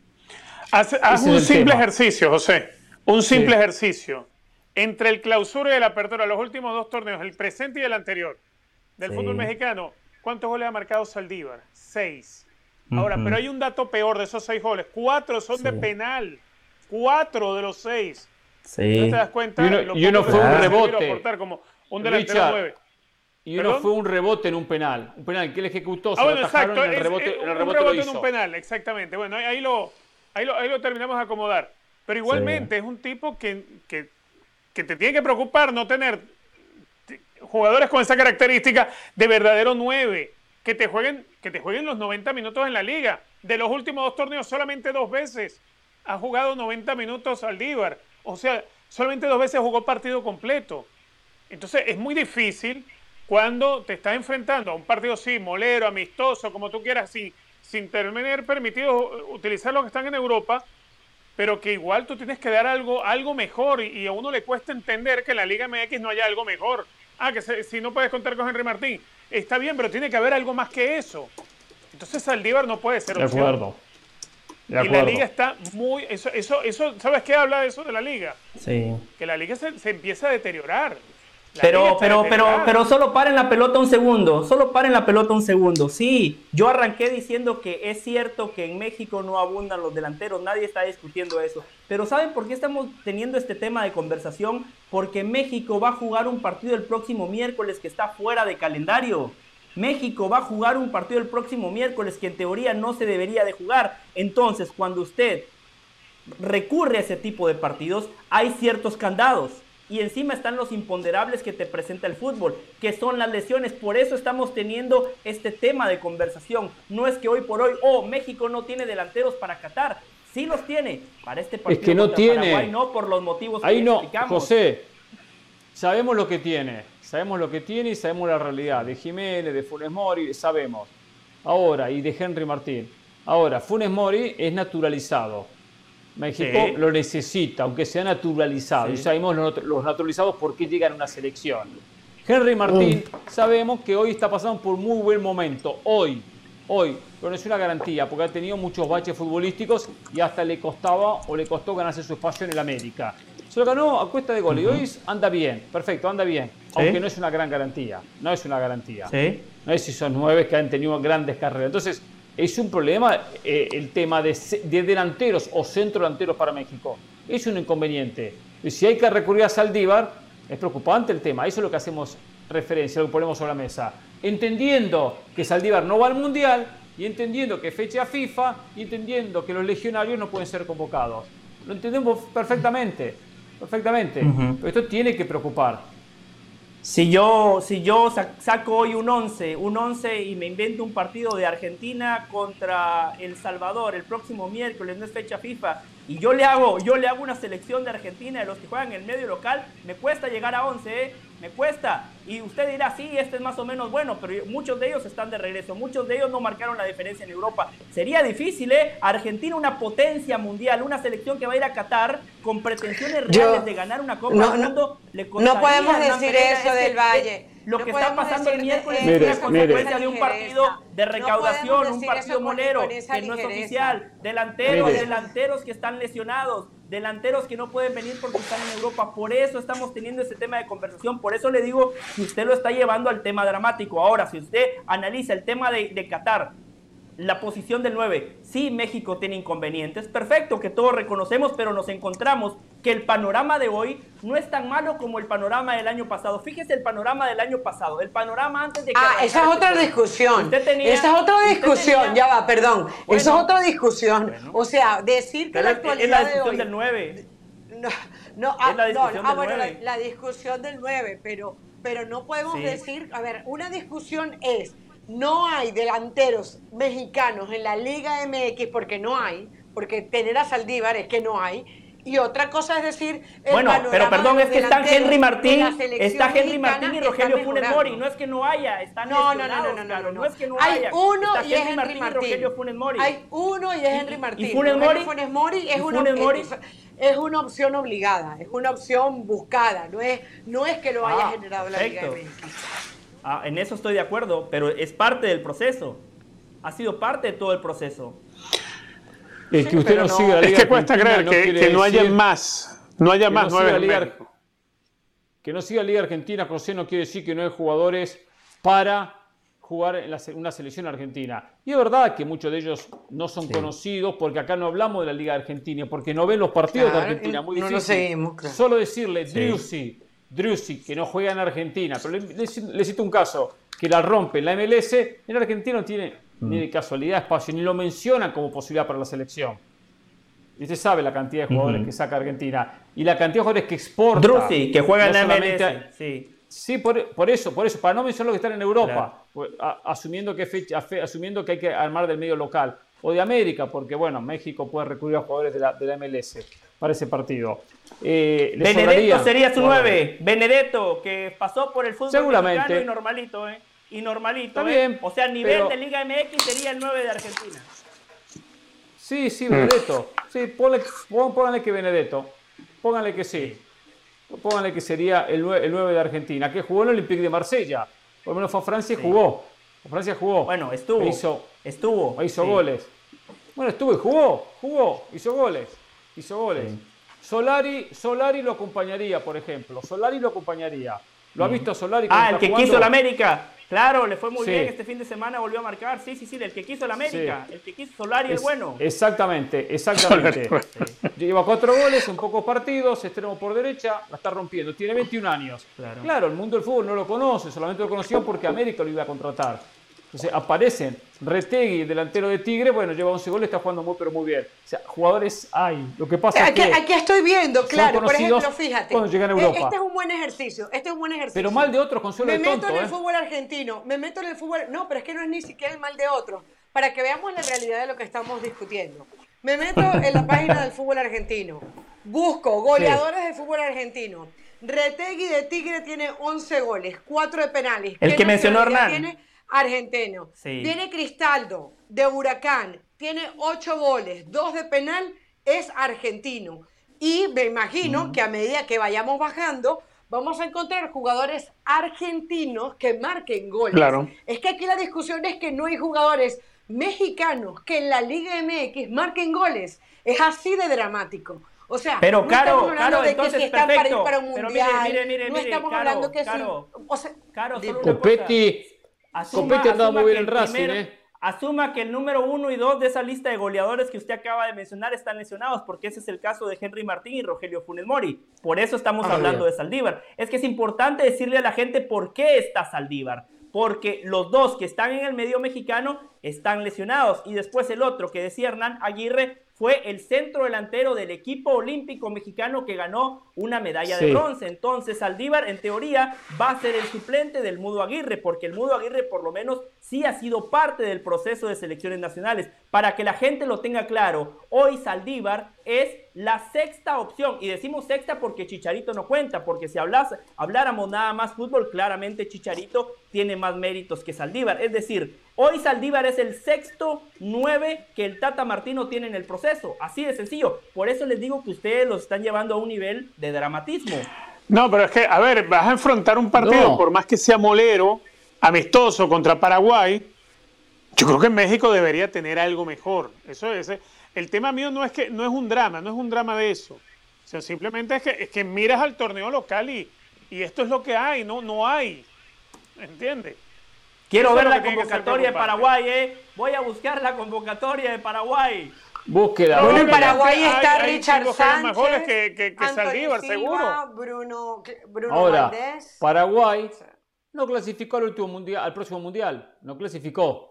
Haz, haz Ese un es el simple tema. ejercicio, José. Un simple Sí. ejercicio. Entre el clausura y el apertura, los últimos dos torneos, el presente y el anterior, del Sí. fútbol mexicano, ¿cuántos goles ha marcado Saldívar? Seis. Ahora, Ujú. pero hay un dato peor de esos seis goles. Cuatro son de Sí. penal. Cuatro de los seis. ¿No Sí. te das cuenta? Y uno- Lo y uno poco fue que un se le quiero rebote. aportar como un delantero Richard, nueve. Y uno ¿Perdón? fue un rebote en un penal. Un penal que él ejecutó, se Ah, lo bueno, atajaron exacto. en el es- rebote, es en el un rebote rebote lo en un hizo. penal, exactamente. Bueno, ahí, ahí lo, ahí, lo, ahí lo terminamos de acomodar. Pero igualmente es un tipo que, que, que te tiene que preocupar no tener t- jugadores con esa característica de verdadero nueve, que te jueguen, que te jueguen los noventa minutos en la liga. De los últimos dos torneos, solamente dos veces ha jugado noventa minutos Saldívar. O sea, solamente dos veces jugó partido completo. Entonces, es muy difícil cuando te estás enfrentando a un partido, sí, molero, amistoso, como tú quieras, sin, sin tener permitido utilizar los que están en Europa, pero que igual tú tienes que dar algo, algo mejor, y, y a uno le cuesta entender que en la Liga M X no haya algo mejor. Ah, que se, si no puedes contar con Henry Martín, está bien, pero tiene que haber algo más que eso. Entonces Saldívar no puede ser opción. De acuerdo. De acuerdo. Y la Liga está muy... Eso, eso, eso, ¿sabes qué habla de eso de la Liga? Sí. Que la Liga se, se empieza a deteriorar. La Pero, pero, pero, pero solo paren la pelota un segundo, solo paren la pelota un segundo. Sí, yo arranqué diciendo que es cierto que en México no abundan los delanteros, nadie está discutiendo eso. Pero ¿saben por qué estamos teniendo este tema de conversación? Porque México va a jugar un partido el próximo miércoles que está fuera de calendario. México va a jugar un partido el próximo miércoles que en teoría no se debería de jugar. Entonces, cuando usted recurre a ese tipo de partidos, hay ciertos candados. Y encima están los imponderables que te presenta el fútbol, que son las lesiones. Por eso estamos teniendo este tema de conversación. No es que hoy por hoy, oh, México no tiene delanteros para Qatar. Sí los tiene. Para este partido es que no contra tiene. Paraguay no, por los motivos Ahí que no, explicamos. José, sabemos lo que tiene. Sabemos lo que tiene y sabemos la realidad. De Jiménez, de Funes Mori, sabemos. Ahora, y de Henry Martín. Ahora, Funes Mori es naturalizado. México sí. lo necesita, aunque sea naturalizado. Sí. Y sabemos los, los naturalizados por qué llegan a una selección. Henry Martín, mm. sabemos que hoy está pasando por muy buen momento. Hoy, hoy, pero no es una garantía, porque ha tenido muchos baches futbolísticos y hasta le costaba o le costó ganarse su espacio en el América. Se lo ganó a cuesta de gol. Uh-huh. Y hoy anda bien, perfecto, anda bien. ¿Sí? Aunque no es una gran garantía. No es una garantía. ¿Sí? No es esos nueve que han tenido grandes carreras. Entonces, es un problema eh, el tema de, de delanteros o centro delanteros para México. Es un inconveniente. Y si hay que recurrir a Saldívar, es preocupante el tema. Eso es lo que hacemos referencia, lo que ponemos sobre la mesa. Entendiendo que Saldívar no va al Mundial, y entendiendo que fecha FIFA, y entendiendo que los legionarios no pueden ser convocados. Lo entendemos perfectamente. Perfectamente. Uh-huh. Pero esto tiene que preocupar. Si yo, si yo saco hoy un once, un once y me invento un partido de Argentina contra El Salvador el próximo miércoles, no es fecha FIFA, y yo le hago, yo le hago una selección de Argentina de los que juegan en el medio local, me cuesta llegar a once, ¿eh? Me cuesta. Y usted dirá, sí, este es más o menos bueno, pero muchos de ellos están de regreso, muchos de ellos no marcaron la diferencia en Europa. Sería difícil, ¿eh? Argentina, una potencia mundial, una selección que va a ir a Qatar con pretensiones reales yo, de ganar una Copa no, del Mundo, no, le costaría. No podemos decir Pereira, eso del que, Valle. Lo no que está pasando el miércoles es una consecuencia de un partido de recaudación, no un partido monero que ligereza. no es oficial. Delanteros, Mire. delanteros que están lesionados, delanteros que no pueden venir porque están en Europa. Por eso estamos teniendo este tema de conversación. Por eso le digo que usted lo está llevando al tema dramático. Ahora, si usted analiza el tema de, de Qatar, la posición del nueve, sí, México tiene inconvenientes, perfecto, que todos reconocemos, pero nos encontramos que el panorama de hoy no es tan malo como el panorama del año pasado. Fíjese el panorama del año pasado, el panorama antes de que... Ah, esa es otra discusión. Tenía, esa es otra discusión, tenía, ya va, perdón. Bueno, esa es otra discusión. Bueno, o sea, decir que la actualidad es la discusión de hoy, del nueve. No, no, ah, es la discusión no, del ah, bueno, nueve. La, la discusión del nueve, pero, pero no podemos sí. decir... A ver, una discusión es... No hay delanteros mexicanos en la Liga M X porque no hay, porque tener a Saldívar es que no hay. Y otra cosa es decir... El bueno, pero perdón, es que están Henry Martín, está Henry Martín y Rogelio Funes Mori. No es que no haya, están no, no, no, no, no, no, no, no es que no hay haya. uno está y es Henry Martín. Martín y Rogelio Funes Mori. Hay uno y es Henry Martín. ¿Y Funes Mori? Funes Mori es, una, Funes Mori? Es, es una opción obligada, es una opción buscada, no es, no es que lo haya ah, generado perfecto. la Liga M X. Ah, en eso estoy de acuerdo, pero es parte del proceso. Ha sido parte de todo el proceso. Es que usted no, no sigue la Liga Es que cuesta creer no que, que no haya más. No haya más no nueve Liga, que no siga la Liga Argentina, José, no quiere decir que no hay jugadores para jugar en la, una selección argentina. Y es verdad que muchos de ellos no son sí. conocidos porque acá no hablamos de la Liga Argentina, porque no ven los partidos claro, de Argentina. Muy no difícil. Lo seguimos, claro. Solo decirle, sí. Driussi, Driussi, que no juega en Argentina, pero le, le, le cito un caso, que la rompe en la M L S, en Argentina no tiene mm. ni de casualidad espacio, ni lo mencionan como posibilidad para la selección. Y usted sabe la cantidad de jugadores uh-huh. que saca Argentina y la cantidad de jugadores que exporta. Driussi, que juega no en la M L S. A, sí. Sí, por, por eso, por eso, para no mencionar los que están en Europa, claro. a, asumiendo, que fecha, fe, asumiendo que hay que armar del medio local, o de América, porque bueno, México puede recurrir a jugadores de la, de la M L S para ese partido. Eh, Benedetto sería su nueve, Benedetto, que pasó por el fútbol seguramente mexicano y normalito, ¿eh? Y normalito, Está ¿eh? bien, o sea, a nivel pero... de Liga M X sería el nueve de Argentina. Sí, sí, Benedetto. Sí, pónganle, pónganle que Benedetto. Pónganle que sí. Pónganle que sería el nueve, el nueve de Argentina, que jugó en el Olympique de Marsella. Por lo menos fue a Francia y sí. jugó. A Francia jugó. Bueno, estuvo. Hizo, estuvo. Hizo sí. goles. Bueno, estuvo y jugó. Jugó. Hizo goles. Hizo goles. Sí. Solari, Solari lo acompañaría, por ejemplo. Solari lo acompañaría. ¿Lo ha visto Solari? Ah, el que jugando? quiso la América. Claro, le fue muy sí. bien este fin de semana, volvió a marcar. Sí, sí, sí, el que quiso la América. Sí. El que quiso Solari, es, el bueno. Exactamente, exactamente. sí. Lleva cuatro goles en pocos partidos, extremo por derecha, la está rompiendo. Tiene veintiún años. Claro. claro, el mundo del fútbol no lo conoce, solamente lo conoció porque América lo iba a contratar. Entonces aparecen Retegui, delantero de Tigre, bueno, lleva once goles, está jugando muy, pero muy bien. O sea, jugadores hay. Lo que pasa aquí, es que... Aquí estoy viendo, claro, por ejemplo, fíjate. Cuando llegan a Europa. Este es un buen ejercicio, este es un buen ejercicio. Pero mal de otros, Consuelo Me de meto tonto, en el ¿eh? fútbol argentino, me meto en el fútbol... No, pero es que no es ni siquiera el mal de otros, para que veamos la realidad de lo que estamos discutiendo. Me meto en la página del fútbol argentino, busco goleadores sí. del fútbol argentino. Retegui de Tigre tiene once goles, cuatro de penales. El que mencionó Hernán. Tiene argentino. Sí. Viene Cristaldo de Huracán, tiene ocho goles, dos de penal, es argentino. Y me imagino mm. que a medida que vayamos bajando, vamos a encontrar jugadores argentinos que marquen goles. Claro. Es que aquí la discusión es que no hay jugadores mexicanos que en la Liga M X marquen goles. Es así de dramático. O sea, pero no Caro, estamos hablando Caro, de entonces, que si están perfecto. para ir para un mundial. Pero mire, mire, mire, no estamos Caro, hablando que Caro, sí. O sea, Caro, solo una Copetti, Asuma, Copetti andaba muy bien en primer, Racing, ¿eh? Asuma que el número uno y dos de esa lista de goleadores que usted acaba de mencionar están lesionados, porque ese es el caso de Henry Martín y Rogelio Funes Mori. Por eso estamos ah, hablando bien. de Saldívar. Es que es importante decirle a la gente por qué está Saldívar. Porque los dos que están en el medio mexicano están lesionados. Y después el otro que decía Hernán Aguirre fue el centro delantero del equipo olímpico mexicano que ganó una medalla sí. de bronce. Entonces Saldívar en teoría va a ser el suplente del Mudo Aguirre, porque el Mudo Aguirre por lo menos sí ha sido parte del proceso de selecciones nacionales. Para que la gente lo tenga claro, hoy Saldívar es la sexta opción, y decimos sexta porque Chicharito no cuenta, porque si hablas, habláramos nada más fútbol, claramente Chicharito tiene más méritos que Saldívar. Es decir, hoy Saldívar es el sexto nueve que el Tata Martino tiene en el proceso, así de sencillo. Por eso les digo que ustedes los están llevando a un nivel de dramatismo. No, pero es que, a ver, vas a enfrentar un partido, no. por más que sea molero, amistoso contra Paraguay. Yo creo que México debería tener algo mejor. Eso es. El tema mío no es que no es un drama, no es un drama de eso. O sea, simplemente es que, es que miras al torneo local y, y esto es lo que hay, no, no hay. ¿Entiendes? Quiero eso ver la convocatoria de Paraguay, ¿eh? Voy a buscar la convocatoria de Paraguay. Búsqueda. Bueno, en Paraguay está hay, Richard hay Sánchez, más goles que, que, que Saldívar, Silva, seguro. Bruno, Bruno Ahora, Valdés. Paraguay no clasificó al último mundial, al próximo mundial, no clasificó.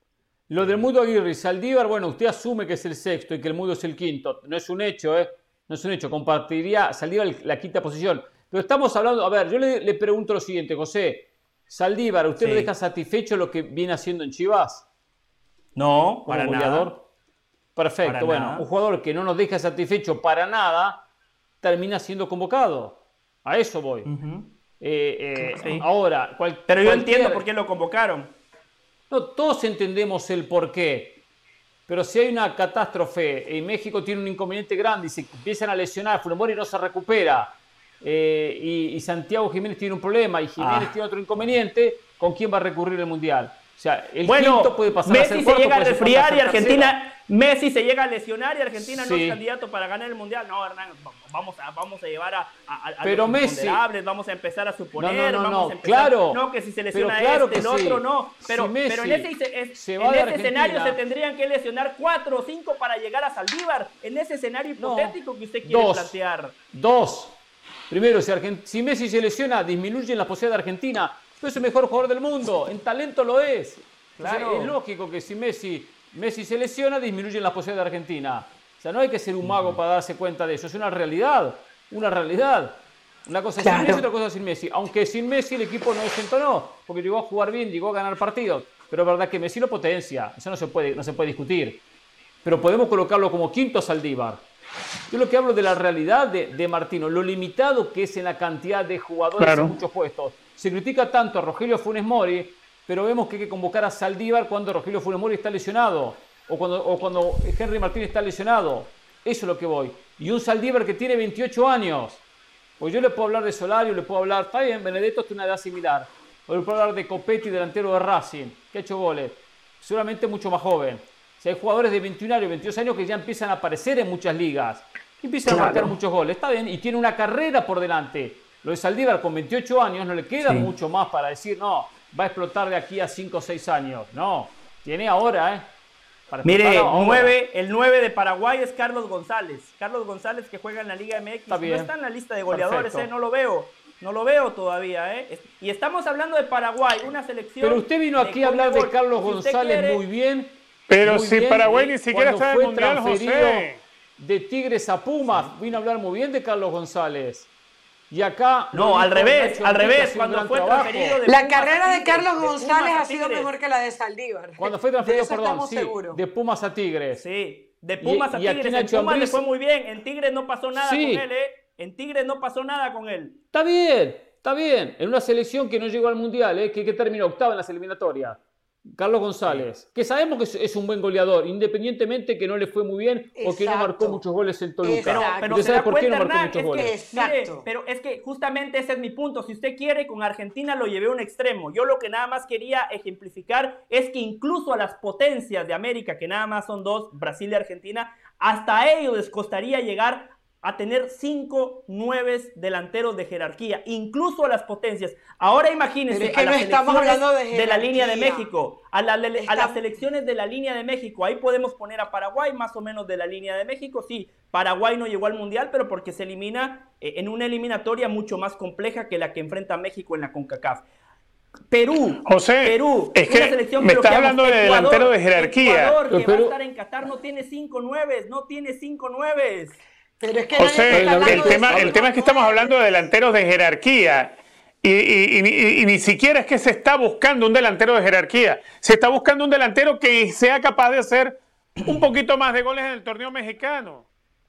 Lo del Mudo Aguirre y Saldívar, bueno, usted asume que es el sexto y que el Mudo es el quinto. No es un hecho, ¿eh? No es un hecho. Compartiría Saldívar la quinta posición. Pero estamos hablando, a ver, yo le, le pregunto lo siguiente, José. Saldívar, ¿usted sí. lo deja satisfecho lo que viene haciendo en Chivas? No, para goleador. Nada. Perfecto, para bueno, nada. Un jugador que no nos deja satisfecho para nada, termina siendo convocado. A eso voy. Uh-huh. eh, eh, sí. Ahora, cual, pero yo cualquier... entiendo por qué lo convocaron. No, todos entendemos el porqué, pero si hay una catástrofe y México tiene un inconveniente grande y se empiezan a lesionar, Funes Mori no se recupera eh, y, y Santiago Jiménez tiene un problema y Jiménez ah. tiene otro inconveniente, ¿con quién va a recurrir el Mundial? O sea, el bueno, quinto puede pasar Messi a ser se cuarto, llega a resfriar y Argentina, tercero. Messi se llega a lesionar y Argentina sí. no es candidato para ganar el Mundial. No, Hernán, vamos a, vamos a llevar a, a, a pero los Messi, vamos a empezar a suponer, no, no, no, vamos no, a empezar, claro, no, que si se lesiona claro este, el otro, sí. no. Pero, si Messi pero en ese, es, se en va ese escenario se tendrían que lesionar cuatro o cinco para llegar a Saldívar. En ese escenario hipotético no, que usted quiere dos, plantear. Dos. Primero, si, Argent- si Messi se lesiona, disminuyen las posibilidades de Argentina. Pero es el mejor jugador del mundo. En talento lo es. Claro. O sea, es lógico que si Messi, Messi se lesiona, disminuyen las posibilidades de Argentina. O sea, no hay que ser un mago para darse cuenta de eso. Es una realidad. Una realidad. Una cosa es Claro. sin Messi, otra cosa es sin Messi. Aunque sin Messi el equipo no desentonó, porque llegó a jugar bien, llegó a ganar partidos. Pero es verdad que Messi lo potencia, eso no se puede, no se puede discutir. Pero podemos colocarlo como quinto a Saldívar. Yo lo que hablo de la realidad de, de Martino, lo limitado que es en la cantidad de jugadores Claro. en muchos puestos. Se critica tanto a Rogelio Funes Mori, pero vemos que hay que convocar a Saldívar cuando Rogelio Funes Mori está lesionado o cuando, o cuando Henry Martín está lesionado. Eso es lo que voy. Y un Saldívar que tiene veintiocho años. Pues yo le puedo hablar de Solario, le puedo hablar, está bien, Benedetto tiene una edad similar. O le puedo hablar de Copetti, delantero de Racing, que ha hecho goles. Seguramente mucho más joven. Si hay jugadores de veintiún años, veintidós años que ya empiezan a aparecer en muchas ligas, que empiezan Claro. a marcar muchos goles, está bien, y tiene una carrera por delante. Lo de Saldívar con veintiocho años no le queda Sí. mucho más para decir, no, va a explotar de aquí a cinco o seis años. No, tiene ahora, ¿eh? Para Mire, explotar ahora. nueve, el nueve de Paraguay es Carlos González. Carlos González que juega en la Liga M X. Está bien. No está en la lista de goleadores, Perfecto. eh, no lo veo. No lo veo todavía. Eh. Es- Y estamos hablando de Paraguay, una selección. Pero usted vino aquí a hablar de Conmebol. Carlos Si usted González quiere- muy bien. Pero muy si bien, Paraguay y ni siquiera cuando está en el fue Mundial, transferido José. de Tigres a Pumas, vino a hablar muy bien de Carlos González. Y acá... No, lo al dijo revés, Nacho al Enrique, revés. hace un Cuando gran fue trabajo. transferido de La Pumas carrera a de Tigres, Carlos de Pumas González a ha sido Tigres. mejor que la de Saldívar. Cuando fue De transferido, eso perdón, estamos sí, seguros. de Pumas a Tigres. Sí, de Pumas Y- a y aquí Tigres. En Nacho Pumas le Ambriz- fue muy bien. En Tigres no pasó nada Sí. con él, ¿eh? En Tigres no pasó nada con él. Está bien, está bien. En una selección que no llegó al Mundial, ¿eh? que, que terminó octava en las eliminatorias. Carlos González, que sabemos que es, es un buen goleador, independientemente que no le fue muy bien o que no Exacto. marcó muchos goles en Toluca. Pero, Exacto. pero ¿Usted se sabe da por qué no cuenta, marcó Hernán, muchos es goles? que, mire, Exacto. pero es que justamente ese es mi punto. Si usted quiere, con Argentina lo llevé a un extremo. Yo lo que nada más quería ejemplificar es que incluso a las potencias de América, que nada más son dos, Brasil y Argentina, hasta a ellos les costaría llegar a tener cinco nueves delanteros de jerarquía, incluso a las potencias. Ahora imagínense Pero es que a no las estamos selecciones hablando de de la línea de jerarquía. México, a, la- a las Estamos- selecciones de la línea de México. Ahí podemos poner a Paraguay más o menos de la línea de México. Sí, Paraguay no llegó al Mundial, pero porque se elimina eh, en una eliminatoria mucho más compleja que la que enfrenta México en la CONCACAF. Perú, José, Perú, es una que selección me que lo estás que hablando llamo de Ecuador, delantero de jerarquía. Ecuador, que Pero Perú- va a estar en Qatar, no tiene cinco nueves, no tiene cinco nueves. Pero es que nadie José, está el hablando el de tema, eso. el tema es que estamos hablando de delanteros de jerarquía. Y, y- y- y- y ni siquiera es que se está buscando un delantero de jerarquía. Se está buscando un delantero que sea capaz de hacer un poquito más de goles en el torneo mexicano.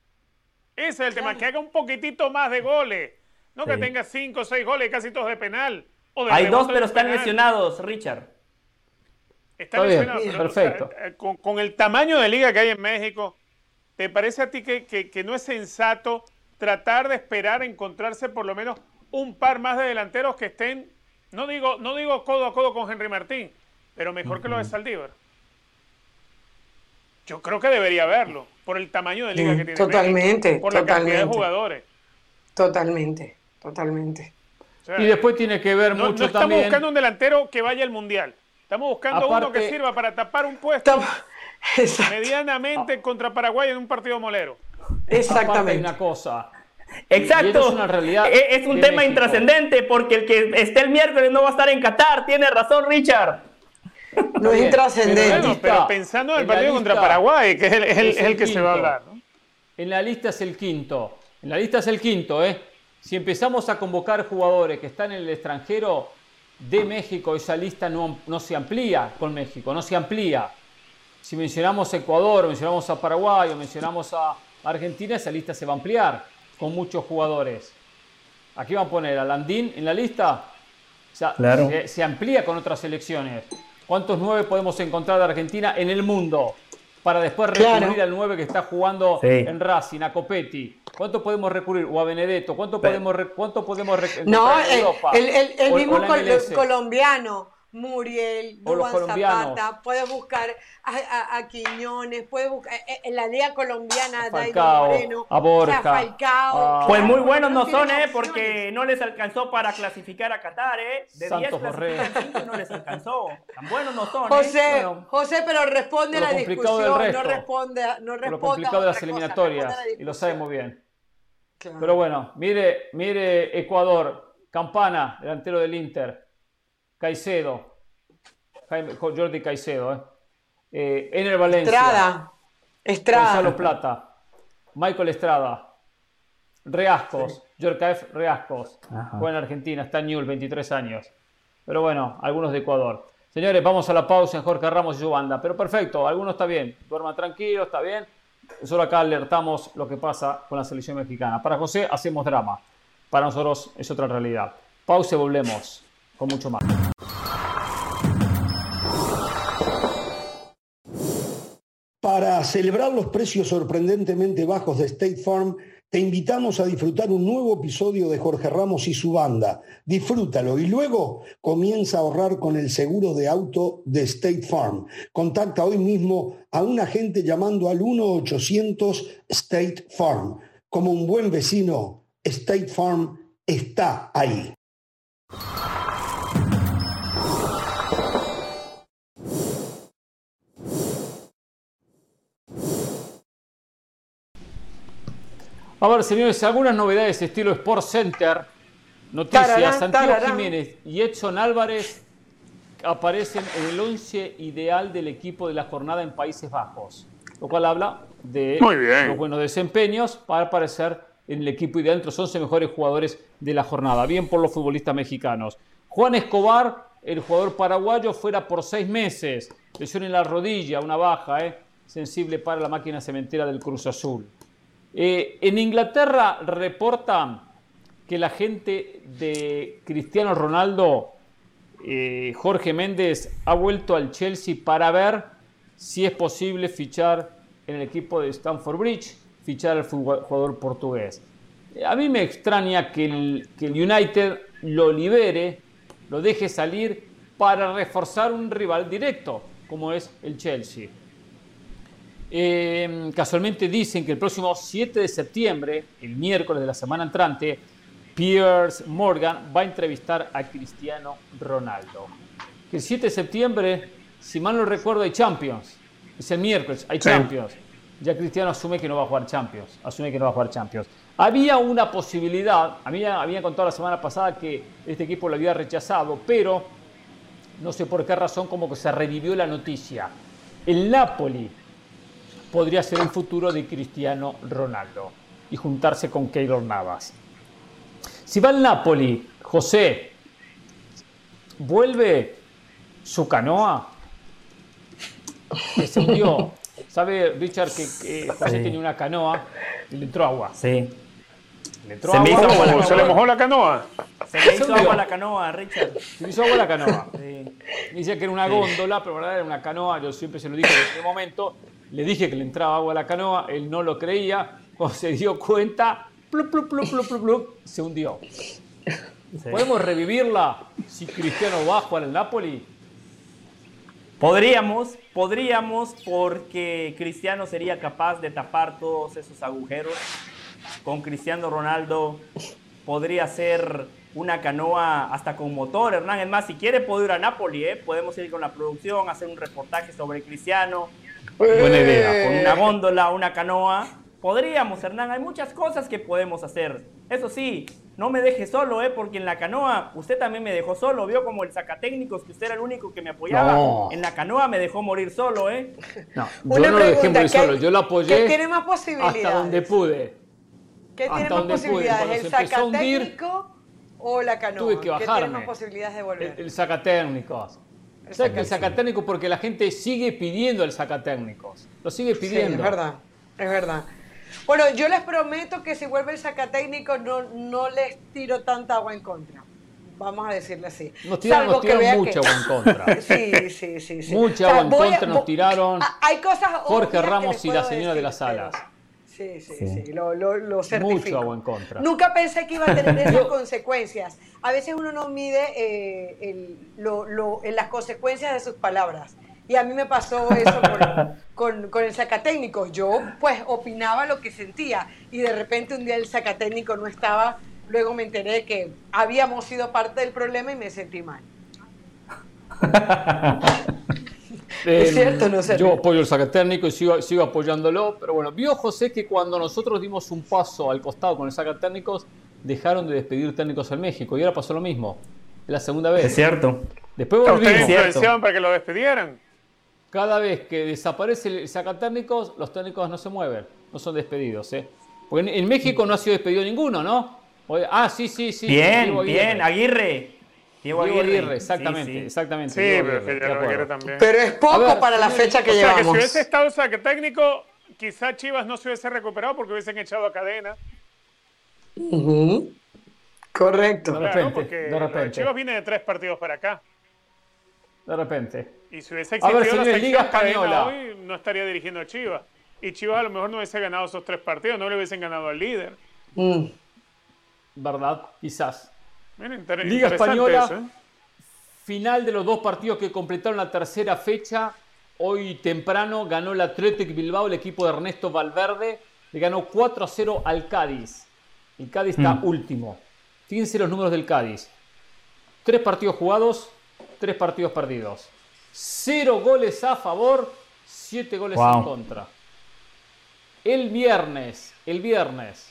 Ese es el tema, que haga un poquitito más de goles. No que Sí. tenga cinco o seis goles, casi todos de penal. O de Hay dos, rebote pero de están penal. lesionados, Richard. Está Está bien, lesionado, pero, perfecto. o sea, eh, con, con el tamaño de liga que hay en México, ¿te parece a ti que, que- que no es sensato tratar de esperar a encontrarse por lo menos un par más de delanteros que estén, no digo, no digo codo a codo con Henry Martín, pero mejor que lo de Saldívar? Yo creo que debería haberlo, por el tamaño de liga Sí, que tiene totalmente, México, por la cantidad de totalmente. jugadores. Totalmente, totalmente. O sea, Y después tiene que ver no, no mucho estamos también... buscando un delantero que vaya al Mundial. Estamos buscando uno Aparte- que sirva para tapar un puesto Estamos- Exacto. medianamente contra Paraguay en un partido molero. Aparte hay Exactamente. una cosa. Exacto. Y eso es una realidad E- Es un de tema México. intrascendente porque el que esté el miércoles no va a estar en Qatar. Tiene razón, Richard. No es Bien, intrascendente. pero Bueno, lista- pero pensando en el en la partido contra lista Paraguay, que es el, es el- es es el el que se va a quinto. hablar, ¿no? En la lista es el quinto. En la lista es el quinto, ¿eh? Si empezamos a convocar jugadores que están en el extranjero de México, esa lista no, no se amplía con México, no se amplía. Si mencionamos Ecuador, o mencionamos a Paraguay, o mencionamos a Argentina, esa lista se va a ampliar con muchos jugadores. Aquí van a poner a Landín en la lista. O sea, Claro. se, se amplía con otras selecciones. ¿Cuántos nueve podemos encontrar de Argentina en el mundo? Para después Claro. recurrir al nueve que está jugando Sí. en Racing, a Copetti. ¿Cuánto podemos recurrir? O a Benedetto. ¿Cuánto Pero- podemos, re- cuánto podemos re- No, encontrar en el, Europa? el, el- el O- o mismo la col- M L S. colombiano, Muriel, O los Duván colombianos. Zapata, puedes buscar a, a- a Quiñones, puedes buscar eh, en la liga colombiana a Dairo Falcao, Moreno, a Borja, o sea, Falcao. a- Pues muy Claro, buenos no tienen son, ¿eh? opciones. Porque no les alcanzó para clasificar a Qatar, ¿eh? De Santos diez Borré. clasifican cinco y no les alcanzó. Tan buenos no son, ¿eh? José, Bueno, José, pero responde a por la lo complicado del discusión, no resto. responde, a- no Por lo responde a complicado de las otra cosa, eliminatorias. responde a la Y lo sabe discusión. muy bien. Claro. Pero bueno, mire, mire Ecuador. Campana, delantero del Inter. Caicedo. Jaime- Jordi Caicedo. ¿eh? Eh, Ener Valencia. Estrada, Estrada. Gonzalo Plata. Michael Estrada. Reascos, Yorkaev Reascos, Ajá. juega en Argentina, está en Newell's, veintitrés años. Pero bueno, algunos de Ecuador. Señores, vamos a la pausa en Jorge Ramos y su banda. Pero perfecto, algunos está bien, duerman tranquilos, está bien. Solo acá alertamos lo que pasa con la selección mexicana. Para José hacemos drama, para nosotros es otra realidad. Pausa y volvemos con mucho más. Para celebrar los precios sorprendentemente bajos de State Farm, te invitamos a disfrutar un nuevo episodio de Jorge Ramos y su banda. Disfrútalo y luego comienza a ahorrar con el seguro de auto de State Farm. Contacta hoy mismo a un agente llamando al uno ochocientos State Farm. Como un buen vecino, State Farm está ahí. A ver, señores, algunas novedades estilo Sport Center. Noticias, Tararán, Santiago tararán. Jiménez y Edson Álvarez aparecen en el once ideal del equipo de la jornada en Países Bajos, lo cual habla de Muy bien. los buenos desempeños para aparecer en el equipo ideal entre los once mejores jugadores de la jornada. Bien por los futbolistas mexicanos. Juan Escobar, el jugador paraguayo, fuera por seis meses. Lesión en la rodilla, una baja, ¿eh? sensible para la máquina cementera del Cruz Azul. Eh, en Inglaterra reportan que la gente de Cristiano Ronaldo, eh, Jorge Méndez, ha vuelto al Chelsea para ver si es posible fichar en el equipo de Stamford Bridge, fichar al jugador portugués. Eh, a mí me extraña que el, que el United lo libere, lo deje salir para reforzar un rival directo, como es el Chelsea. Eh, casualmente dicen que el próximo siete de septiembre, el miércoles de la semana entrante, Piers Morgan va a entrevistar a Cristiano Ronaldo. Que el siete de septiembre, si mal no recuerdo, hay Champions. Es el miércoles, hay Sí. Champions. Ya Cristiano asume que no va a jugar Champions. Asume que no va a jugar Champions. Había una posibilidad, a mí me habían contado la semana pasada que este equipo lo había rechazado, pero no sé por qué razón como que se revivió la noticia. El Napoli podría ser el futuro de Cristiano Ronaldo y juntarse con Keylor Navas. Si va al Napoli, José, ¿vuelve su canoa? Que se hundió. ¿Sabe, Richard, que, que José Sí. tenía una canoa y le entró agua? Sí. Le entró Se me agua. hizo agua la ¿Cómo? canoa. ¿Se le mojó la canoa? Se me hizo hundió. agua la canoa, Richard. Se le hizo agua la canoa. Sí. Dice que era una góndola, pero en verdad era una canoa. Yo siempre se lo dije en ese momento. Le dije que le entraba agua a la canoa. Él no lo creía. Cuando se dio cuenta, plup, plup, plup, plup, plup, plup, se hundió. Sí. ¿Podemos revivirla si Cristiano va a jugar al Napoli? Podríamos, podríamos, porque Cristiano sería capaz de tapar todos esos agujeros. Con Cristiano Ronaldo podría ser una canoa hasta con motor, Hernán. Es más, si quiere puedo ir a Napoli, ¿eh? Podemos ir con la producción, hacer un reportaje sobre Cristiano. Buena idea. Con una góndola, una canoa. Podríamos, Hernán, hay muchas cosas que podemos hacer. Eso sí, no me deje solo, ¿eh? Porque en la canoa usted también me dejó solo. Vio como el sacatécnicos, que usted era el único que me apoyaba. No. En la canoa me dejó morir solo, ¿eh? No, yo Una no lo dejé pregunta, morir ¿qué- solo. Yo lo ¿Qué apoyé tiene más posibilidades? hasta donde pude. ¿Qué hasta tiene más donde pude. posibilidades? Cuando ¿El se empezó a hundir, sacatécnico o la canoa? Tuve que ¿Qué tiene bajarme. más posibilidades de volver? El, el sacatécnicos. El ¿Sabes que el sacatécnico. sacatécnico? Porque la gente sigue pidiendo el sacatécnicos. Lo sigue Sí, pidiendo. es verdad, es verdad. Bueno, yo les prometo que si vuelve el sacatécnico no, no les tiro tanta agua en contra. Vamos a decirle así. Nos tiraron, Salvo nos que tiraron vea mucha que- agua en contra. Sí, sí, sí, sí. Mucha agua en voy a- contra nos vo- tiraron Ah, Hay cosas Jorge obvias que Ramos les y la puedo señora de las pero- alas. Sí, sí, Sí. sí, lo, lo, lo certifico. Mucho agua en contra. Nunca pensé que iba a tener esas Yo- consecuencias. A veces uno no mide eh, el- lo- lo- en las consecuencias de sus palabras. Y a mí me pasó eso con, con, con el sacatécnico. Yo, pues, opinaba lo que sentía. Y de repente un día el sacatécnico no estaba. Luego me enteré que habíamos sido parte del problema y me sentí mal. Es cierto, no sé. Yo apoyo el sacatécnico y sigo, sigo apoyándolo. Pero bueno, vio José que cuando nosotros dimos un paso al costado con el sacatécnicos, dejaron de despedir técnicos en México. Y ahora pasó lo mismo. Es la segunda vez. Es cierto. Después ¿A ustedes volvimos. cierto. influenciaban para que lo despidieran? Cada vez que desaparece el sacatécnicos, los técnicos no se mueven, no son despedidos. ¿eh? Porque en, en México no ha sido despedido ninguno, ¿no? O- ah, sí, sí, sí. Bien, Diego bien, Aguirre. Diego Diego Aguirre. Aguirre, exactamente, Sí, sí. exactamente. Sí, Diego pero Aguirre, que de ya lo acuerdo. quiere también. Pero es poco A ver, para la señor, fecha que O sea, que si llevamos. hubiese estado Saque técnico, quizá Chivas no se hubiese recuperado porque hubiesen echado a Cadena. Ujú. Correcto. De Claro, repente, porque de lo de repente. Chivas viene de tres partidos para acá. De repente. Y si hubiese A ver, existido la señores, Liga sección Cadena Española. hoy, no estaría dirigiendo a Chivas. Y Chivas a lo mejor no hubiese ganado esos tres partidos, no le hubiesen ganado al líder. Mm. ¿Verdad? Quizás. Mira, inter- Liga interesante Española. eso, ¿eh? Final de los dos partidos que completaron la tercera fecha. Hoy temprano ganó el Athletic Bilbao, el equipo de Ernesto Valverde. Le ganó cuatro a cero al Cádiz. El Cádiz está Mm. último. Fíjense los números del Cádiz. Tres partidos jugados, tres partidos perdidos. Cero goles a favor, siete goles Wow. en contra. El viernes, el viernes,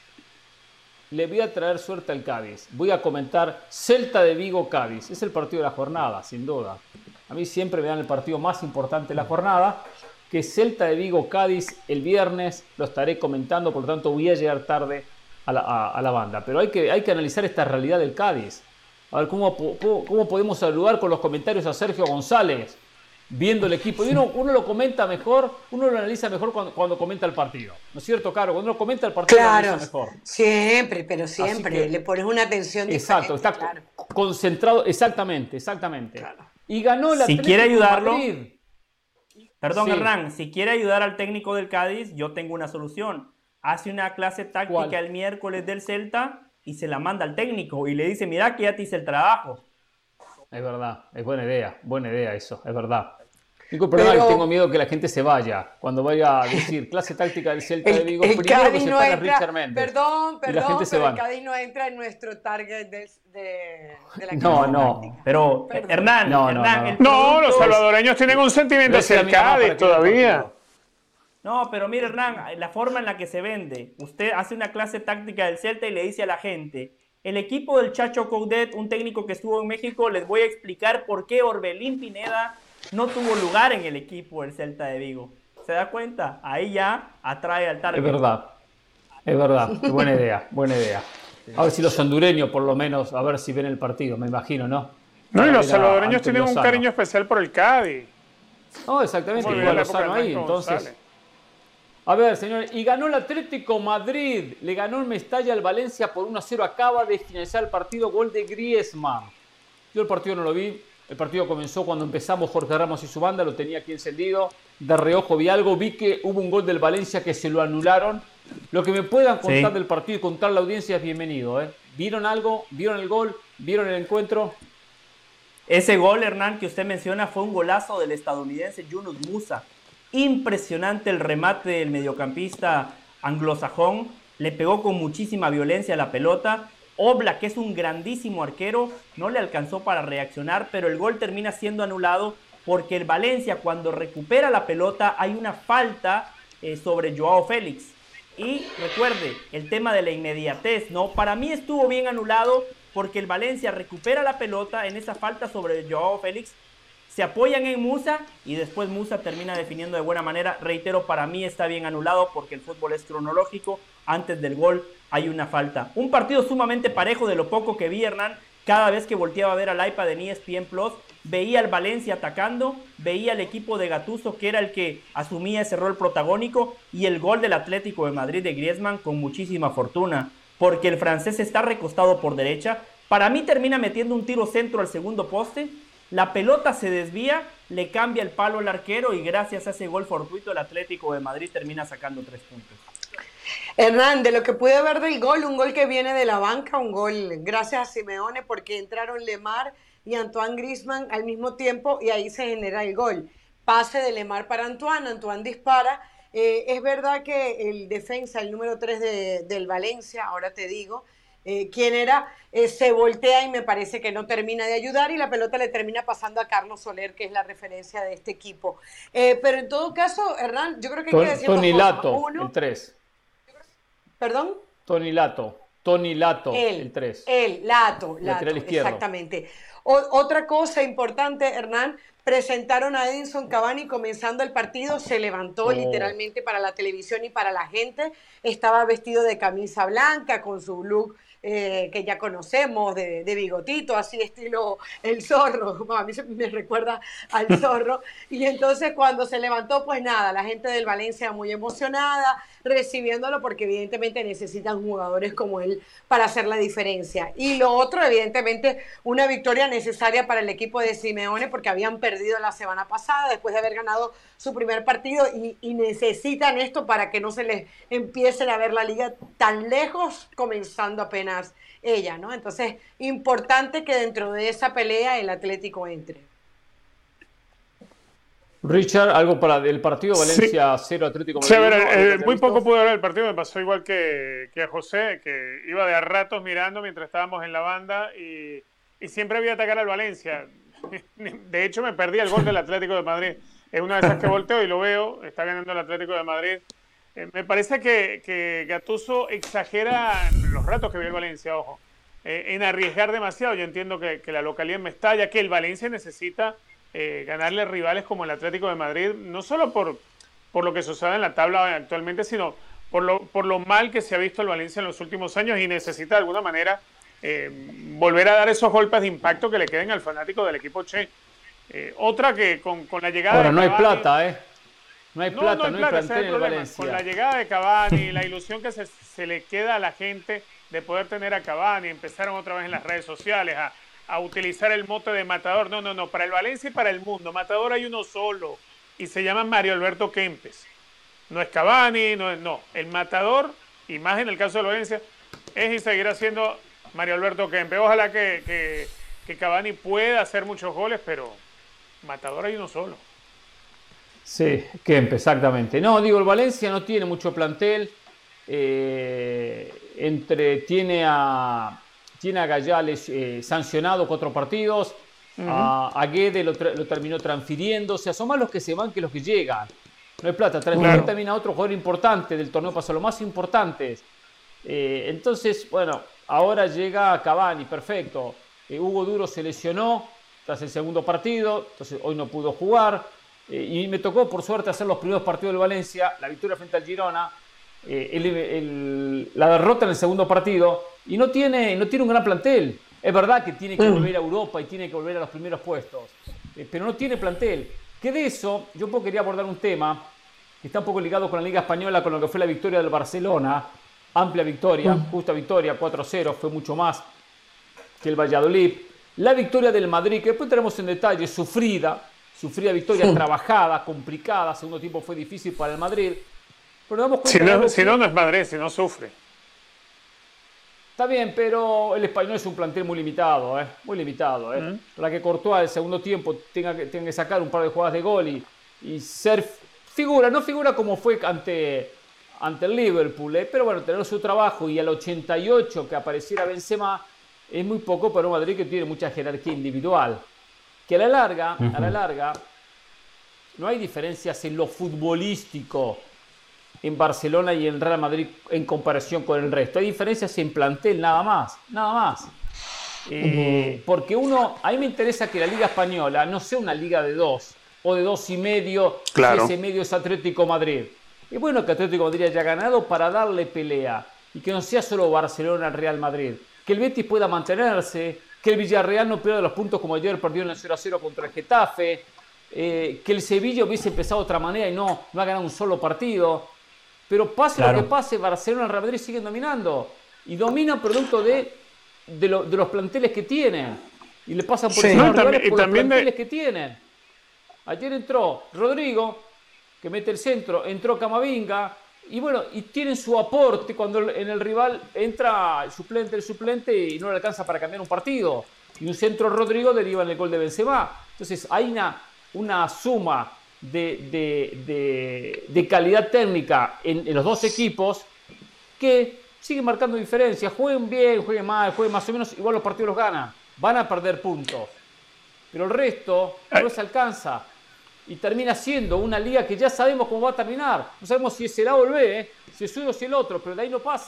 le voy a traer suerte al Cádiz. Voy a comentar Celta de Vigo-Cádiz. Es el partido de la jornada, sin duda. A mí siempre me dan el partido más importante de la jornada, que es Celta de Vigo-Cádiz el viernes. Lo estaré comentando, por lo tanto voy a llegar tarde a la, a- a la banda. Pero hay que, hay que analizar esta realidad del Cádiz. A ver cómo, po- cómo, cómo podemos saludar con los comentarios a Sergio González, viendo el equipo. Y uno, uno lo comenta mejor, uno lo analiza mejor cuando, cuando comenta el partido. ¿No es cierto, Caro? Cuando uno comenta el partido, lo Claro, analiza mejor. siempre, pero siempre. que- Le pones una atención Exacto, diferente. está claro. concentrado, exactamente, exactamente. Claro. Y ganó el Si Atlético quiere ayudarlo, Madrid. Perdón, Sí. Hernán, si quiere ayudar al técnico del Cádiz, yo tengo una solución. Hace una clase táctica ¿Cuál? el miércoles del Celta y se la manda al técnico y le dice, mira que ya te hice el trabajo. Es verdad, es buena idea, buena idea eso, es verdad. El único problema Pero- es que tengo miedo que la gente se vaya. Cuando vaya a decir clase táctica del Celta de El, Vigo, el primero que Cádiz se no paga entra, Richard Méndez. perdón, y la perdón, gente se pero va. el Cádiz no entra en nuestro target de, de, de la No, clase no. táctica. Pero, Perdón. Hernán, No, no, Hernán, no. el No, producto los es- salvadoreños tienen un sentimiento hacia el Cádiz todavía. No, pero mire, Hernán, la forma en la que se vende. Usted hace una clase táctica del Celta y le dice a la gente, el equipo del Chacho Coudet, un técnico que estuvo en México, les voy a explicar por qué Orbelín Pineda no tuvo lugar en el equipo del Celta de Vigo. ¿Se da cuenta? Ahí ya atrae al target. Es verdad, es verdad, es buena idea, buena idea. A ver si los hondureños, por lo menos, a ver si ven el partido, me imagino, ¿no? No, y Para los ver a salvadoreños Antonio tienen un Lozano. cariño especial por el Cádiz. No, exactamente, ¿Cómo igual olvidar la época Lozano de ahí, Marco entonces... González? A ver, señores, y ganó el Atlético Madrid, le ganó el Mestalla al Valencia por uno a cero, acaba de finalizar el partido, gol de Griezmann. Yo el partido no lo vi, el partido comenzó cuando empezamos Jorge Ramos y su banda, lo tenía aquí encendido, de reojo vi algo, vi que hubo un gol del Valencia que se lo anularon. Lo que me puedan contar Sí. del partido y contar la audiencia es bienvenido, ¿eh? ¿Vieron algo? ¿Vieron el gol? ¿Vieron el encuentro? Ese gol, Hernán, que usted menciona fue un golazo del estadounidense Yunus Musa. Impresionante el remate del mediocampista anglosajón. Le pegó con muchísima violencia a la pelota. Oblak, que es un grandísimo arquero, no le alcanzó para reaccionar, pero el gol termina siendo anulado porque el Valencia, cuando recupera la pelota, hay una falta eh, sobre Joao Félix. Y recuerde, el tema de la inmediatez, ¿no? Para mí estuvo bien anulado porque el Valencia recupera la pelota en esa falta sobre Joao Félix, se apoyan en Musa y después Musa termina definiendo de buena manera. Reitero, para mí está bien anulado porque el fútbol es cronológico. Antes del gol hay una falta. Un partido sumamente parejo de lo poco que vi, Hernán. Cada vez que volteaba a ver al iPad en E S P N Plus, veía al Valencia atacando, veía al equipo de Gattuso, que era el que asumía ese rol protagónico, y el gol del Atlético de Madrid de Griezmann con muchísima fortuna, porque el francés está recostado por derecha. Para mí termina metiendo un tiro centro al segundo poste, la pelota se desvía, le cambia el palo al arquero y gracias a ese gol fortuito el Atlético de Madrid termina sacando tres puntos. Hernán, de lo que pude ver del gol, un gol que viene de la banca, un gol gracias a Simeone porque entraron Lemar y Antoine Griezmann al mismo tiempo y ahí se genera el gol. Pase de Lemar para Antoine, Antoine dispara. Eh, es verdad que el defensa, el número tres de, del Valencia, ahora te digo, eh, quién era, eh, se voltea y me parece que no termina de ayudar y la pelota le termina pasando a Carlos Soler, que es la referencia de este equipo. Eh, pero en todo caso, Hernán, yo creo que hay que decir dos Tony cosas. Lato, Uno, el tres. ¿Perdón? Tony Lato. Tony Lato, él, el tres. Él, Lato, Lateral Lato, izquierdo. exactamente. O, otra cosa importante, Hernán, presentaron a Edinson Cavani comenzando el partido, se levantó Oh. literalmente para la televisión y para la gente, estaba vestido de camisa blanca con su look eh, que ya conocemos, de, de bigotito, así estilo el Zorro, a mí se me recuerda al Zorro, y entonces cuando se levantó, pues nada, la gente del Valencia muy emocionada, recibiéndolo porque evidentemente necesitan jugadores como él para hacer la diferencia. Y lo otro, evidentemente, una victoria necesaria para el equipo de Simeone porque habían perdido la semana pasada después de haber ganado su primer partido y, y necesitan esto para que no se les empiecen a ver la liga tan lejos, comenzando apenas ella, ¿no? Entonces, importante que dentro de esa pelea el Atlético entre. Richard, algo para el partido Valencia sí. cero Atlético Madrid. Sí, a ver, uno, eh, muy poco pude hablar del partido, me pasó igual que, que a José, que iba de a ratos mirando mientras estábamos en la banda y, y siempre había atacar al Valencia. De hecho, me perdí el gol del Atlético de Madrid. Es una de esas que volteo y lo veo, está ganando el Atlético de Madrid. Eh, me parece que, que Gattuso exagera los ratos que vio el Valencia, ojo, eh, en arriesgar demasiado. Yo entiendo que, que la localidad en Mestalla, que el Valencia necesita Eh, ganarle a rivales como el Atlético de Madrid, no solo por, por lo que sucede en la tabla actualmente, sino por lo, por lo mal que se ha visto el Valencia en los últimos años y necesita de alguna manera eh, volver a dar esos golpes de impacto que le queden al fanático del equipo Che. Eh, otra que con, con la llegada Ahora, de no hay Cavani, plata, ¿eh? No hay no, plata, no hay, no hay plata, ese plantel es en el el problema. Valencia. Con la llegada de Cavani, la ilusión que se, se le queda a la gente de poder tener a Cavani, empezaron otra vez en las redes sociales a a utilizar el mote de Matador. No, no, no, para el Valencia y para el mundo. Matador hay uno solo y se llama Mario Alberto Kempes. No es Cavani, no es, no. El Matador, y más en el caso de Valencia, es y seguirá siendo Mario Alberto Kempes. Ojalá que, que, que Cavani pueda hacer muchos goles, pero Matador hay uno solo. Sí, Kempes, exactamente. No, digo, el Valencia no tiene mucho plantel. Eh, entre, tiene a... Tiene a Gallales eh, sancionado cuatro partidos, uh-huh. a, a Guede lo, tra- lo terminó transfiriendo, o sea, son más los que se van que los que llegan. No hay plata, transfirió claro. también a otro jugador importante del torneo pasado, los más importantes. Eh, entonces, bueno, ahora llega Cavani, perfecto. Eh, Hugo Duro se lesionó tras el segundo partido, entonces hoy no pudo jugar. Eh, y me tocó, por suerte, hacer los primeros partidos del Valencia, la victoria frente al Girona, eh, el, el, la derrota en el segundo partido. Y no tiene, no tiene un gran plantel. Es verdad que tiene que volver a Europa y tiene que volver a los primeros puestos. Eh, pero no tiene plantel. Que de eso, yo un poco quería abordar un tema que está un poco ligado con la Liga Española, con lo que fue la victoria del Barcelona. Amplia victoria, justa victoria, cuatro a cero. Fue mucho más que el Valladolid. La victoria del Madrid, que después tenemos en detalle, sufrida. Sufrida victoria, sí. trabajada, complicada. Segundo tiempo fue difícil para el Madrid. Pero damos cuenta si, no, que... si no, no es Madrid, si no sufre. Está bien, pero el Español es un plantel muy limitado, ¿eh? Muy limitado, ¿eh? Uh-huh. Para que Courtois el segundo tiempo tenga que, tenga que sacar un par de jugadas de gol y, y ser figura, no figura como fue ante, ante el Liverpool, ¿eh? Pero bueno, tener su trabajo y al ochenta y ocho que apareciera Benzema es muy poco para un Madrid que tiene mucha jerarquía individual. Que a la larga, uh-huh. a la larga, no hay diferencias en lo futbolístico en Barcelona y en Real Madrid en comparación con el resto. Hay diferencias en plantel, nada más, nada más. Eh, uh-huh. Porque uno, a mí me interesa que la Liga Española no sea una liga de dos, o de dos y medio, claro. Si ese medio es Atlético Madrid. Es bueno que Atlético Madrid haya ganado para darle pelea, y que no sea solo Barcelona, Real Madrid. Que el Betis pueda mantenerse, que el Villarreal no pierda los puntos como ayer perdió en el cero a cero contra el Getafe, eh, que el Sevilla hubiese empezado de otra manera y no, no ha ganado un solo partido. Pero pase claro. lo que pase, Barcelona y Real Madrid siguen dominando. Y dominan producto de, de, lo, de los planteles que tienen. Y le pasan por sí. encima no, rivales por los planteles de... que tienen. Ayer entró Rodrigo, que mete el centro, entró Camavinga. Y bueno, y tienen su aporte cuando en el rival entra el suplente, el suplente y no le alcanza para cambiar un partido. Y un centro Rodrigo deriva en el gol de Benzema. Entonces hay una, una suma De, de, de, de calidad técnica en, en los dos equipos que siguen marcando diferencias. Jueguen bien, jueguen mal, jueguen más o menos, igual los partidos los ganan. Van a perder puntos. Pero el resto no se alcanza. Y termina siendo una liga que ya sabemos cómo va a terminar. No sabemos si es el A o el B, ¿eh? si es uno o si es el otro, pero de ahí no pasa.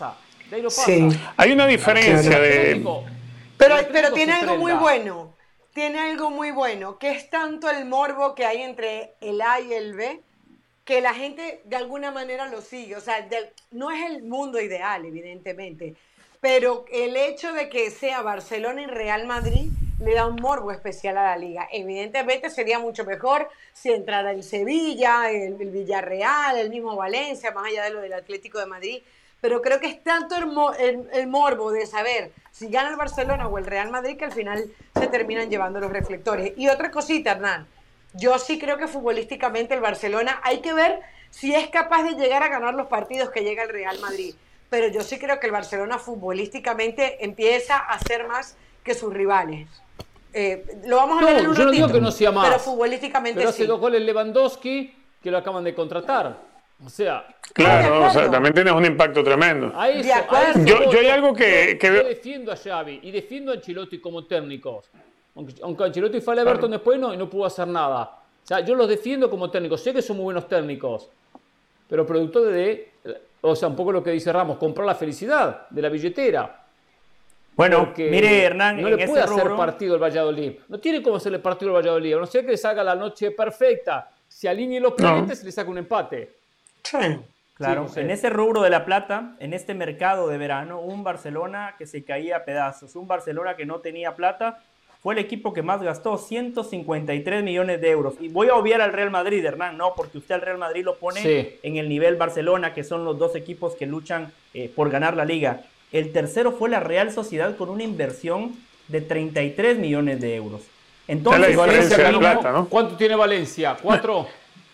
De ahí lo pasa. Sí. Hay una diferencia de... Pero, pero tiene algo muy bueno. Tiene algo muy bueno, que es tanto el morbo que hay entre el A y el B, que la gente de alguna manera lo sigue. O sea, de, no es el mundo ideal, evidentemente, pero el hecho de que sea Barcelona y Real Madrid le da un morbo especial a la liga. Evidentemente sería mucho mejor si entrara el Sevilla, el, el Villarreal, el mismo Valencia, más allá de lo del Atlético de Madrid. Pero creo que es tanto el, el, el morbo de saber si gana el Barcelona o el Real Madrid que al final se terminan llevando los reflectores. Y otra cosita, Hernán, yo sí creo que futbolísticamente el Barcelona hay que ver si es capaz de llegar a ganar los partidos que llega el Real Madrid. Pero yo sí creo que el Barcelona futbolísticamente empieza a ser más que sus rivales. Eh, lo vamos a no, ver en un yo no ratito, digo que no sea más, pero futbolísticamente pero sí. hace dos goles Lewandowski que lo acaban de contratar. O sea, claro, o sea, también tienes un impacto tremendo. A eso, a eso yo, voy, yo hay algo que, yo, que yo defiendo a Xavi y defiendo a Ancelotti como técnicos. Aunque, aunque Ancelotti fue al Everton después no, y no pudo hacer nada. O sea, yo los defiendo como técnicos. Sé que son muy buenos técnicos, pero producto de, o sea, un poco lo que dice Ramos, comprar la felicidad de la billetera. Bueno, Porque mire, Hernán, no en le puede ese hacer rubro, partido el Valladolid. No tiene cómo hacerle partido al Valladolid. A no ser que le salga la noche perfecta. Si alinee los planetas, no. le saca un empate. Sí. Claro, sí, en ese rubro de La Plata, en este mercado de verano, un Barcelona que se caía a pedazos, un Barcelona que no tenía plata, fue el equipo que más gastó, ciento cincuenta y tres millones de euros. Y voy a obviar al Real Madrid, Hernán, no, porque usted al Real Madrid lo pone sí. en el nivel Barcelona, que son los dos equipos que luchan eh, por ganar la liga. El tercero fue la Real Sociedad con una inversión de treinta y tres millones de euros. Entonces, la Valencia, de plata, ¿no? ¿Cuánto tiene Valencia? ¿Cuatro?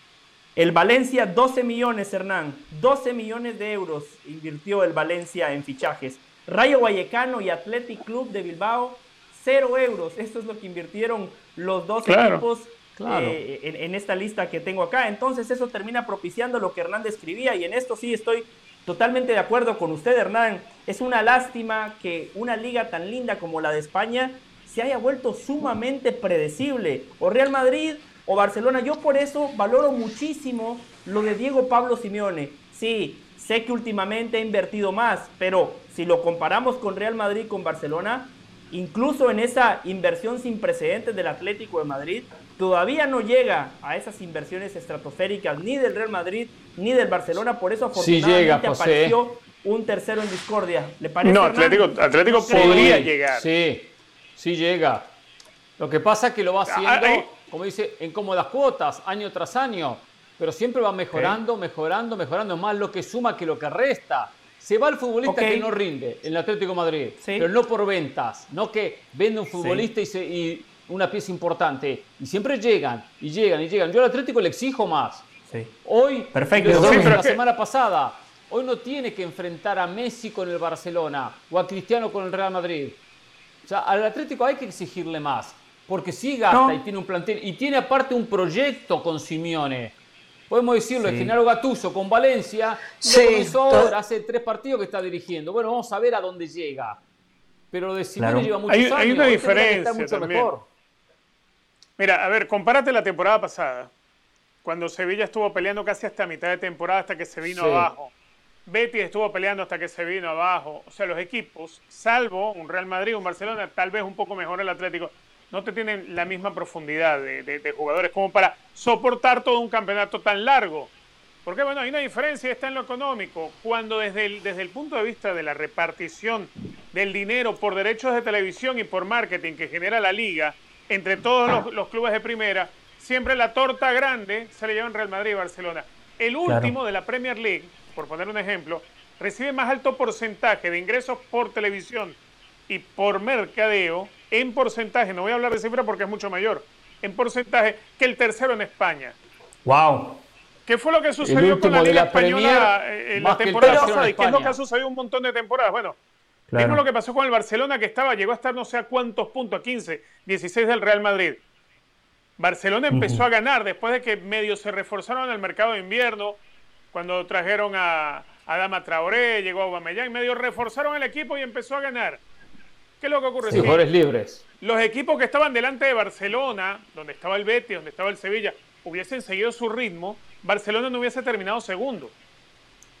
El Valencia, doce millones, Hernán. doce millones de euros invirtió el Valencia en fichajes. Rayo Vallecano y Athletic Club de Bilbao, cero euros. Esto es lo que invirtieron los dos claro, equipos claro. Eh, en, en esta lista que tengo acá. Entonces eso termina propiciando lo que Hernán describía. Y en esto sí estoy totalmente de acuerdo con usted, Hernán. Es una lástima que una liga tan linda como la de España se haya vuelto sumamente predecible. O Real Madrid o Barcelona. Yo por eso valoro muchísimo lo de Diego Pablo Simeone. Sí, sé que últimamente ha invertido más, pero si lo comparamos con Real Madrid, con Barcelona, incluso en esa inversión sin precedentes del Atlético de Madrid, todavía no llega a esas inversiones estratosféricas ni del Real Madrid ni del Barcelona. Por eso afortunadamente sí llega, apareció un tercero en discordia. ¿Le parece, no, Hernán? Atlético, Atlético ¿No podría sí, llegar. Sí, sí llega. Lo que pasa es que lo va haciendo... Ay, como dice, en cómodas cuotas, año tras año, pero siempre va mejorando, okay. mejorando, mejorando, más lo que suma que lo que resta. Se va el futbolista okay. que no rinde en el Atlético de Madrid, sí. pero no por ventas, no que vende un futbolista sí. y, se, y una pieza importante. Y siempre llegan, y llegan, y llegan. Yo al Atlético le exijo más. Sí. Hoy, perfecto. Sí, pero la ¿qué? semana pasada, hoy no tiene que enfrentar a Messi con el Barcelona o a Cristiano con el Real Madrid. O sea, al Atlético hay que exigirle más. Porque sí gasta no. y tiene un plantel y tiene aparte un proyecto con Simeone. Podemos decirlo, sí. el Genaro Gattuso con Valencia, sí. lo comenzó ahora, hace tres partidos que está dirigiendo. Bueno, vamos a ver a dónde llega. Pero lo de Simeone claro. lleva muchos hay, años. Hay una diferencia mucho también. Mejor. Mira, a ver, compárate la temporada pasada, cuando Sevilla estuvo peleando casi hasta mitad de temporada, hasta que se vino sí. abajo. Betis estuvo peleando hasta que se vino abajo. O sea, los equipos, salvo un Real Madrid, un Barcelona, tal vez un poco mejor el Atlético, no te tienen la misma profundidad de, de, de jugadores como para soportar todo un campeonato tan largo. Porque, bueno, hay una diferencia, está en lo económico. Cuando desde el, desde el punto de vista de la repartición del dinero por derechos de televisión y por marketing que genera la liga, entre todos los, los clubes de primera, siempre la torta grande se le llevan Real Madrid y Barcelona. El último claro. de la Premier League, por poner un ejemplo, recibe más alto porcentaje de ingresos por televisión y por mercadeo, en porcentaje, no voy a hablar de cifra porque es mucho mayor, en porcentaje que el tercero en España. ¡Wow! ¿Qué fue lo que sucedió con la Liga la Española Premier, en la temporada pasada? ¿Y qué es lo que ha sucedido un montón de temporadas? Bueno, claro. Vimos lo que pasó con el Barcelona, que estaba, llegó a estar no sé a cuántos puntos, a quince, dieciséis del Real Madrid. Barcelona empezó uh-huh. a ganar después de que medio se reforzaron en el mercado de invierno, cuando trajeron a Adama Traoré, llegó a Aubameyang, medio reforzaron el equipo y empezó a ganar. ¿Qué es lo que ocurre? Sí, jugadores libres. Los equipos que estaban delante de Barcelona, donde estaba el Betis, donde estaba el Sevilla, hubiesen seguido su ritmo, Barcelona no hubiese terminado segundo.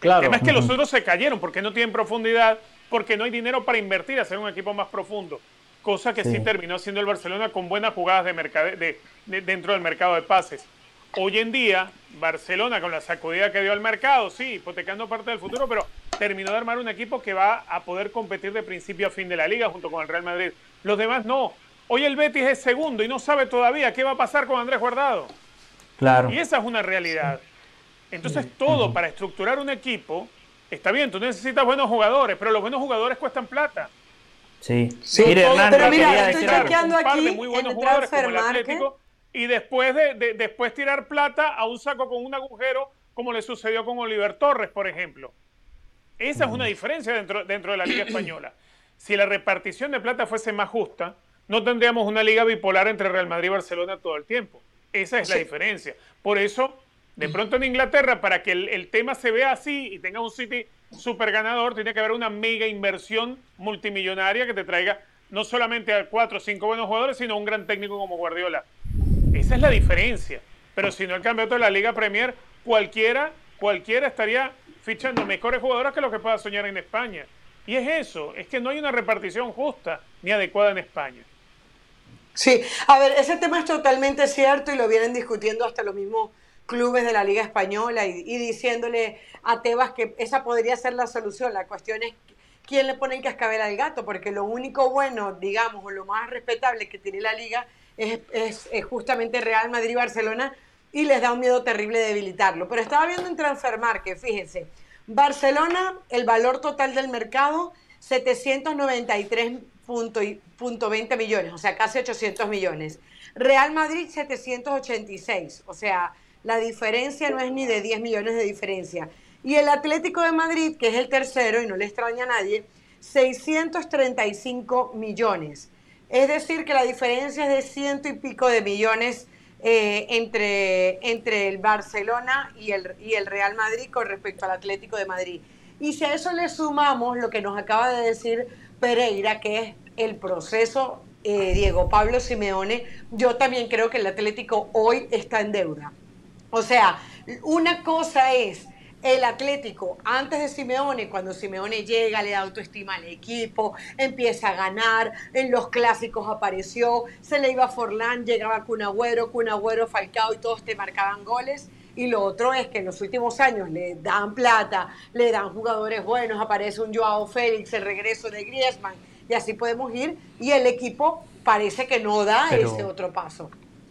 Claro. El tema es que los otros se cayeron porque no tienen profundidad, porque no hay dinero para invertir, hacer un equipo más profundo. Cosa que sí, sí terminó haciendo el Barcelona con buenas jugadas de mercade de, de, dentro del mercado de pases. Hoy en día, Barcelona, con la sacudida que dio al mercado, sí, hipotecando parte del futuro, pero terminó de armar un equipo que va a poder competir de principio a fin de la liga junto con el Real Madrid. Los demás no. Hoy el Betis es segundo y no sabe todavía qué va a pasar con Andrés Guardado. Claro. Y esa es una realidad. Entonces, todo para estructurar un equipo, está bien, tú necesitas buenos jugadores, pero los buenos jugadores cuestan plata. Sí. Sí, Mire, Hernán, pero mira, quería estoy decir chequeando un par aquí de muy buenos en el jugadores como el Transfermarkt. Atlético y después de, de después tirar plata a un saco con un agujero, como le sucedió con Oliver Torres, por ejemplo. Esa es una diferencia dentro, dentro de la Liga Española. Si la repartición de plata fuese más justa, no tendríamos una liga bipolar entre Real Madrid y Barcelona todo el tiempo. Esa es la diferencia. Por eso, de pronto en Inglaterra, para que el, el tema se vea así y tenga un City super ganador, tiene que haber una mega inversión multimillonaria que te traiga no solamente a cuatro o cinco buenos jugadores, sino a un gran técnico como Guardiola. Esa es la diferencia. Pero si no, el campeonato de la Liga Premier, cualquiera, cualquiera estaría fichando mejores jugadores que los que pueda soñar en España. Y es eso, es que no hay una repartición justa ni adecuada en España. Sí, a ver, ese tema es totalmente cierto y lo vienen discutiendo hasta los mismos clubes de la Liga Española y, y diciéndole a Tebas que esa podría ser la solución. La cuestión es quién le pone el cascabel al gato, porque lo único bueno, digamos, o lo más respetable que tiene la Liga es, es, es justamente Real Madrid y Barcelona, y les da un miedo terrible debilitarlo. Pero estaba viendo en Transfermarkt que, fíjense, Barcelona, el valor total del mercado, setecientos noventa y tres punto veinte millones, o sea, casi ochocientos millones. Real Madrid, setecientos ochenta y seis, o sea, la diferencia no es ni de diez millones de diferencia. Y el Atlético de Madrid, que es el tercero, y no le extraña a nadie, seiscientos treinta y cinco millones. Es decir, que la diferencia es de ciento y pico de millones eh, entre, entre el Barcelona y el, y el Real Madrid con respecto al Atlético de Madrid. Y si a eso le sumamos lo que nos acaba de decir Pereira, que es el proceso eh, Diego Pablo Simeone, yo también creo que el Atlético hoy está en deuda. O sea, una cosa es el Atlético antes de Simeone, cuando Simeone llega, le da autoestima al equipo, empieza a ganar, en los clásicos apareció, se le iba a Forlán, llegaba Kun Agüero, Kun Agüero, Falcao y todos te marcaban goles. Y lo otro es que en los últimos años le dan plata, le dan jugadores buenos, aparece un Joao Félix, el regreso de Griezmann, y así podemos ir, y el equipo parece que no da pero, ese otro paso.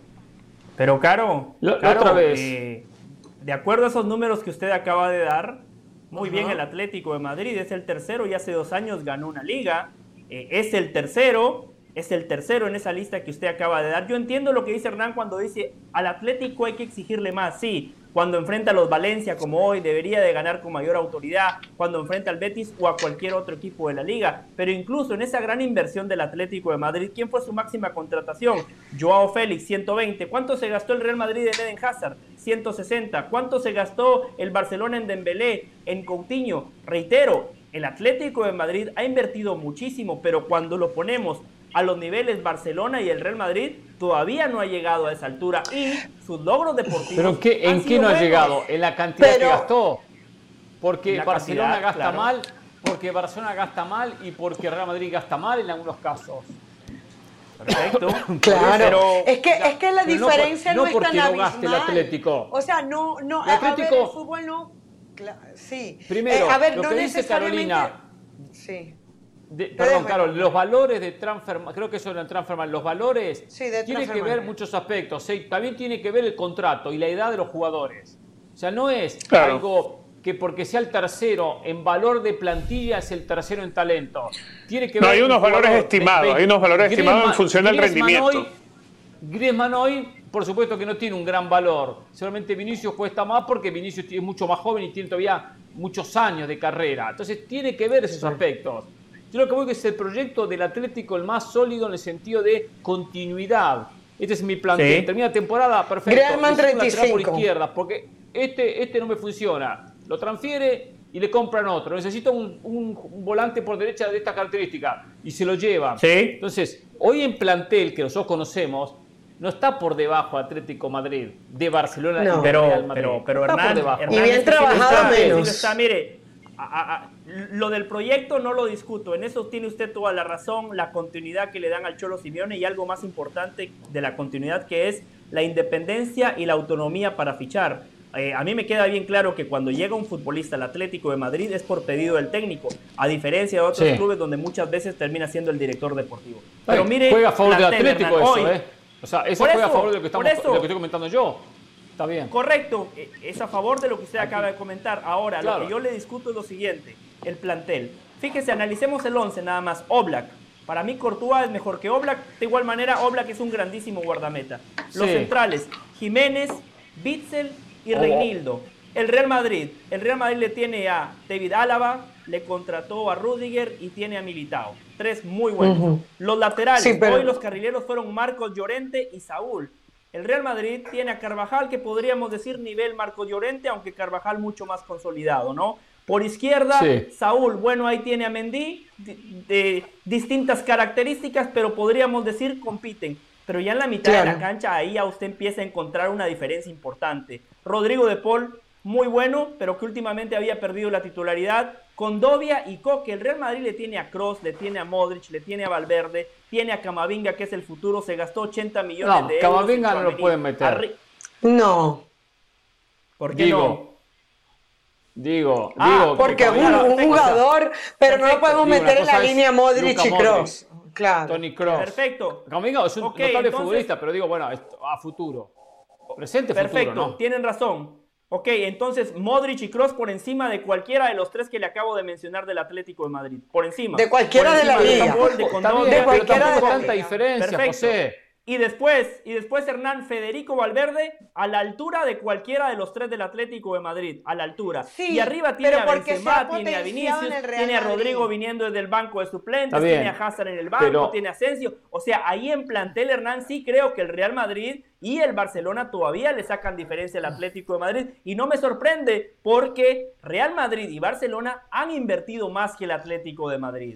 Pero Caro, Lo, Caro otra vez. Eh, de acuerdo a esos números que usted acaba de dar, muy Ajá. bien el Atlético de Madrid, es el tercero y hace dos años ganó una liga, eh, es el tercero, es el tercero en esa lista que usted acaba de dar. Yo entiendo lo que dice Hernán cuando dice al Atlético hay que exigirle más, sí, cuando enfrenta a los Valencia como hoy debería de ganar con mayor autoridad, cuando enfrenta al Betis o a cualquier otro equipo de la liga, pero incluso en esa gran inversión del Atlético de Madrid, ¿quién fue su máxima contratación? Joao Félix, ciento veinte. ¿Cuánto se gastó el Real Madrid en Eden Hazard? ciento sesenta. ¿Cuánto se gastó el Barcelona en Dembélé, en Coutinho? Reitero, el Atlético de Madrid ha invertido muchísimo, pero cuando lo ponemos a los niveles Barcelona y el Real Madrid, todavía no ha llegado a esa altura y sus logros deportivos. ¿Pero en qué, en qué no buenos. ha llegado? En la cantidad Pero, que gastó. Porque la Barcelona cantidad, gasta claro. mal, porque Barcelona gasta mal y porque Real Madrid gasta mal en algunos casos. Perfecto. Claro, Pero, es, que, es que la pero no diferencia por- no, no es tan porque no gaste el abismal. Atlético. O sea, no, no, El a- a ver, Atlético- el fútbol no... Cla- sí. Primero, Eh, a ver, lo no que dice necesariamente- Carolina. Sí. De- Te perdón, dejo. Carol, los valores de Transfermarkt, creo que eso era en Transfermarkt, los valores Sí, de tiene que Transfermarkt. ver muchos aspectos, ¿sí? También tiene que ver el contrato y la edad de los jugadores. O sea, no es Claro. algo que porque sea el tercero en valor de plantilla es el tercero en talento. Tiene que No, ver hay unos un jugador valores de- estimados, de- hay unos valores estimados en función del Griezmann rendimiento. Hoy, Griezmann hoy, por supuesto que no tiene un gran valor. Seguramente Vinicius cuesta más porque Vinicius es mucho más joven y tiene todavía muchos años de carrera. Entonces tiene que ver esos aspectos. Yo lo que veo que es el proyecto del Atlético el más sólido en el sentido de continuidad. Este es mi plantel. Sí. Termina la temporada, perfecto. Griezmann Necesito un treinta y lateral cinco. por izquierda, porque este, este no me funciona. Lo transfiere y le compran otro. Necesito un, un- un volante por derecha de esta característica y se lo lleva. Sí. Entonces, hoy en plantel, que nosotros conocemos, no está por debajo Atlético Madrid de Barcelona No. y de Pero, Real Madrid. pero, pero Está por Hernán, debajo. Hernán, Y bien es que sí lo trabajado está, sí lo menos. está, mire, a- a- a- lo del proyecto no lo discuto, en eso tiene usted toda la razón, la continuidad que le dan al Cholo Simeone y algo más importante de la continuidad que es la independencia y la autonomía para fichar. Eh, a mí me queda bien claro que cuando llega un futbolista al Atlético de Madrid es por pedido del técnico, a diferencia de otros Sí. clubes donde muchas veces termina siendo el director deportivo. Pero mire, juega a favor del plantel, Atlético Hernán, eso, hoy- ¿eh? O sea, eso Por juega eso, a favor de lo que, estamos, por eso. de lo que estoy comentando yo. Está bien. Correcto, eh, es a favor de lo que usted acaba de comentar. Ahora, Claro. lo que yo le discuto es lo siguiente, el plantel. Fíjese, analicemos el once nada más. Oblak. Para mí Courtois es mejor que Oblak. De igual manera, Oblak es un grandísimo guardameta. Los Sí. centrales, Jiménez, Bitzel y Oh. Reinildo. El Real Madrid. El Real Madrid le tiene a David Álava, le contrató a Rudiger y tiene a Militao. Tres muy buenos. Ujú. Los laterales, Sí, pero- hoy los carrileros fueron Marcos Llorente y Saúl. El Real Madrid tiene a Carvajal, que podríamos decir nivel Marcos Llorente, aunque Carvajal mucho más consolidado, ¿no? Por izquierda, Sí. Saúl, bueno, ahí tiene a Mendy, de, de distintas características, pero podríamos decir compiten. Pero ya en la mitad de Claro. la cancha, ahí a usted empieza a encontrar una diferencia importante. Rodrigo de Paul, muy bueno, pero que últimamente había perdido la titularidad. Condovia y Coque. El Real Madrid le tiene a Kroos, le tiene a Modric, le tiene a Valverde, tiene a Camavinga, que es el futuro. Se gastó ochenta millones No, de euros. Camavinga en no lo Tchouaméni. pueden meter. Arri- No, ¿Por qué Digo, no? Digo, Ah, digo. que porque es un, Camavinga- un jugador, pero no lo Perfecto. podemos Digo, meter una en la cosa es línea Modric Luka y Kroos. Claro. Toni Kroos. Perfecto. Camavinga es un Ok, notable entonces- futbolista, pero digo, bueno, esto- a futuro. Presente Perfecto, futuro, ¿no? tienen razón. Ok, entonces Modric y Kroos por encima de cualquiera de los tres que le acabo de mencionar del Atlético de Madrid. Por encima. De cualquiera Por de la encima liga. Saúl, de Está Condovia, bien, de pero cualquiera tampoco de la tanta liga. diferencia, Perfecto. José. Y después, y después Hernán Federico Valverde a la altura de cualquiera de los tres del Atlético de Madrid, a la altura. Sí, y arriba tiene pero a porque se ha Benzema, tiene a potenciado Vinicius, en el Real tiene a Madrid. Rodrigo viniendo desde el banco de suplentes, Está bien, tiene a Hazard en el banco, pero- tiene a Asensio. O sea, ahí en plantel, Hernán, sí creo que el Real Madrid y el Barcelona todavía le sacan diferencia al Atlético de Madrid. Y no me sorprende porque Real Madrid y Barcelona han invertido más que el Atlético de Madrid.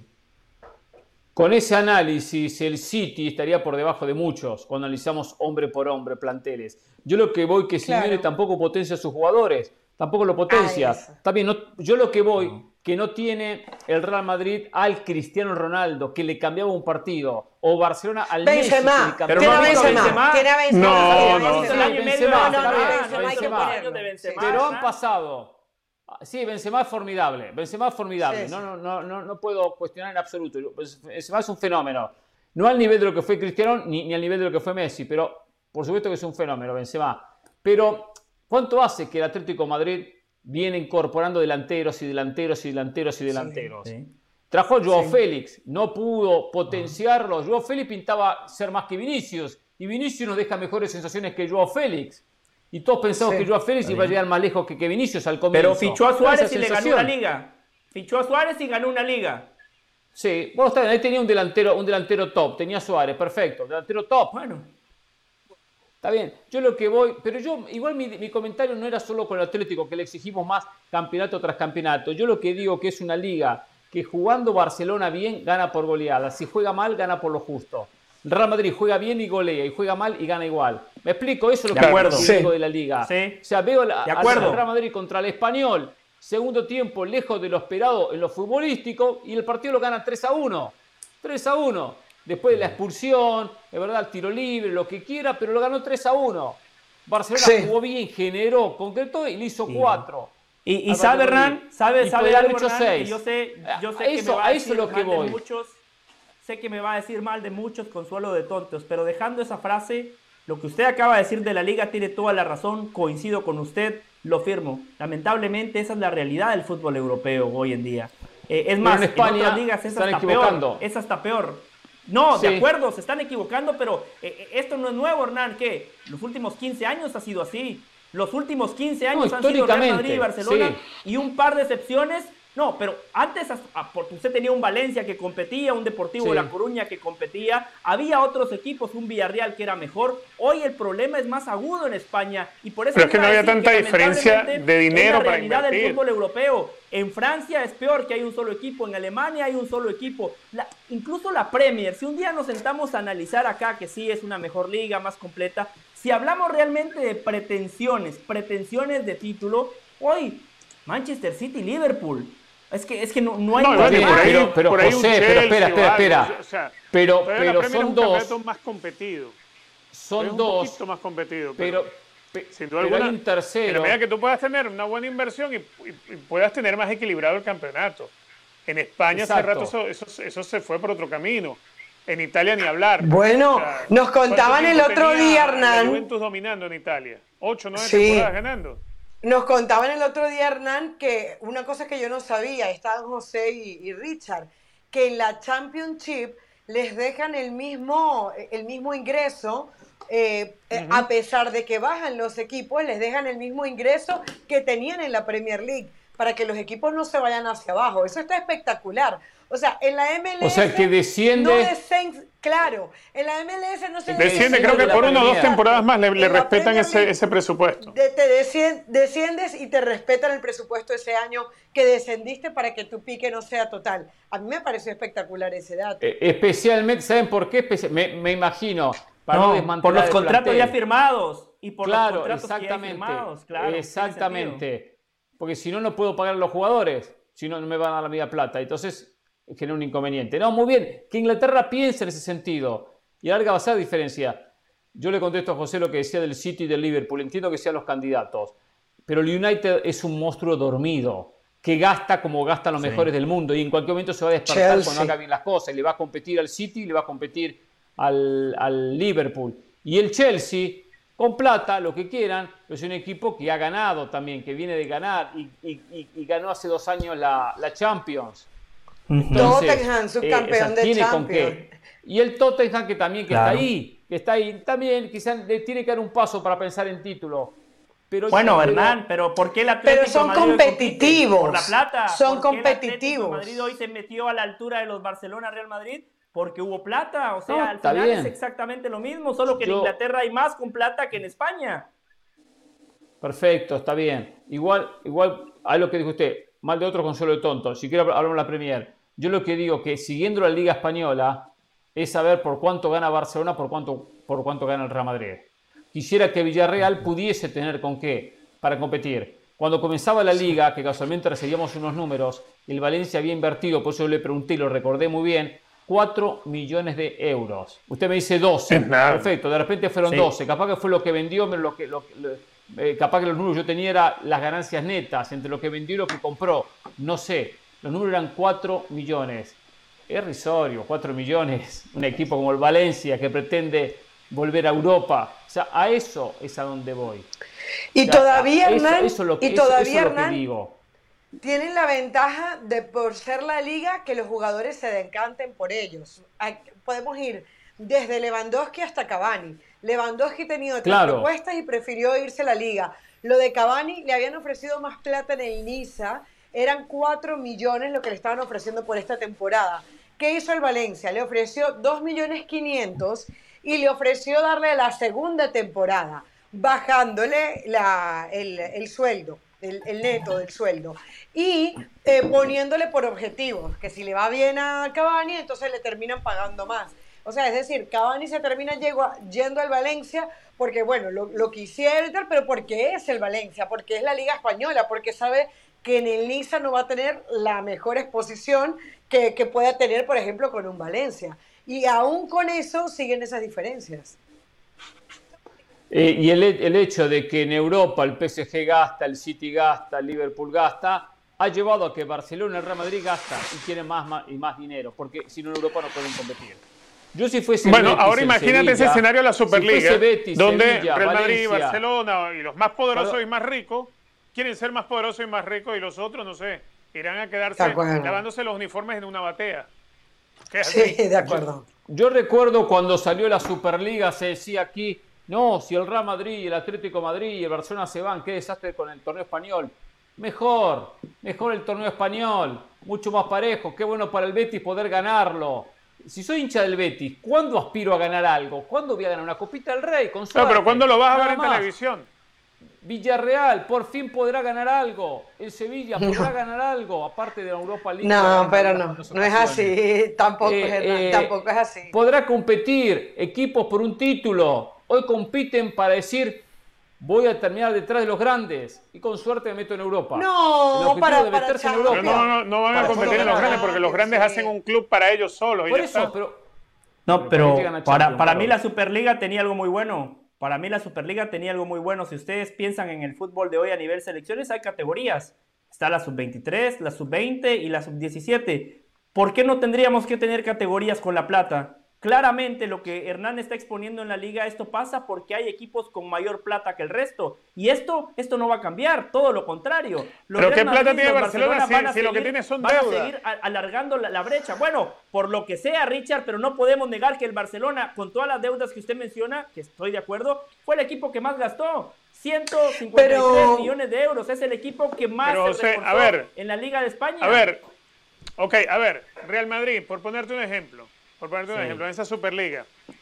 Con ese análisis, el City estaría por debajo de muchos cuando analizamos hombre por hombre, planteles. Yo lo que voy que Claro. Simeone tampoco potencia a sus jugadores, tampoco lo potencia. Ah, eso. Está bien, no- yo lo que voy que no tiene el Real Madrid al Cristiano Ronaldo, que le cambiaba un partido, o Barcelona al Messi, que le Benzema, cambiaba tiene a no, no, Benzema, Benzema. tiene a Benzema. No, tiene a no, Hizo el año y medio de Benzema, Benzema, no, no, hizo Benzema hay que cinco años ponerlo. de Benzema, Pero han Hernán. pasado. Sí, Benzema es formidable. Benzema es formidable. Sí, No, sí. no, no, no, no puedo cuestionar en absoluto. Benzema es un fenómeno. No al nivel de lo que fue Cristiano ni, ni al nivel de lo que fue Messi, pero por supuesto que es un fenómeno Benzema. Pero ¿cuánto hace que el Atlético de Madrid viene incorporando delanteros y delanteros y delanteros y delanteros? Sí. Trajo a Joao Sí. Félix, no pudo potenciarlo. Joao Félix pintaba ser más que Vinicius, y Vinicius nos deja mejores sensaciones que Joao Félix. Y todos pensamos Sí. que Joao Félix iba a llegar más lejos que, que Vinicius al comienzo. Pero fichó a Esa Suárez y le ganó sensación. una liga. Fichó a Suárez y ganó una liga. Sí, bueno, está bien, ahí tenía un delantero, un delantero top, tenía Suárez, perfecto, delantero top. Bueno, Está bien, yo lo que voy, pero yo, igual mi, mi comentario no era solo con el Atlético, que le exigimos más campeonato tras campeonato. Yo lo que digo que es una liga que jugando Barcelona bien, gana por goleada. Si juega mal, gana por lo justo. Real Madrid juega bien y golea, y juega mal y gana igual. ¿Me explico? Eso es lo De que acuerdo. digo Sí. de la liga. Sí. O sea, veo la- De al acuerdo. Real Madrid contra el Español, segundo tiempo lejos de lo esperado en lo futbolístico, y el partido lo gana tres a uno. tres a uno. Después de la expulsión, es verdad, el tiro libre, lo que quiera, pero lo ganó tres a uno. Barcelona Sí. jugó bien, generó, concretó y le hizo cuatro. y, y Al sabe, Real Madrid. Hernán, sabe, Y sabe podría haber algo, hecho Hernán, que seis. yo sé, yo sé A que eso- me va a a eso decir es lo que mal de voy. muchos, sé que me va a decir mal de muchos, consuelo de tontos, pero dejando esa frase, lo que usted acaba de decir de la liga tiene toda la razón, coincido con usted, lo firmo. Lamentablemente esa es la realidad del fútbol europeo hoy en día. Eh, es más, en España otras ligas es están hasta equivocando. peor, es hasta peor. No, Sí. de acuerdo, se están equivocando, pero eh, eh, esto no es nuevo, Hernán, que los últimos quince años ha sido así. Los últimos quince años han sido Real históricamente, Madrid y Barcelona sí. y un par de excepciones, No, pero antes porque usted tenía un Valencia que competía, un Deportivo sí. de La Coruña que competía, había otros equipos, un Villarreal que era mejor. Hoy el problema es más agudo en España y por eso pero es que no había tanta diferencia de dinero para invertir. Es la realidad del fútbol europeo. En Francia es peor, que hay un solo equipo, en Alemania hay un solo equipo. La, incluso la Premier, si un día nos sentamos a analizar acá que sí es una mejor liga, más completa, si hablamos realmente de pretensiones, pretensiones de título, hoy Manchester City, Liverpool. Es que, es que no, no hay... No, vale, por ahí, pero, pero por ahí José, pero espera, espera, espera. O sea, pero pero la son es un dos... más competido. Son es un dos... poquito más competido. Pero, pero, pe, sin duda pero alguna, hay un tercero... en la medida que tú puedas tener una buena inversión y, y, y puedas tener más equilibrado el campeonato. En España Exacto. hace rato eso, eso, eso se fue por otro camino. En Italia ni hablar. Bueno, o sea, nos contaban el otro día, Hernán... La Juventus dominando en Italia. Ocho, nueve sí. temporadas ganando. Nos contaban el otro día, Hernán, que una cosa que yo no sabía, estaban José y, y Richard, que en la Championship les dejan el mismo, el mismo ingreso, eh, uh-huh. a pesar de que bajan los equipos, les dejan el mismo ingreso que tenían en la Premier League, para que los equipos no se vayan hacia abajo. Eso está espectacular. O sea, en la M L S... O sea, que desciende... No descend... Claro, en la M L S no se... Desciende, creo que por una o dos temporadas más le, le respetan ese, ese presupuesto. De, te desciend, desciendes y te respetan el presupuesto ese año que descendiste para que tu pique no sea total. A mí me pareció espectacular ese dato. Eh, especialmente, ¿saben por qué? Me, me imagino... Para no, no por los contratos plantel. ya firmados. Y por claro, los contratos exactamente, ya firmados. Claro, exactamente. Porque si no, no puedo pagar a los jugadores. Si no, no me van a dar la media plata. Entonces... genera un inconveniente. No, muy bien, que Inglaterra piense en ese sentido y larga va a ser diferencia. Yo le contesto a José lo que decía del City y del Liverpool, entiendo que sean los candidatos, pero el United es un monstruo dormido, que gasta como gastan los sí. mejores del mundo y en cualquier momento se va a despertar Chelsea. Cuando haga bien las cosas y le va a competir al City y le va a competir al, al Liverpool. Y el Chelsea, con plata, lo que quieran, pero es un equipo que ha ganado también, que viene de ganar y, y, y, y ganó hace dos años la, la Champions. Entonces, Tottenham, subcampeón eh, de Champions. Y el Tottenham que también que claro. está ahí, que está ahí, también quizás le tiene que dar un paso para pensar en título. Pero bueno, Hernán, pero ¿por qué el Atlético Pero son Madrid competitivos. Por la plata. Son ¿Por qué competitivos. El Atlético Madrid hoy se metió a la altura de los Barcelona Real Madrid porque hubo plata, o sea, no, al final bien. es exactamente lo mismo, solo que Yo... en Inglaterra hay más con plata que en España. Perfecto, está bien. Igual, igual a lo que dijo usted, mal de otro consuelo de tonto. Si quiere hablamos de la Premier. Yo lo que digo que siguiendo la Liga Española es saber por cuánto gana Barcelona, por cuánto, por cuánto gana el Real Madrid. Quisiera que Villarreal pudiese tener con qué para competir. Cuando comenzaba la Liga, que casualmente recibíamos unos números, el Valencia había invertido, por eso yo le pregunté y lo recordé muy bien, cuatro millones de euros. Usted me dice doce. Perfecto, de repente fueron sí. doce. Capaz que fue lo que vendió, pero lo que, lo, lo, eh, capaz que los números yo tenía eran las ganancias netas entre lo que vendió y lo que compró. No sé. Los números eran cuatro millones. Es risorio, cuatro millones. Un equipo como el Valencia que pretende volver a Europa. O sea, a eso es a donde voy. Y o sea, todavía, eso, Hernán, eso lo que, y todavía, eso, eso Hernán, lo que digo. Tienen la ventaja de, por ser la liga, que los jugadores se decanten por ellos. Podemos ir desde Lewandowski hasta Cavani. Lewandowski ha tenido otras claro. propuestas y prefirió irse a la liga. Lo de Cavani, le habían ofrecido más plata en el Niza. Eran cuatro millones lo que le estaban ofreciendo por esta temporada. ¿Qué hizo el Valencia? Le ofreció dos millones quinientos y le ofreció darle la segunda temporada, bajándole la, el, el sueldo, el, el neto del sueldo, y eh, poniéndole por objetivos, que si le va bien a Cavani, entonces le terminan pagando más. O sea, es decir, Cavani se termina yendo al Valencia porque, bueno, lo, lo quisiera y tal, pero porque es el Valencia, porque es la Liga Española, porque sabe que en el Niza no va a tener la mejor exposición que, que pueda tener, por ejemplo, con un Valencia. Y aún con eso siguen esas diferencias. Eh, y el, el hecho de que en Europa el P S G gasta, el City gasta, el Liverpool gasta, ha llevado a que Barcelona y el Real Madrid gastan y quieren más, más y más dinero, porque si no en Europa no pueden competir. Yo si fuese bueno, Betis, ahora imagínate Sevilla, ese escenario de la Superliga, si Betis, donde Sevilla, Real Madrid, Valencia, Barcelona y los más poderosos claro. y más ricos quieren ser más poderosos y más ricos y los otros, no sé, irán a quedarse lavándose los uniformes en una batea. Sí, de acuerdo. Yo, yo recuerdo cuando salió la Superliga, se decía aquí, no, si el Real Madrid, el Atlético Madrid y el Barcelona se van, qué desastre con el torneo español. mejor, mejor el torneo español, mucho más parejo, qué bueno para el Betis poder ganarlo. Si soy hincha del Betis, ¿cuándo aspiro a ganar algo? ¿Cuándo voy a ganar una Copita del Rey? Con suerte. No, pero ¿cuándo lo vas a Nada ver en más. televisión? Villarreal, por fin podrá ganar algo. El Sevilla podrá no. ganar algo, aparte de la Europa League. No, pero no, no es así. Tampoco, eh, es, eh, tampoco es así. Podrá competir equipos por un título. Hoy compiten para decir, voy a terminar detrás de los grandes y con suerte me meto en Europa. No, el para, de para meterse en Champions. Europa. Pero no, no, no van a Para competir en los grandes porque los grandes sí. hacen un club para ellos solos. Y Por ya eso, está. pero... No, pero pero para, para mí la Superliga tenía algo muy bueno. Para mí la Superliga tenía algo muy bueno. Si ustedes piensan en el fútbol de hoy a nivel selecciones, hay categorías. Está la sub veintitrés, la sub veinte y la sub diecisiete. ¿Por qué no tendríamos que tener categorías con la plata? Claramente lo que Hernán está exponiendo en la liga, esto pasa porque hay equipos con mayor plata que el resto. Y esto, esto no va a cambiar, todo lo contrario. Los ¿Pero Real qué plata Madrid y tiene los Barcelona si, van a si lo que seguir- tiene son van a deudas? seguir a- alargando la, la brecha? Bueno, por lo que sea, Richard, pero no podemos negar que el Barcelona, con todas las deudas que usted menciona, que estoy de acuerdo, fue el equipo que más gastó. ciento cincuenta y tres Pero- millones de euros. Es el equipo que más Pero, se José, reforzó a ver. en la Liga de España. A ver, ok, a ver, Real Madrid, por ponerte un ejemplo, por ponerte un Sí. ejemplo, en esa Superliga,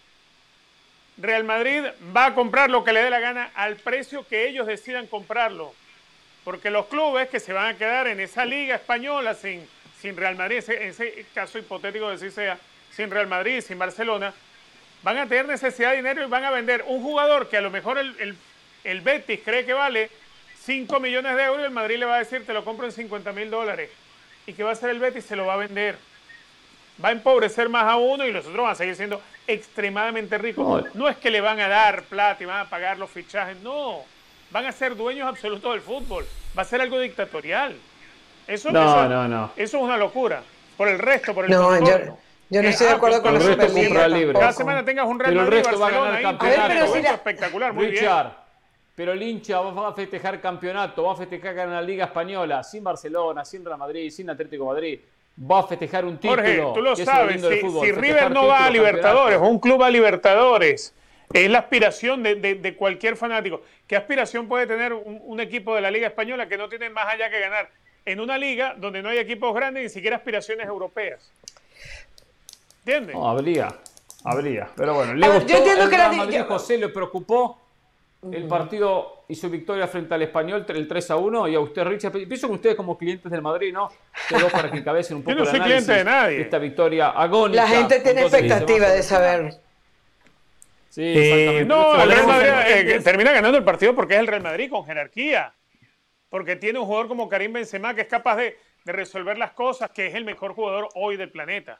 Real Madrid va a comprar lo que le dé la gana al precio que ellos decidan comprarlo, porque los clubes que se van a quedar en esa liga española sin, sin Real Madrid, ese, en ese caso hipotético de si sea, sin Real Madrid, sin Barcelona, van a tener necesidad de dinero y van a vender un jugador que a lo mejor el, el, el Betis cree que vale cinco millones de euros y el Madrid le va a decir te lo compro en cincuenta mil dólares. ¿Y qué va a hacer el Betis? Se lo va a vender. Va a empobrecer más a uno y los otros van a seguir siendo extremadamente ricos. No. No es que le van a dar plata y van a pagar los fichajes, no. Van a ser dueños absolutos del fútbol. Va a ser algo dictatorial. Eso, No, eso, no, no. eso es una locura. Por el resto, por el No, protocolo. yo, yo no Eh, estoy de ah, acuerdo con con la el resto Superliga compra libre. Cada tampoco. semana tengas un Real Pero el Madrid, resto va a ganar Barcelona, Inter, campeonato. A ver, pero si eso es la- espectacular, muy bien. Richard, pero el hincha va a festejar campeonato, va a festejar ganar la Liga Española, sin Barcelona, sin Real Madrid, sin Atlético de Madrid. Va a festejar un título. Jorge, tú lo que es sabes, lindo del si, fútbol, si festejar River no va a títulos, Libertadores, campeonatos. un club a Libertadores, es la aspiración de, de- de cualquier fanático. ¿Qué aspiración puede tener un, un equipo de la Liga Española que no tiene más allá que ganar en una liga donde no hay equipos grandes ni siquiera aspiraciones europeas? ¿Entiendes? No, habría, habría. Pero bueno, le A ver, gustó yo entiendo el que la Real di- Madrid, yo- José le preocupó el partido y su victoria frente al Español, el tres a uno, y a usted, Richard, pienso que ustedes como clientes del Madrid, ¿no? Quedó para que encabecen un poco Yo no el soy análisis cliente de nadie. esta victoria agónica. La gente tiene Entonces, expectativa de saber. Sí, Eh, exactamente. No, el Real Podemos Madrid ser eh, clientes. termina ganando el partido porque es el Real Madrid con jerarquía. Porque tiene un jugador como Karim Benzema que es capaz de, de resolver las cosas, que es el mejor jugador hoy del planeta.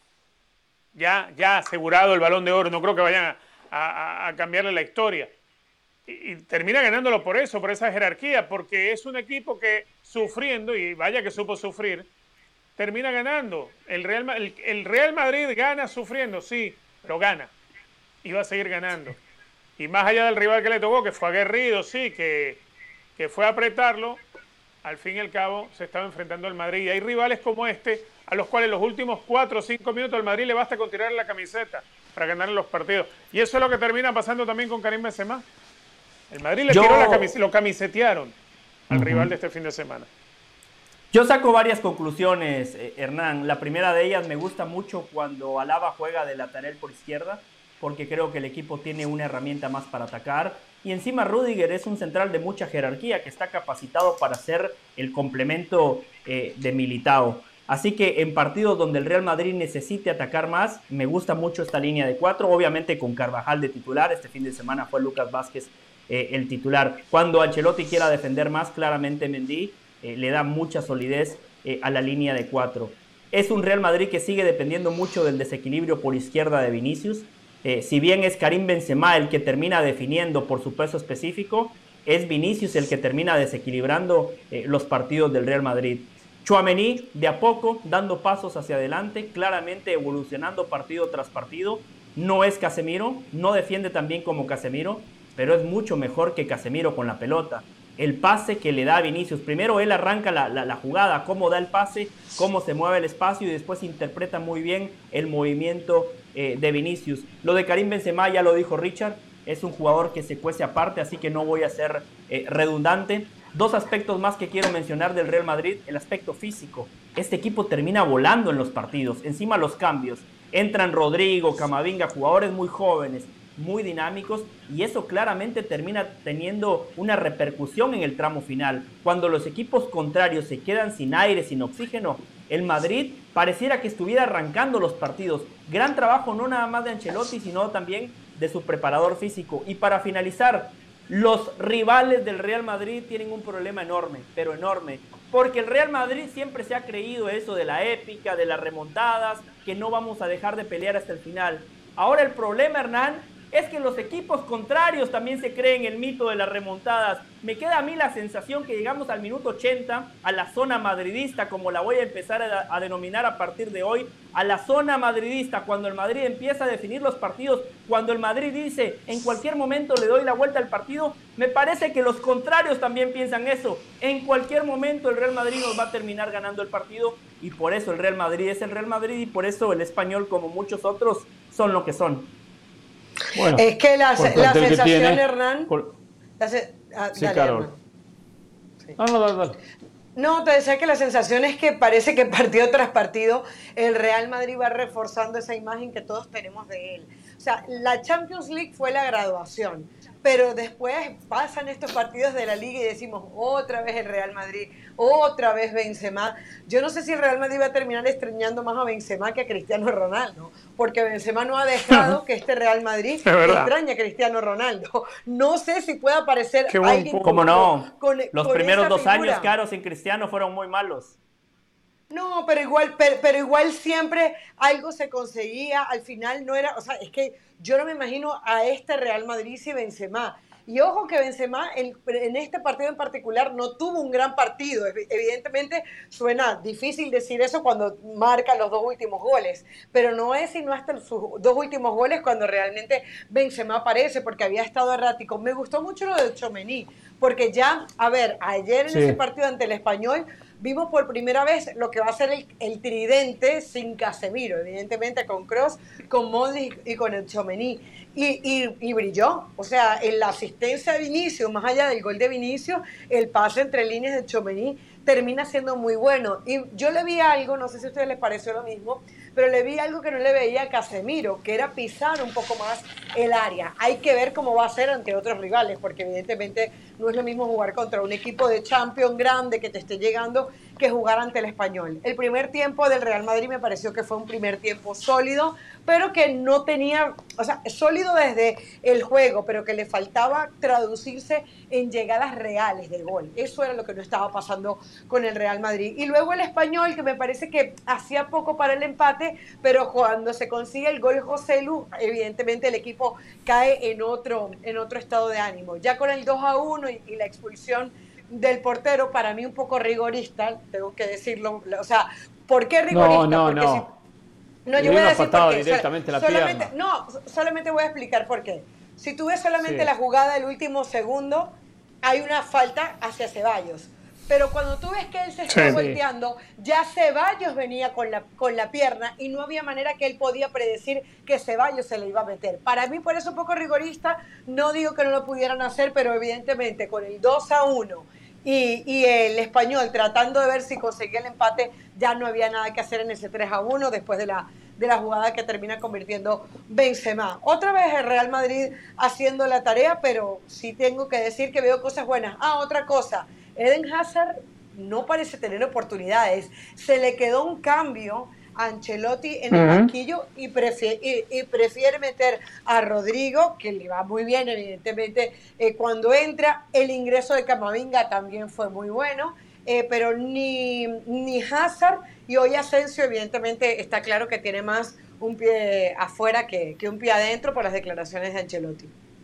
Ya, ya asegurado el Balón de Oro, no creo que vayan a, a- a cambiarle la historia. Y, y termina ganándolo por eso, por esa jerarquía, porque es un equipo que sufriendo, y vaya que supo sufrir, termina ganando. El Real, Ma- el, el Real Madrid gana sufriendo, sí, pero gana. Y va a seguir ganando. Y más allá del rival que le tocó, que fue aguerrido, sí, que, que fue a apretarlo, al fin y al cabo se estaba enfrentando al Madrid. Y hay rivales como este, a los cuales los últimos cuatro o cinco minutos al Madrid le basta con tirarle la camiseta para ganar los partidos. Y eso es lo que termina pasando también con Karim Benzema. El Madrid le Yo- tiró la camiseta, lo camisetearon al rival de este fin de semana. Yo saco varias conclusiones, eh, Hernán. La primera de ellas, me gusta mucho cuando Alaba juega de lateral por izquierda, porque creo que el equipo tiene una herramienta más para atacar. Y encima Rüdiger es un central de mucha jerarquía que está capacitado para ser el complemento eh, de Militao. Así que en partidos donde el Real Madrid necesite atacar más, me gusta mucho esta línea de cuatro, obviamente con Carvajal de titular. Este fin de semana fue Lucas Vázquez eh, el titular. Cuando Ancelotti quiera defender más, claramente Mendy eh, le da mucha solidez eh, a la línea de cuatro. Es un Real Madrid que sigue dependiendo mucho del desequilibrio por izquierda de Vinicius. Eh, si bien es Karim Benzema el que termina definiendo por su peso específico, es Vinicius el que termina desequilibrando eh, los partidos del Real Madrid. Tchouaméni de a poco dando pasos hacia adelante, claramente evolucionando partido tras partido. No es Casemiro, no defiende tan bien como Casemiro, pero es mucho mejor que Casemiro con la pelota. El pase que le da a Vinicius, primero él arranca la, la, la jugada, cómo da el pase, cómo se mueve el espacio y después interpreta muy bien el movimiento eh, de Vinicius. Lo de Karim Benzema ya lo dijo Richard, es un jugador que se cuece aparte, así que no voy a ser eh, redundante. Dos aspectos más que quiero mencionar del Real Madrid. El aspecto físico. Este equipo termina volando en los partidos. Encima los cambios. Entran Rodrigo, Camavinga, jugadores muy jóvenes, muy dinámicos, y eso claramente termina teniendo una repercusión en el tramo final. Cuando los equipos contrarios se quedan sin aire, sin oxígeno, el Madrid pareciera que estuviera arrancando los partidos. Gran trabajo no nada más de Ancelotti, sino también de su preparador físico. Y para finalizar, los rivales del Real Madrid tienen un problema enorme, pero enorme, porque el Real Madrid siempre se ha creído eso de la épica, de las remontadas, que no vamos a dejar de pelear hasta el final. Ahora el problema, Hernán, es que los equipos contrarios también se creen el mito de las remontadas. Me queda a mí la sensación que llegamos al minuto ochenta, a la zona madridista, como la voy a empezar a, a denominar a partir de hoy, a la zona madridista, cuando el Madrid empieza a definir los partidos, cuando el Madrid dice, en cualquier momento le doy la vuelta al partido. Me parece que los contrarios también piensan eso. En cualquier momento el Real Madrid nos va a terminar ganando el partido, y por eso el Real Madrid es el Real Madrid, y por eso el Español, como muchos otros, son lo que son. Bueno, es que la, la sensación, tiene, Hernán... por... La se... ah, sí, dale, Carol. Hernán. Sí. No, no, dale, dale. No, te decía que la sensación es que parece que partido tras partido el Real Madrid va reforzando esa imagen que todos tenemos de él. O sea, la Champions League fue la graduación, pero después pasan estos partidos de la Liga y decimos otra vez el Real Madrid, otra vez Benzema. Yo no sé si el Real Madrid va a terminar extrañando más a Benzema que a Cristiano Ronaldo, porque Benzema no ha dejado que este Real Madrid extrañe a Cristiano Ronaldo. No sé si puede aparecer alguien... ¿Cómo no? Con, Los con primeros dos figura. años caros en Cristiano fueron muy malos. No, pero igual, pero, pero igual siempre algo se conseguía, al final no era, o sea, es que yo no me imagino a este Real Madrid sin Benzema. Y ojo que Benzema en, en este partido en particular no tuvo un gran partido. Evidentemente suena difícil decir eso cuando marca los dos últimos goles, pero no es sino hasta sus dos últimos goles cuando realmente Benzema aparece, porque había estado errático. Me gustó mucho lo de Tchouaméni, porque ya, a ver, ayer en sí. ese partido ante el Español vimos por primera vez lo que va a ser el, el tridente sin Casemiro, evidentemente con Kroos, con Modric y con el Tchouaméni. Y, y, y brilló, o sea, en la asistencia de Vinicius, más allá del gol de Vinicius, el pase entre líneas de Tchouaméni termina siendo muy bueno. Y yo le vi algo, no sé si a ustedes les pareció lo mismo, pero le vi algo que no le veía a Casemiro, que era pisar un poco más el área. Hay que ver cómo va a ser ante otros rivales, porque evidentemente no es lo mismo jugar contra un equipo de Champions grande que te esté llegando que jugar ante el Español. El primer tiempo del Real Madrid me pareció que fue un primer tiempo sólido, pero que no tenía, o sea, sólido desde el juego, pero que le faltaba traducirse en llegadas reales de gol. Eso era lo que no estaba pasando con el Real Madrid. Y luego el Español, que me parece que hacía poco para el empate, pero cuando se consigue el gol Joselu, evidentemente el equipo cae en otro, en otro estado de ánimo. Ya con el dos a uno y, y la expulsión del portero, para mí un poco rigorista, tengo que decirlo. O sea, ¿por qué rigorista? No, no, Porque no. Si, no, yo voy a decir por qué. Directamente la solamente, pierna. no, solamente voy a explicar por qué. Si tú ves solamente sí. la jugada del último segundo, hay una falta hacia Ceballos. Pero cuando tú ves que él se está sí. volteando, ya Ceballos venía con la, con la pierna y no había manera que él podía predecir que Ceballos se le iba a meter. Para mí, por eso un poco rigorista, no digo que no lo pudieran hacer, pero evidentemente con el dos a uno y, y el Español tratando de ver si conseguía el empate, ya no había nada que hacer en ese tres a uno después de la, de la jugada que termina convirtiendo Benzema. Otra vez el Real Madrid haciendo la tarea, pero sí tengo que decir que veo cosas buenas. Ah, otra cosa. Eden Hazard no parece tener oportunidades. Se le quedó un cambio a Ancelotti en el uh-huh. banquillo y prefiere, y, y prefiere meter a Rodrigo, que le va muy bien, evidentemente, eh, cuando entra. El ingreso de Camavinga también fue muy bueno, eh, pero ni, ni Hazard, y hoy Asensio, evidentemente, está claro que tiene más un pie afuera que, que un pie adentro por las declaraciones de Ancelotti.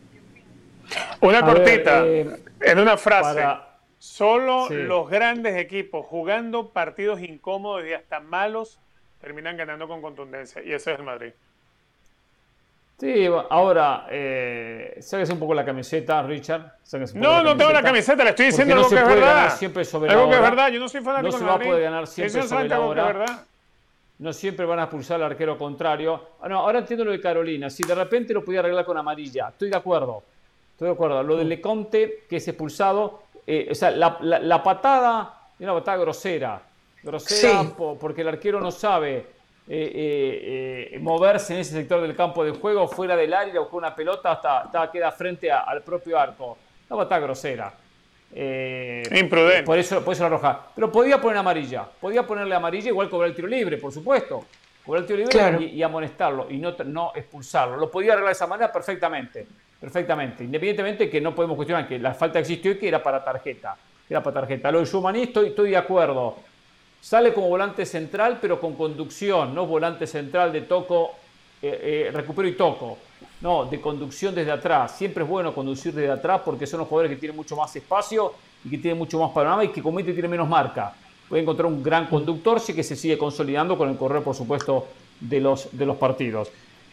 Una a cortita, ver, eh, en una frase. Para... Solo sí. los grandes equipos jugando partidos incómodos y hasta malos terminan ganando con contundencia, y ese es el Madrid. Sí, ahora, eh, sáquese un poco la camiseta, Richard. No, no tengo la camiseta, le estoy diciendo algo no que es verdad. Siempre sobre algo la que hora. es verdad, yo no soy fanático No se de va Madrid. a poder ganar siempre Eso sobre la hora. Verdad. No siempre van a expulsar al arquero contrario. Ah, no, ahora entiendo lo de Carolina. Si de repente lo podía arreglar con amarilla, estoy de acuerdo. Estoy de acuerdo. Lo de Lecomte, que es expulsado, eh, o sea, la, la, la patada es una patada grosera, grosera Sí. po- porque el arquero no sabe eh, eh, eh, moverse en ese sector del campo de juego, fuera del área, buscar una pelota hasta, hasta queda frente a- al propio arco. Una patada grosera. Eh, Imprudente. Por eso, por eso la roja. Pero podía poner amarilla. Podía ponerle amarilla, igual cobrar el tiro libre, por supuesto. Cobrar el tiro libre Claro. y, y amonestarlo y no, no expulsarlo. Lo podía arreglar de esa manera perfectamente. Perfectamente. Independientemente que no podemos cuestionar que la falta existió y que era para tarjeta. Era para tarjeta. Lo de Schumann estoy, estoy de acuerdo. Sale como volante central, pero con conducción, no volante central de toco, eh, eh, recupero y toco. No, de conducción desde atrás. Siempre es bueno conducir desde atrás porque son los jugadores que tienen mucho más espacio y que tienen mucho más panorama y que comúnmente tienen menos marca. Puede encontrar un gran conductor, sí que se sigue consolidando con el correr, por supuesto, de los, de los partidos.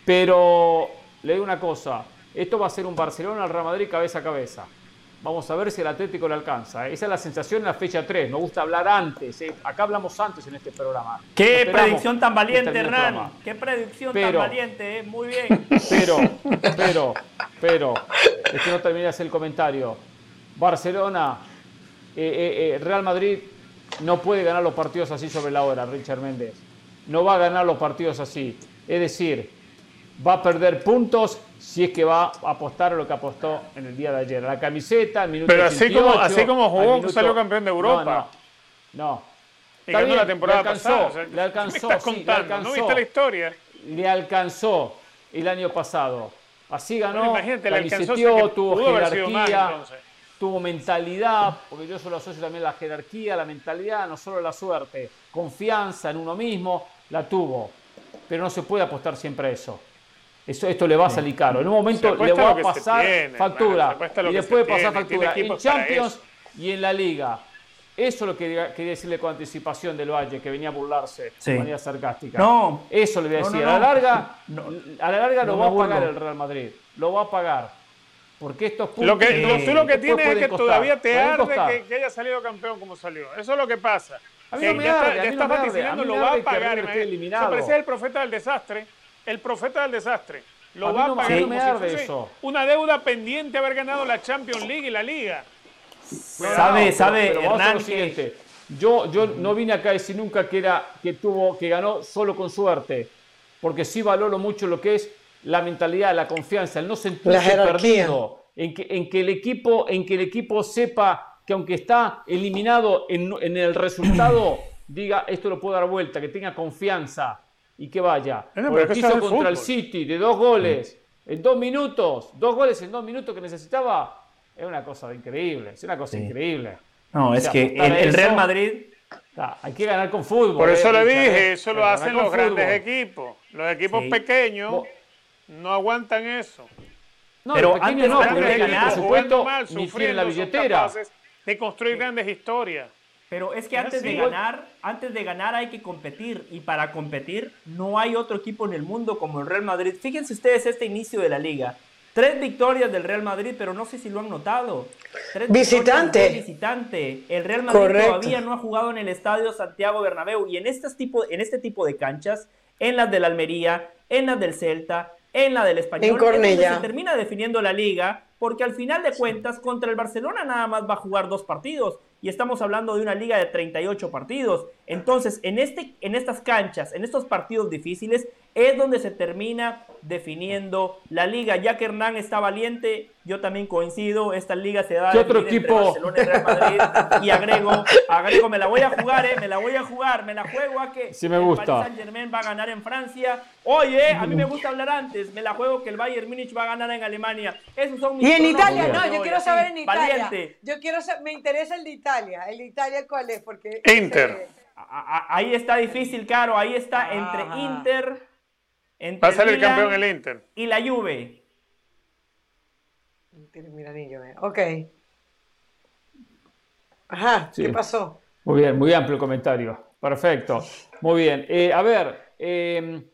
Pero le digo una cosa, esto va a ser un Barcelona al Real Madrid cabeza a cabeza. Vamos a ver si el Atlético le alcanza. Esa es la sensación en la fecha tres. Me gusta hablar antes. ¿eh? Acá hablamos antes en este programa. Qué Esperamos predicción tan que valiente, termine el Hernán. programa. Qué predicción Pero- tan valiente, ¿eh? Muy bien. Pero, pero, pero, es que no terminas el comentario. Barcelona, eh, eh, eh, Real Madrid no puede ganar los partidos así sobre la hora, Richard Méndez. No va a ganar los partidos así. Es decir, va a perder puntos si es que va a apostar a lo que apostó en el día de ayer. A la camiseta, al minuto Pero así ochenta y ocho, como- así como jugó, al minuto- salió campeón de Europa. No, no. no. Y Está ganó bien, la temporada le alcanzó, pasada. O sea, le alcanzó, ¿qué me estás sí, le contando? ¿No alcanzó. viste la historia? Le alcanzó el año pasado. Así ganó, Bueno, imagínate, le alcanzó, camiseteó, o sea, que tuvo pudo haber sido más, jerarquía, entonces. tuvo mentalidad, porque yo solo asocio también la jerarquía, la mentalidad, no solo la suerte, confianza en uno mismo, la tuvo. Pero no se puede apostar siempre a eso. Eso, esto le va a salir caro. En un Se momento le apuesta va lo a que se pasar tiene, hermano, se factura. apuesta lo Y que después se pasar tiene, tiene factura en equipos para Champions eso. y en la Liga. Eso es lo que diga- quería decirle con anticipación del Valle, que venía a burlarse Sí. de manera sarcástica. No. Eso le voy a No, decir. no, a la no. larga, No. a la larga No lo me va a burlo. pagar el Real Madrid. Lo va a pagar. Porque estos puntos. Lo que, Eh, lo, tú lo que después tienes es pueden que costar, todavía te pueden arde costar. que, que haya salido campeón como salió. Eso es lo que pasa. A mí Que no me ya arde, está, a ya mí está no me arde, vaticinando, a mí lo me va arde a que pagar. River esté imagínate. eliminado. Se parecía el profeta del desastre. El profeta del desastre. Lo A mí va no a me- pagar a mí no como me si arde fuese eso. una deuda pendiente haber ganado la Champions League y la Liga. Sabe, pero- sabe, pero vamos a Hernán, lo que- siguiente. Yo, yo no vine acá a decir nunca que era que tuvo, que ganó solo con suerte, porque sí valoro mucho lo que es la mentalidad, la confianza, el no La sentirse jerarquía. perdido, en que, en que el equipo, en que el equipo sepa que aunque está eliminado en, en el resultado, diga esto lo puedo dar vuelta, que tenga confianza y que vaya. Bueno, Por pero lo que que eso hizo es el contra el fútbol. City de dos goles en dos minutos, dos goles en dos minutos que necesitaba, es una cosa increíble, es una cosa Sí. increíble. No, O es sea, que apostar el, a el eso- Real Madrid. Ah, hay que ganar con fútbol. Por eso eh, le Richard, eh. dije, eso Hay lo que hacen ganar los con grandes fútbol. equipos. Los equipos Sí. pequeños Vos- no aguantan eso. No, Pero los pequeños antes- no, antes porque de no tienen ganar, presupuesto jugando mal, ni tienen sufriendo, la son billetera. capaces de construir grandes historias. Pero es que Es antes de así. ganar, antes de ganar hay que competir. Y para competir no hay otro equipo en el mundo como el Real Madrid. Fíjense ustedes este inicio de la liga. Tres victorias del Real Madrid, pero no sé si lo han notado. Tres Visitante. victorias de visitante. El Real Madrid Correcto. todavía no ha jugado en el estadio Santiago Bernabéu. Y en este tipo, en este tipo de canchas, en las del Almería, en las del Celta, en la del Español, En es donde Cornellá. se termina definiendo la liga, porque al final de cuentas contra el Barcelona nada más va a jugar dos partidos y estamos hablando de una liga de treinta y ocho partidos. Entonces, en, este, en estas canchas, en estos partidos difíciles, es donde se termina definiendo la liga. Ya que Hernán está valiente, yo también coincido, esta liga se da a ¿Qué otro definir entre equipo? Barcelona y Real Madrid, y agrego, agrego, me la voy a jugar, eh, me la voy a jugar, me la juego a que Sí me el gusta. Paris Saint-Germain va a ganar en Francia. Oye, a mí me gusta hablar antes, me la juego que el Bayern Múnich va a ganar en Alemania. Esos son mis Y en Italia, pronósticos no, de yo hoy, quiero así, saber en Italia. Valiente. Yo quiero sa- me interesa el de Italia. ¿El de Italia cuál es? Porque Inter. ese- A- a- Ahí está difícil, Caro. Ahí está Ah. entre Inter, entre Va a salir Milan campeón el Inter. y la Juve. Inter, Milanillo, eh. Ok. Ajá, Sí. ¿qué pasó? Muy bien, muy amplio el comentario. Perfecto. Muy bien. Eh, a ver, eh,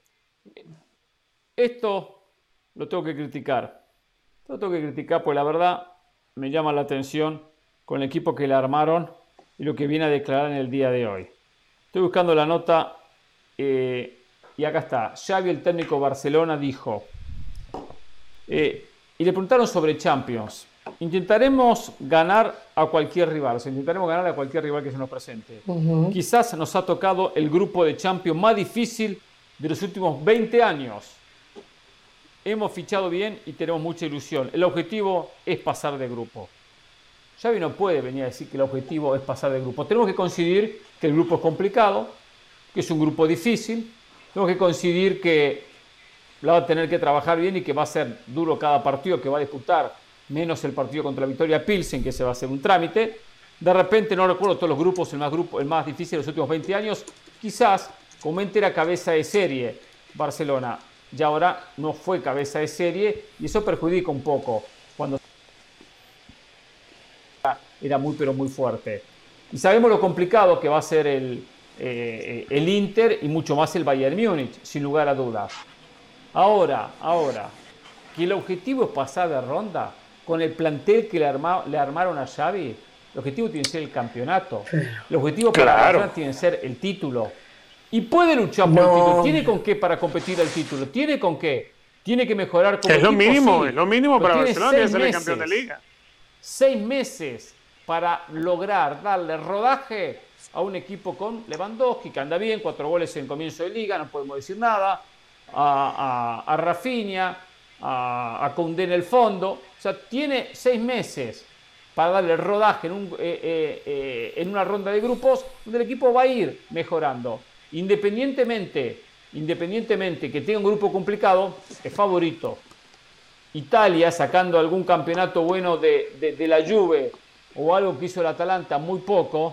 esto lo tengo que criticar. Lo tengo que criticar porque la verdad me llama la atención con el equipo que le armaron y lo que viene a declarar en el día de hoy. Estoy buscando la nota eh, y acá está. Xavi, el técnico de Barcelona, dijo, eh, y le preguntaron sobre Champions. intentaremos ganar a cualquier rival, o sea, intentaremos ganar a cualquier rival que se nos presente. Uh-huh. Quizás nos ha tocado el grupo de Champions más difícil de los últimos veinte años. Hemos fichado bien y tenemos mucha ilusión. El objetivo es pasar de grupo. Xavi no puede venir a decir que el objetivo es pasar de grupo. Tenemos que coincidir que el grupo es complicado, que es un grupo difícil. Tenemos que coincidir que la va a tener que trabajar bien y que va a ser duro cada partido que va a disputar, menos el partido contra la Victoria Pilsen, que se va a hacer un trámite. De repente, no recuerdo todos los grupos, el más, grupo, el más difícil de los últimos veinte años. Quizás, como era cabeza de serie Barcelona, ya ahora no fue cabeza de serie y eso perjudica un poco cuando era muy pero muy fuerte. Y sabemos lo complicado que va a ser el, eh, el Inter y mucho más el Bayern Múnich, sin lugar a dudas. Ahora, ahora, que el objetivo es pasar de ronda con el plantel que le, arma, le armaron a Xavi, el objetivo tiene que ser el campeonato. El objetivo para claro. Barcelona tiene que ser el título. Y puede luchar por no. el título. ¿Tiene con qué para competir el título? ¿Tiene con qué? Tiene que mejorar como Es lo equipo, mínimo, sí. es lo mínimo para Barcelona, tiene que ser el meses, campeón de liga. Seis meses para lograr darle rodaje a un equipo con Lewandowski, que anda bien, cuatro goles en comienzo de liga, no podemos decir nada, a, a, a Rafinha, a, a Koundé en el fondo. O sea, tiene seis meses para darle rodaje en, un, eh, eh, eh, en una ronda de grupos donde el equipo va a ir mejorando. Independientemente, independientemente que tenga un grupo complicado, es favorito. Italia, sacando algún campeonato bueno de, de, de la Juve o algo que hizo el Atalanta, muy poco,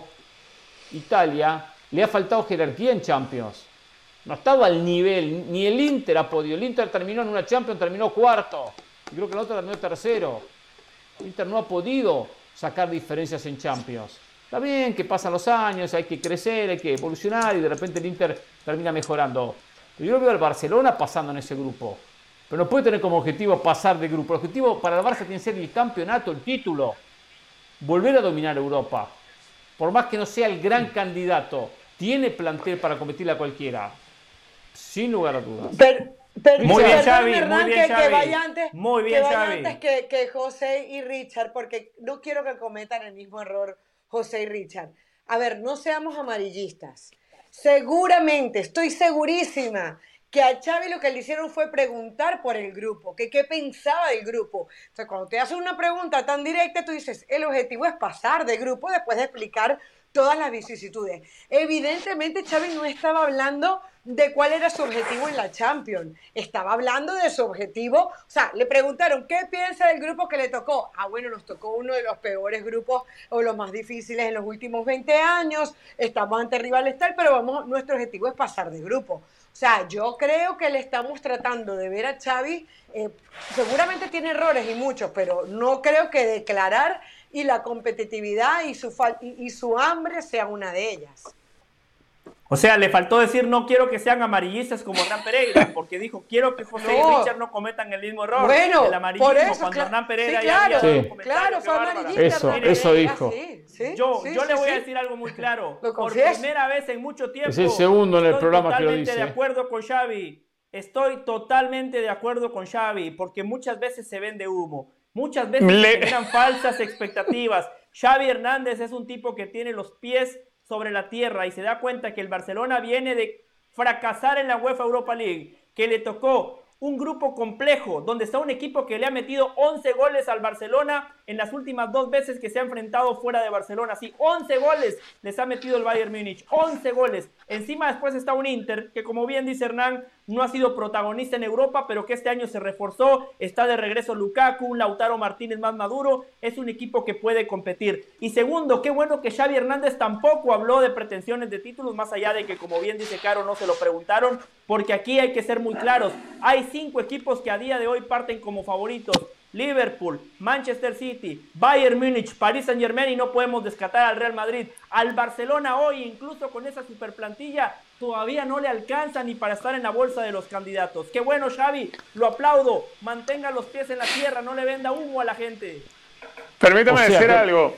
Italia le ha faltado jerarquía en Champions. No estaba al nivel, ni el Inter ha podido. El Inter terminó en una Champions, terminó cuarto. Y creo que el otro terminó tercero. El Inter no ha podido sacar diferencias en Champions. Está bien que pasan los años, hay que crecer, hay que evolucionar y de repente el Inter termina mejorando. Pero yo veo al Barcelona pasando en ese grupo. Pero no puede tener como objetivo pasar de grupo. El objetivo para el Barça tiene que ser el campeonato, el título. Volver a dominar Europa. Por más que no sea el gran candidato, tiene plantel para competirle a cualquiera. Sin lugar a dudas. Pero, pero, muy bien, Xavi, Hernán, muy bien, que, Xavi. Que vaya antes, muy bien, que vaya Xavi. antes que, que José y Richard, porque no quiero que cometan el mismo error José y Richard. A ver, no seamos amarillistas. Seguramente, estoy segurísima que a Xavi lo que le hicieron fue preguntar por el grupo, que qué pensaba del grupo. Entonces, cuando te hacen una pregunta tan directa, tú dices, el objetivo es pasar de grupo después de explicar todas las vicisitudes. Evidentemente, Xavi no estaba hablando de cuál era su objetivo en la Champions. Estaba hablando de su objetivo. O sea, le preguntaron, ¿qué piensa del grupo que le tocó? Ah, bueno, nos tocó uno de los peores grupos o los más difíciles en los últimos veinte años. Estamos ante rivales tal, pero vamos, nuestro objetivo es pasar de grupo. O sea, yo creo que le estamos tratando de ver a Xavi, eh, seguramente tiene errores y muchos, pero no creo que declarar y la competitividad y su, y, y su hambre sea una de ellas. O sea, le faltó decir no quiero que sean amarillistas como Hernán Pereira, porque dijo quiero que José no. y Richard no cometan el mismo error bueno, del amarillismo por eso, cuando cl- Hernán Pereira sí, ya claro, había sí. claro, fue amarillista. Eso, Hernán eso Pereira, dijo. Sí, sí, yo sí, yo sí, le voy sí. a decir algo muy claro. Lo Por confieso. primera vez en mucho tiempo Es el segundo en el estoy programa que lo totalmente dice. de acuerdo con Xavi. Estoy totalmente de acuerdo con Xavi, porque muchas veces se vende humo. Muchas veces Le... se generan falsas expectativas. Xavi Hernández es un tipo que tiene los pies sobre la tierra y se da cuenta que el Barcelona viene de fracasar en la UEFA Europa League, que le tocó un grupo complejo, donde está un equipo que le ha metido once goles al Barcelona en las últimas dos veces que se ha enfrentado fuera de Barcelona. Sí, once goles les ha metido el Bayern Múnich, once goles. Encima después está un Inter, que como bien dice Hernán, no ha sido protagonista en Europa, pero que este año se reforzó, está de regreso Lukaku, un Lautaro Martínez más maduro, es un equipo que puede competir. Y segundo, qué bueno que Xavi Hernández tampoco habló de pretensiones de títulos, más allá de que, como bien dice Caro, no se lo preguntaron, porque aquí hay que ser muy claros. Hay cinco equipos que a día de hoy parten como favoritos: Liverpool, Manchester City, Bayern Múnich, Paris Saint-Germain, y no podemos descartar al Real Madrid. Al Barcelona hoy, incluso con esa superplantilla, todavía no le alcanza ni para estar en la bolsa de los candidatos. Qué bueno, Xavi, lo aplaudo. Mantenga los pies en la tierra, no le venda humo a la gente. Permítame o sea, decir que... algo.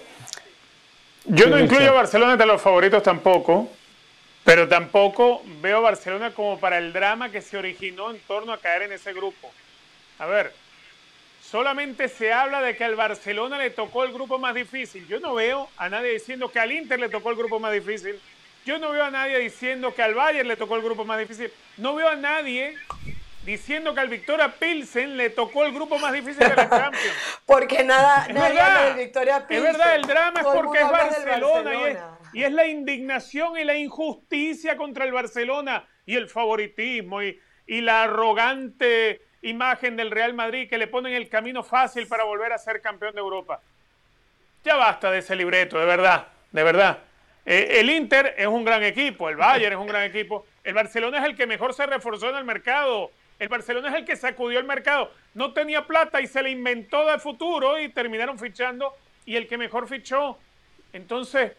Yo sí, no incluyo sea. a Barcelona entre los favoritos tampoco, pero tampoco veo a Barcelona como para el drama que se originó en torno a caer en ese grupo. A ver, solamente se habla de que al Barcelona le tocó el grupo más difícil. Yo no veo a nadie diciendo que al Inter le tocó el grupo más difícil. Yo no veo a nadie diciendo que al Bayern le tocó el grupo más difícil. No veo a nadie diciendo que al Victoria Pilsen le tocó el grupo más difícil de la Champions. Porque nada, es nadie verdad, habla del Victoria Pilsen. Es verdad, el drama es porque es Barcelona, Barcelona. Y, es, y es la indignación y la injusticia contra el Barcelona y el favoritismo y, y la arrogante imagen del Real Madrid que le ponen el camino fácil para volver a ser campeón de Europa. Ya basta de ese libreto, de verdad, de verdad. Eh, el Inter es un gran equipo, el Bayern es un gran equipo, el Barcelona es el que mejor se reforzó en el mercado, el Barcelona es el que sacudió el mercado, no tenía plata y se le inventó de futuro y terminaron fichando y el que mejor fichó. Entonces,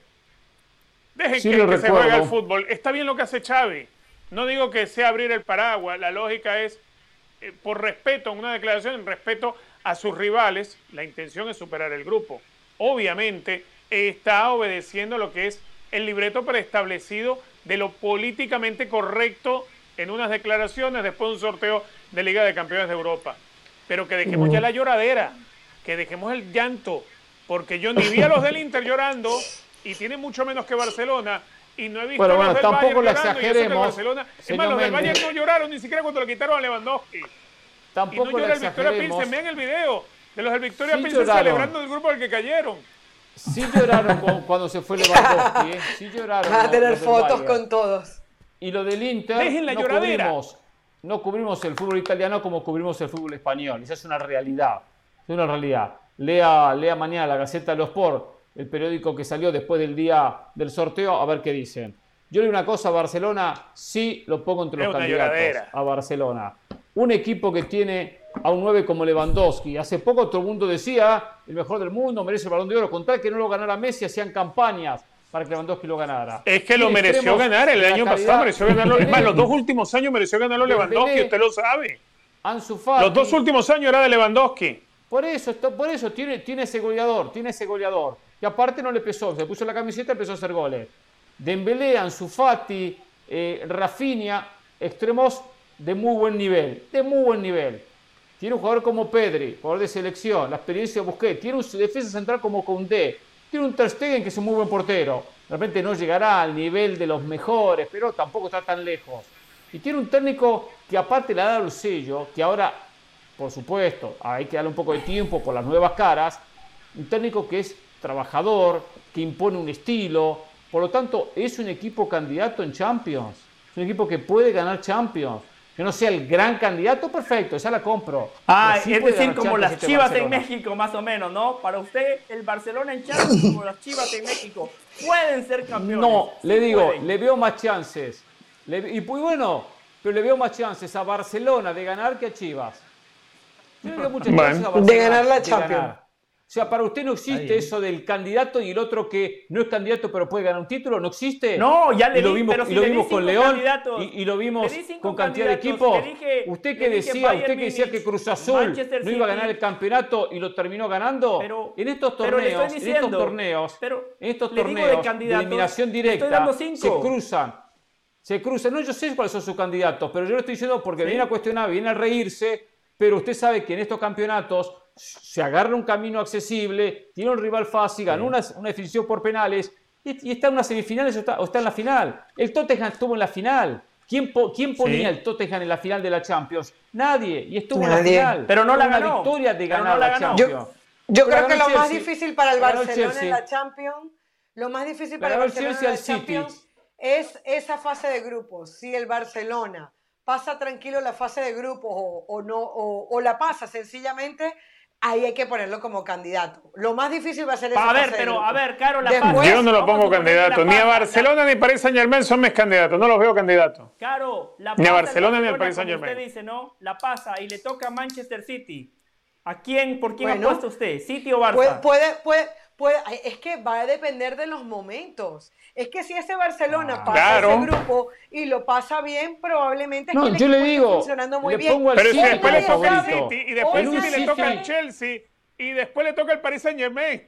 dejen sí, que, que se juegue al recuerdo. fútbol. Está bien lo que hace Xavi, no digo que sea abrir el paraguas, la lógica es, eh, por respeto, en una declaración, en respeto a sus rivales, la intención es superar el grupo. Obviamente está obedeciendo lo que es el libreto preestablecido de lo políticamente correcto en unas declaraciones después de un sorteo de Liga de Campeones de Europa. Pero que dejemos uh. ya la lloradera, que dejemos el llanto, porque yo ni vi a los del Inter llorando y tiene mucho menos que Barcelona y no he visto bueno, a los bueno, del tampoco Bayern lo llorando y eso que el Barcelona. Es más, los del Méndez. Bayern no lloraron ni siquiera cuando le quitaron a Lewandowski. Tampoco y no llora el Victoria Pilsen, vean el video de los del Victoria sí Pilsen lloraron. Celebrando el grupo al que cayeron. Sí lloraron cuando se fue Lewandowski, ¿eh? Sí lloraron. Van a tener los fotos con todos. Y lo del Inter, Dejen la no lloradera. cubrimos, no cubrimos el fútbol italiano como cubrimos el fútbol español. Esa es una realidad. Es una realidad. Lea, lea mañana la Gaceta de los Sport, el periódico que salió después del día del sorteo, a ver qué dicen. Yo le digo una cosa, a Barcelona sí lo pongo entre los Es una candidatos. lloradera. A Barcelona. Un equipo que tiene a un nueve como Lewandowski. Hace poco todo el mundo decía, el mejor del mundo, merece el Balón de Oro. Con tal que no lo ganara Messi, hacían campañas para que Lewandowski lo ganara. Es que lo mereció ganar el año pasado, mereció ganarlo. Es más, los dos últimos años mereció ganarlo Lewandowski, usted lo sabe. Ansu Fati. Los dos últimos años era de Lewandowski. Por eso, por eso tiene, tiene ese goleador, tiene ese goleador. Y aparte no le pesó, se puso la camiseta y empezó a hacer goles. Dembélé, Ansu Fati, eh, Rafinha, extremos de muy buen nivel, de muy buen nivel. Tiene un jugador como Pedri, jugador de selección, la experiencia de Busquets. Tiene un defensa central como Koundé. Tiene un Ter Stegen que es un muy buen portero. De repente no llegará al nivel de los mejores, pero tampoco está tan lejos. Y tiene un técnico que aparte le ha dado el sello, que ahora, por supuesto, hay que darle un poco de tiempo por las nuevas caras. Un técnico que es trabajador, que impone un estilo. Por lo tanto, es un equipo candidato en Champions. Es un equipo que puede ganar Champions. Que no sea el gran candidato, perfecto, esa la compro. Ah, sí es decir, como Champions las este Chivas Barcelona. en México, más o menos, ¿no? Para usted, el Barcelona en Champions, como las Chivas en México, pueden ser campeones. No, sí le digo, pueden. le veo más chances. Le, y muy bueno, pero le veo más chances a Barcelona de ganar que a Chivas. Yo le veo muchas Bueno. chances a Barcelona De ganar la de Champions. ganar. O sea, para usted no existe eso del candidato y el otro que no es candidato pero puede ganar un título, ¿no existe? No, ya le y lo di, vimos, pero si y lo le di vimos con cinco León candidatos. y, y lo vimos Le di cinco con cantidad de candidatos, equipos. le dije- usted le que dije decía, Bayern usted que decía Múnich, que Cruz Azul Manchester no iba a City. ganar el campeonato y lo terminó ganando. Pero- en estos pero le torneos, estoy en diciendo, estos torneos, pero en estos le digo de torneos de, candidatos, eliminación le estoy directa dando se cinco. cruzan. Se cruzan. No, yo sé cuáles son sus candidatos, pero yo le estoy diciendo porque ¿Sí? viene a cuestionar, viene a reírse, pero usted sabe que en estos campeonatos se agarra un camino accesible, tiene un rival fácil, ganó una, una definición por penales y, y está en unas semifinales o está, o está en la final. El Tottenham estuvo en la final. ¿Quién, po, quién ponía Sí. el Tottenham en la final de la Champions? Nadie. Y estuvo Nadie. en la final. Pero no la Fue una ganó. victoria de Pero ganar no la la, ganó. Champions. Yo Pero creo ganó que el lo más Chelsea. difícil para el Ganó el Barcelona en Chelsea. la Champions, lo más difícil para el Ganó el Barcelona Chelsea en al la City. Champions es esa fase de grupos. Si el Barcelona pasa tranquilo la fase de grupos o, o no o, o la pasa sencillamente, ahí hay que ponerlo como candidato. Lo más difícil va a ser esa A ver, fase de pero, grupos. a ver, Caro, la Después- pasa. Yo no lo Vamos a pongo suponer que la candidato. Ni a pasa, Barcelona ni Paris Saint Germain son mis candidatos. No los veo candidatos. la- Caro, la Ni a pasa el Barcelona ni al Barcelona, Paris como Saint-Germain. usted dice, ¿no? La pasa y le toca a Manchester City. ¿A quién, por quién Bueno, apuesta usted? ¿City o Barça? Puede, puede, puede, puede- es que va a depender de los momentos. Es que si ese Barcelona Ah, pasa claro. ese grupo y lo pasa bien, probablemente es No, que el yo le equipo esté digo, funcionando muy le bien. pongo al Pero es que City después le como toca al favorito. City y después En un City le toca al City- Chelsea y después le toca al Paris Saint Germain.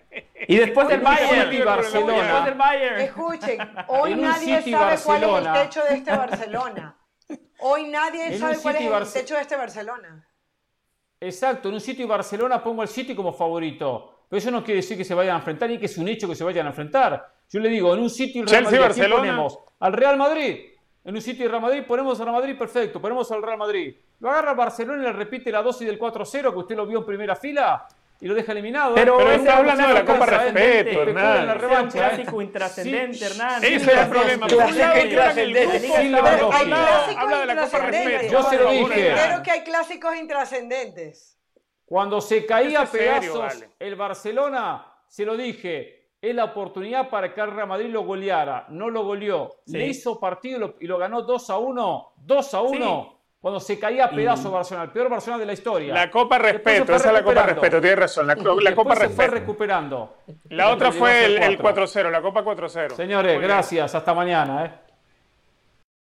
Y después del En un Bayern. City Barcelona. Y después del Bayern. Escuchen, hoy En un nadie City sabe cuál es el Barcelona. techo de este Barcelona. Hoy nadie En sabe un cuál es City el Barce- techo de este Barcelona. Exacto, en un City y Barcelona pongo al City como favorito. Pero eso no quiere decir que se vayan a enfrentar ni que es un hecho que se vayan a enfrentar. Yo le digo, en un City y Real Chelsea, Madrid, ¿a quién Barcelona. ponemos? Al Real Madrid. En un City y Real Madrid ponemos al Real Madrid, perfecto, ponemos al Real Madrid. Lo agarra el Barcelona y le repite la dosis del cuatro cero, que usted lo vio en primera fila, y lo deja eliminado. Pero Pero ese está es hablando un de la Copa clásico Respeto, intrascendente, Hernán. la ese es un revancha, clásico ¿eh? intrascendente, Sí. Hernán. Ese Sí, es el sí, problema. sí, Por sí, un lado sí, intrascendente. sí, Sí, sí, Lewandowski. sí, Hay clásicos Habla de la Copa intrascendentes. Respeto. Yo se lo dije. Primero que hay clásicos intrascendentes. Cuando se caía a Esto es serio, pedazos vale. el Barcelona, se lo dije, es la oportunidad para que el Real Madrid lo goleara. No lo goleó. Sí. Le hizo partido y lo, y lo ganó dos a uno. dos a uno. Cuando se caía a pedazos Barcelona. El peor Barcelona de la historia. La Copa Después se Respeto, fue esa es la Copa recuperando. Respeto, tienes razón. La, la Después Copa se fue Respeto. recuperando. La otra Llegó a fue ser el, el cuatro. cuatro cero, la Copa cuatro cero. Señores, Muy bien. gracias. Hasta mañana. ¿eh?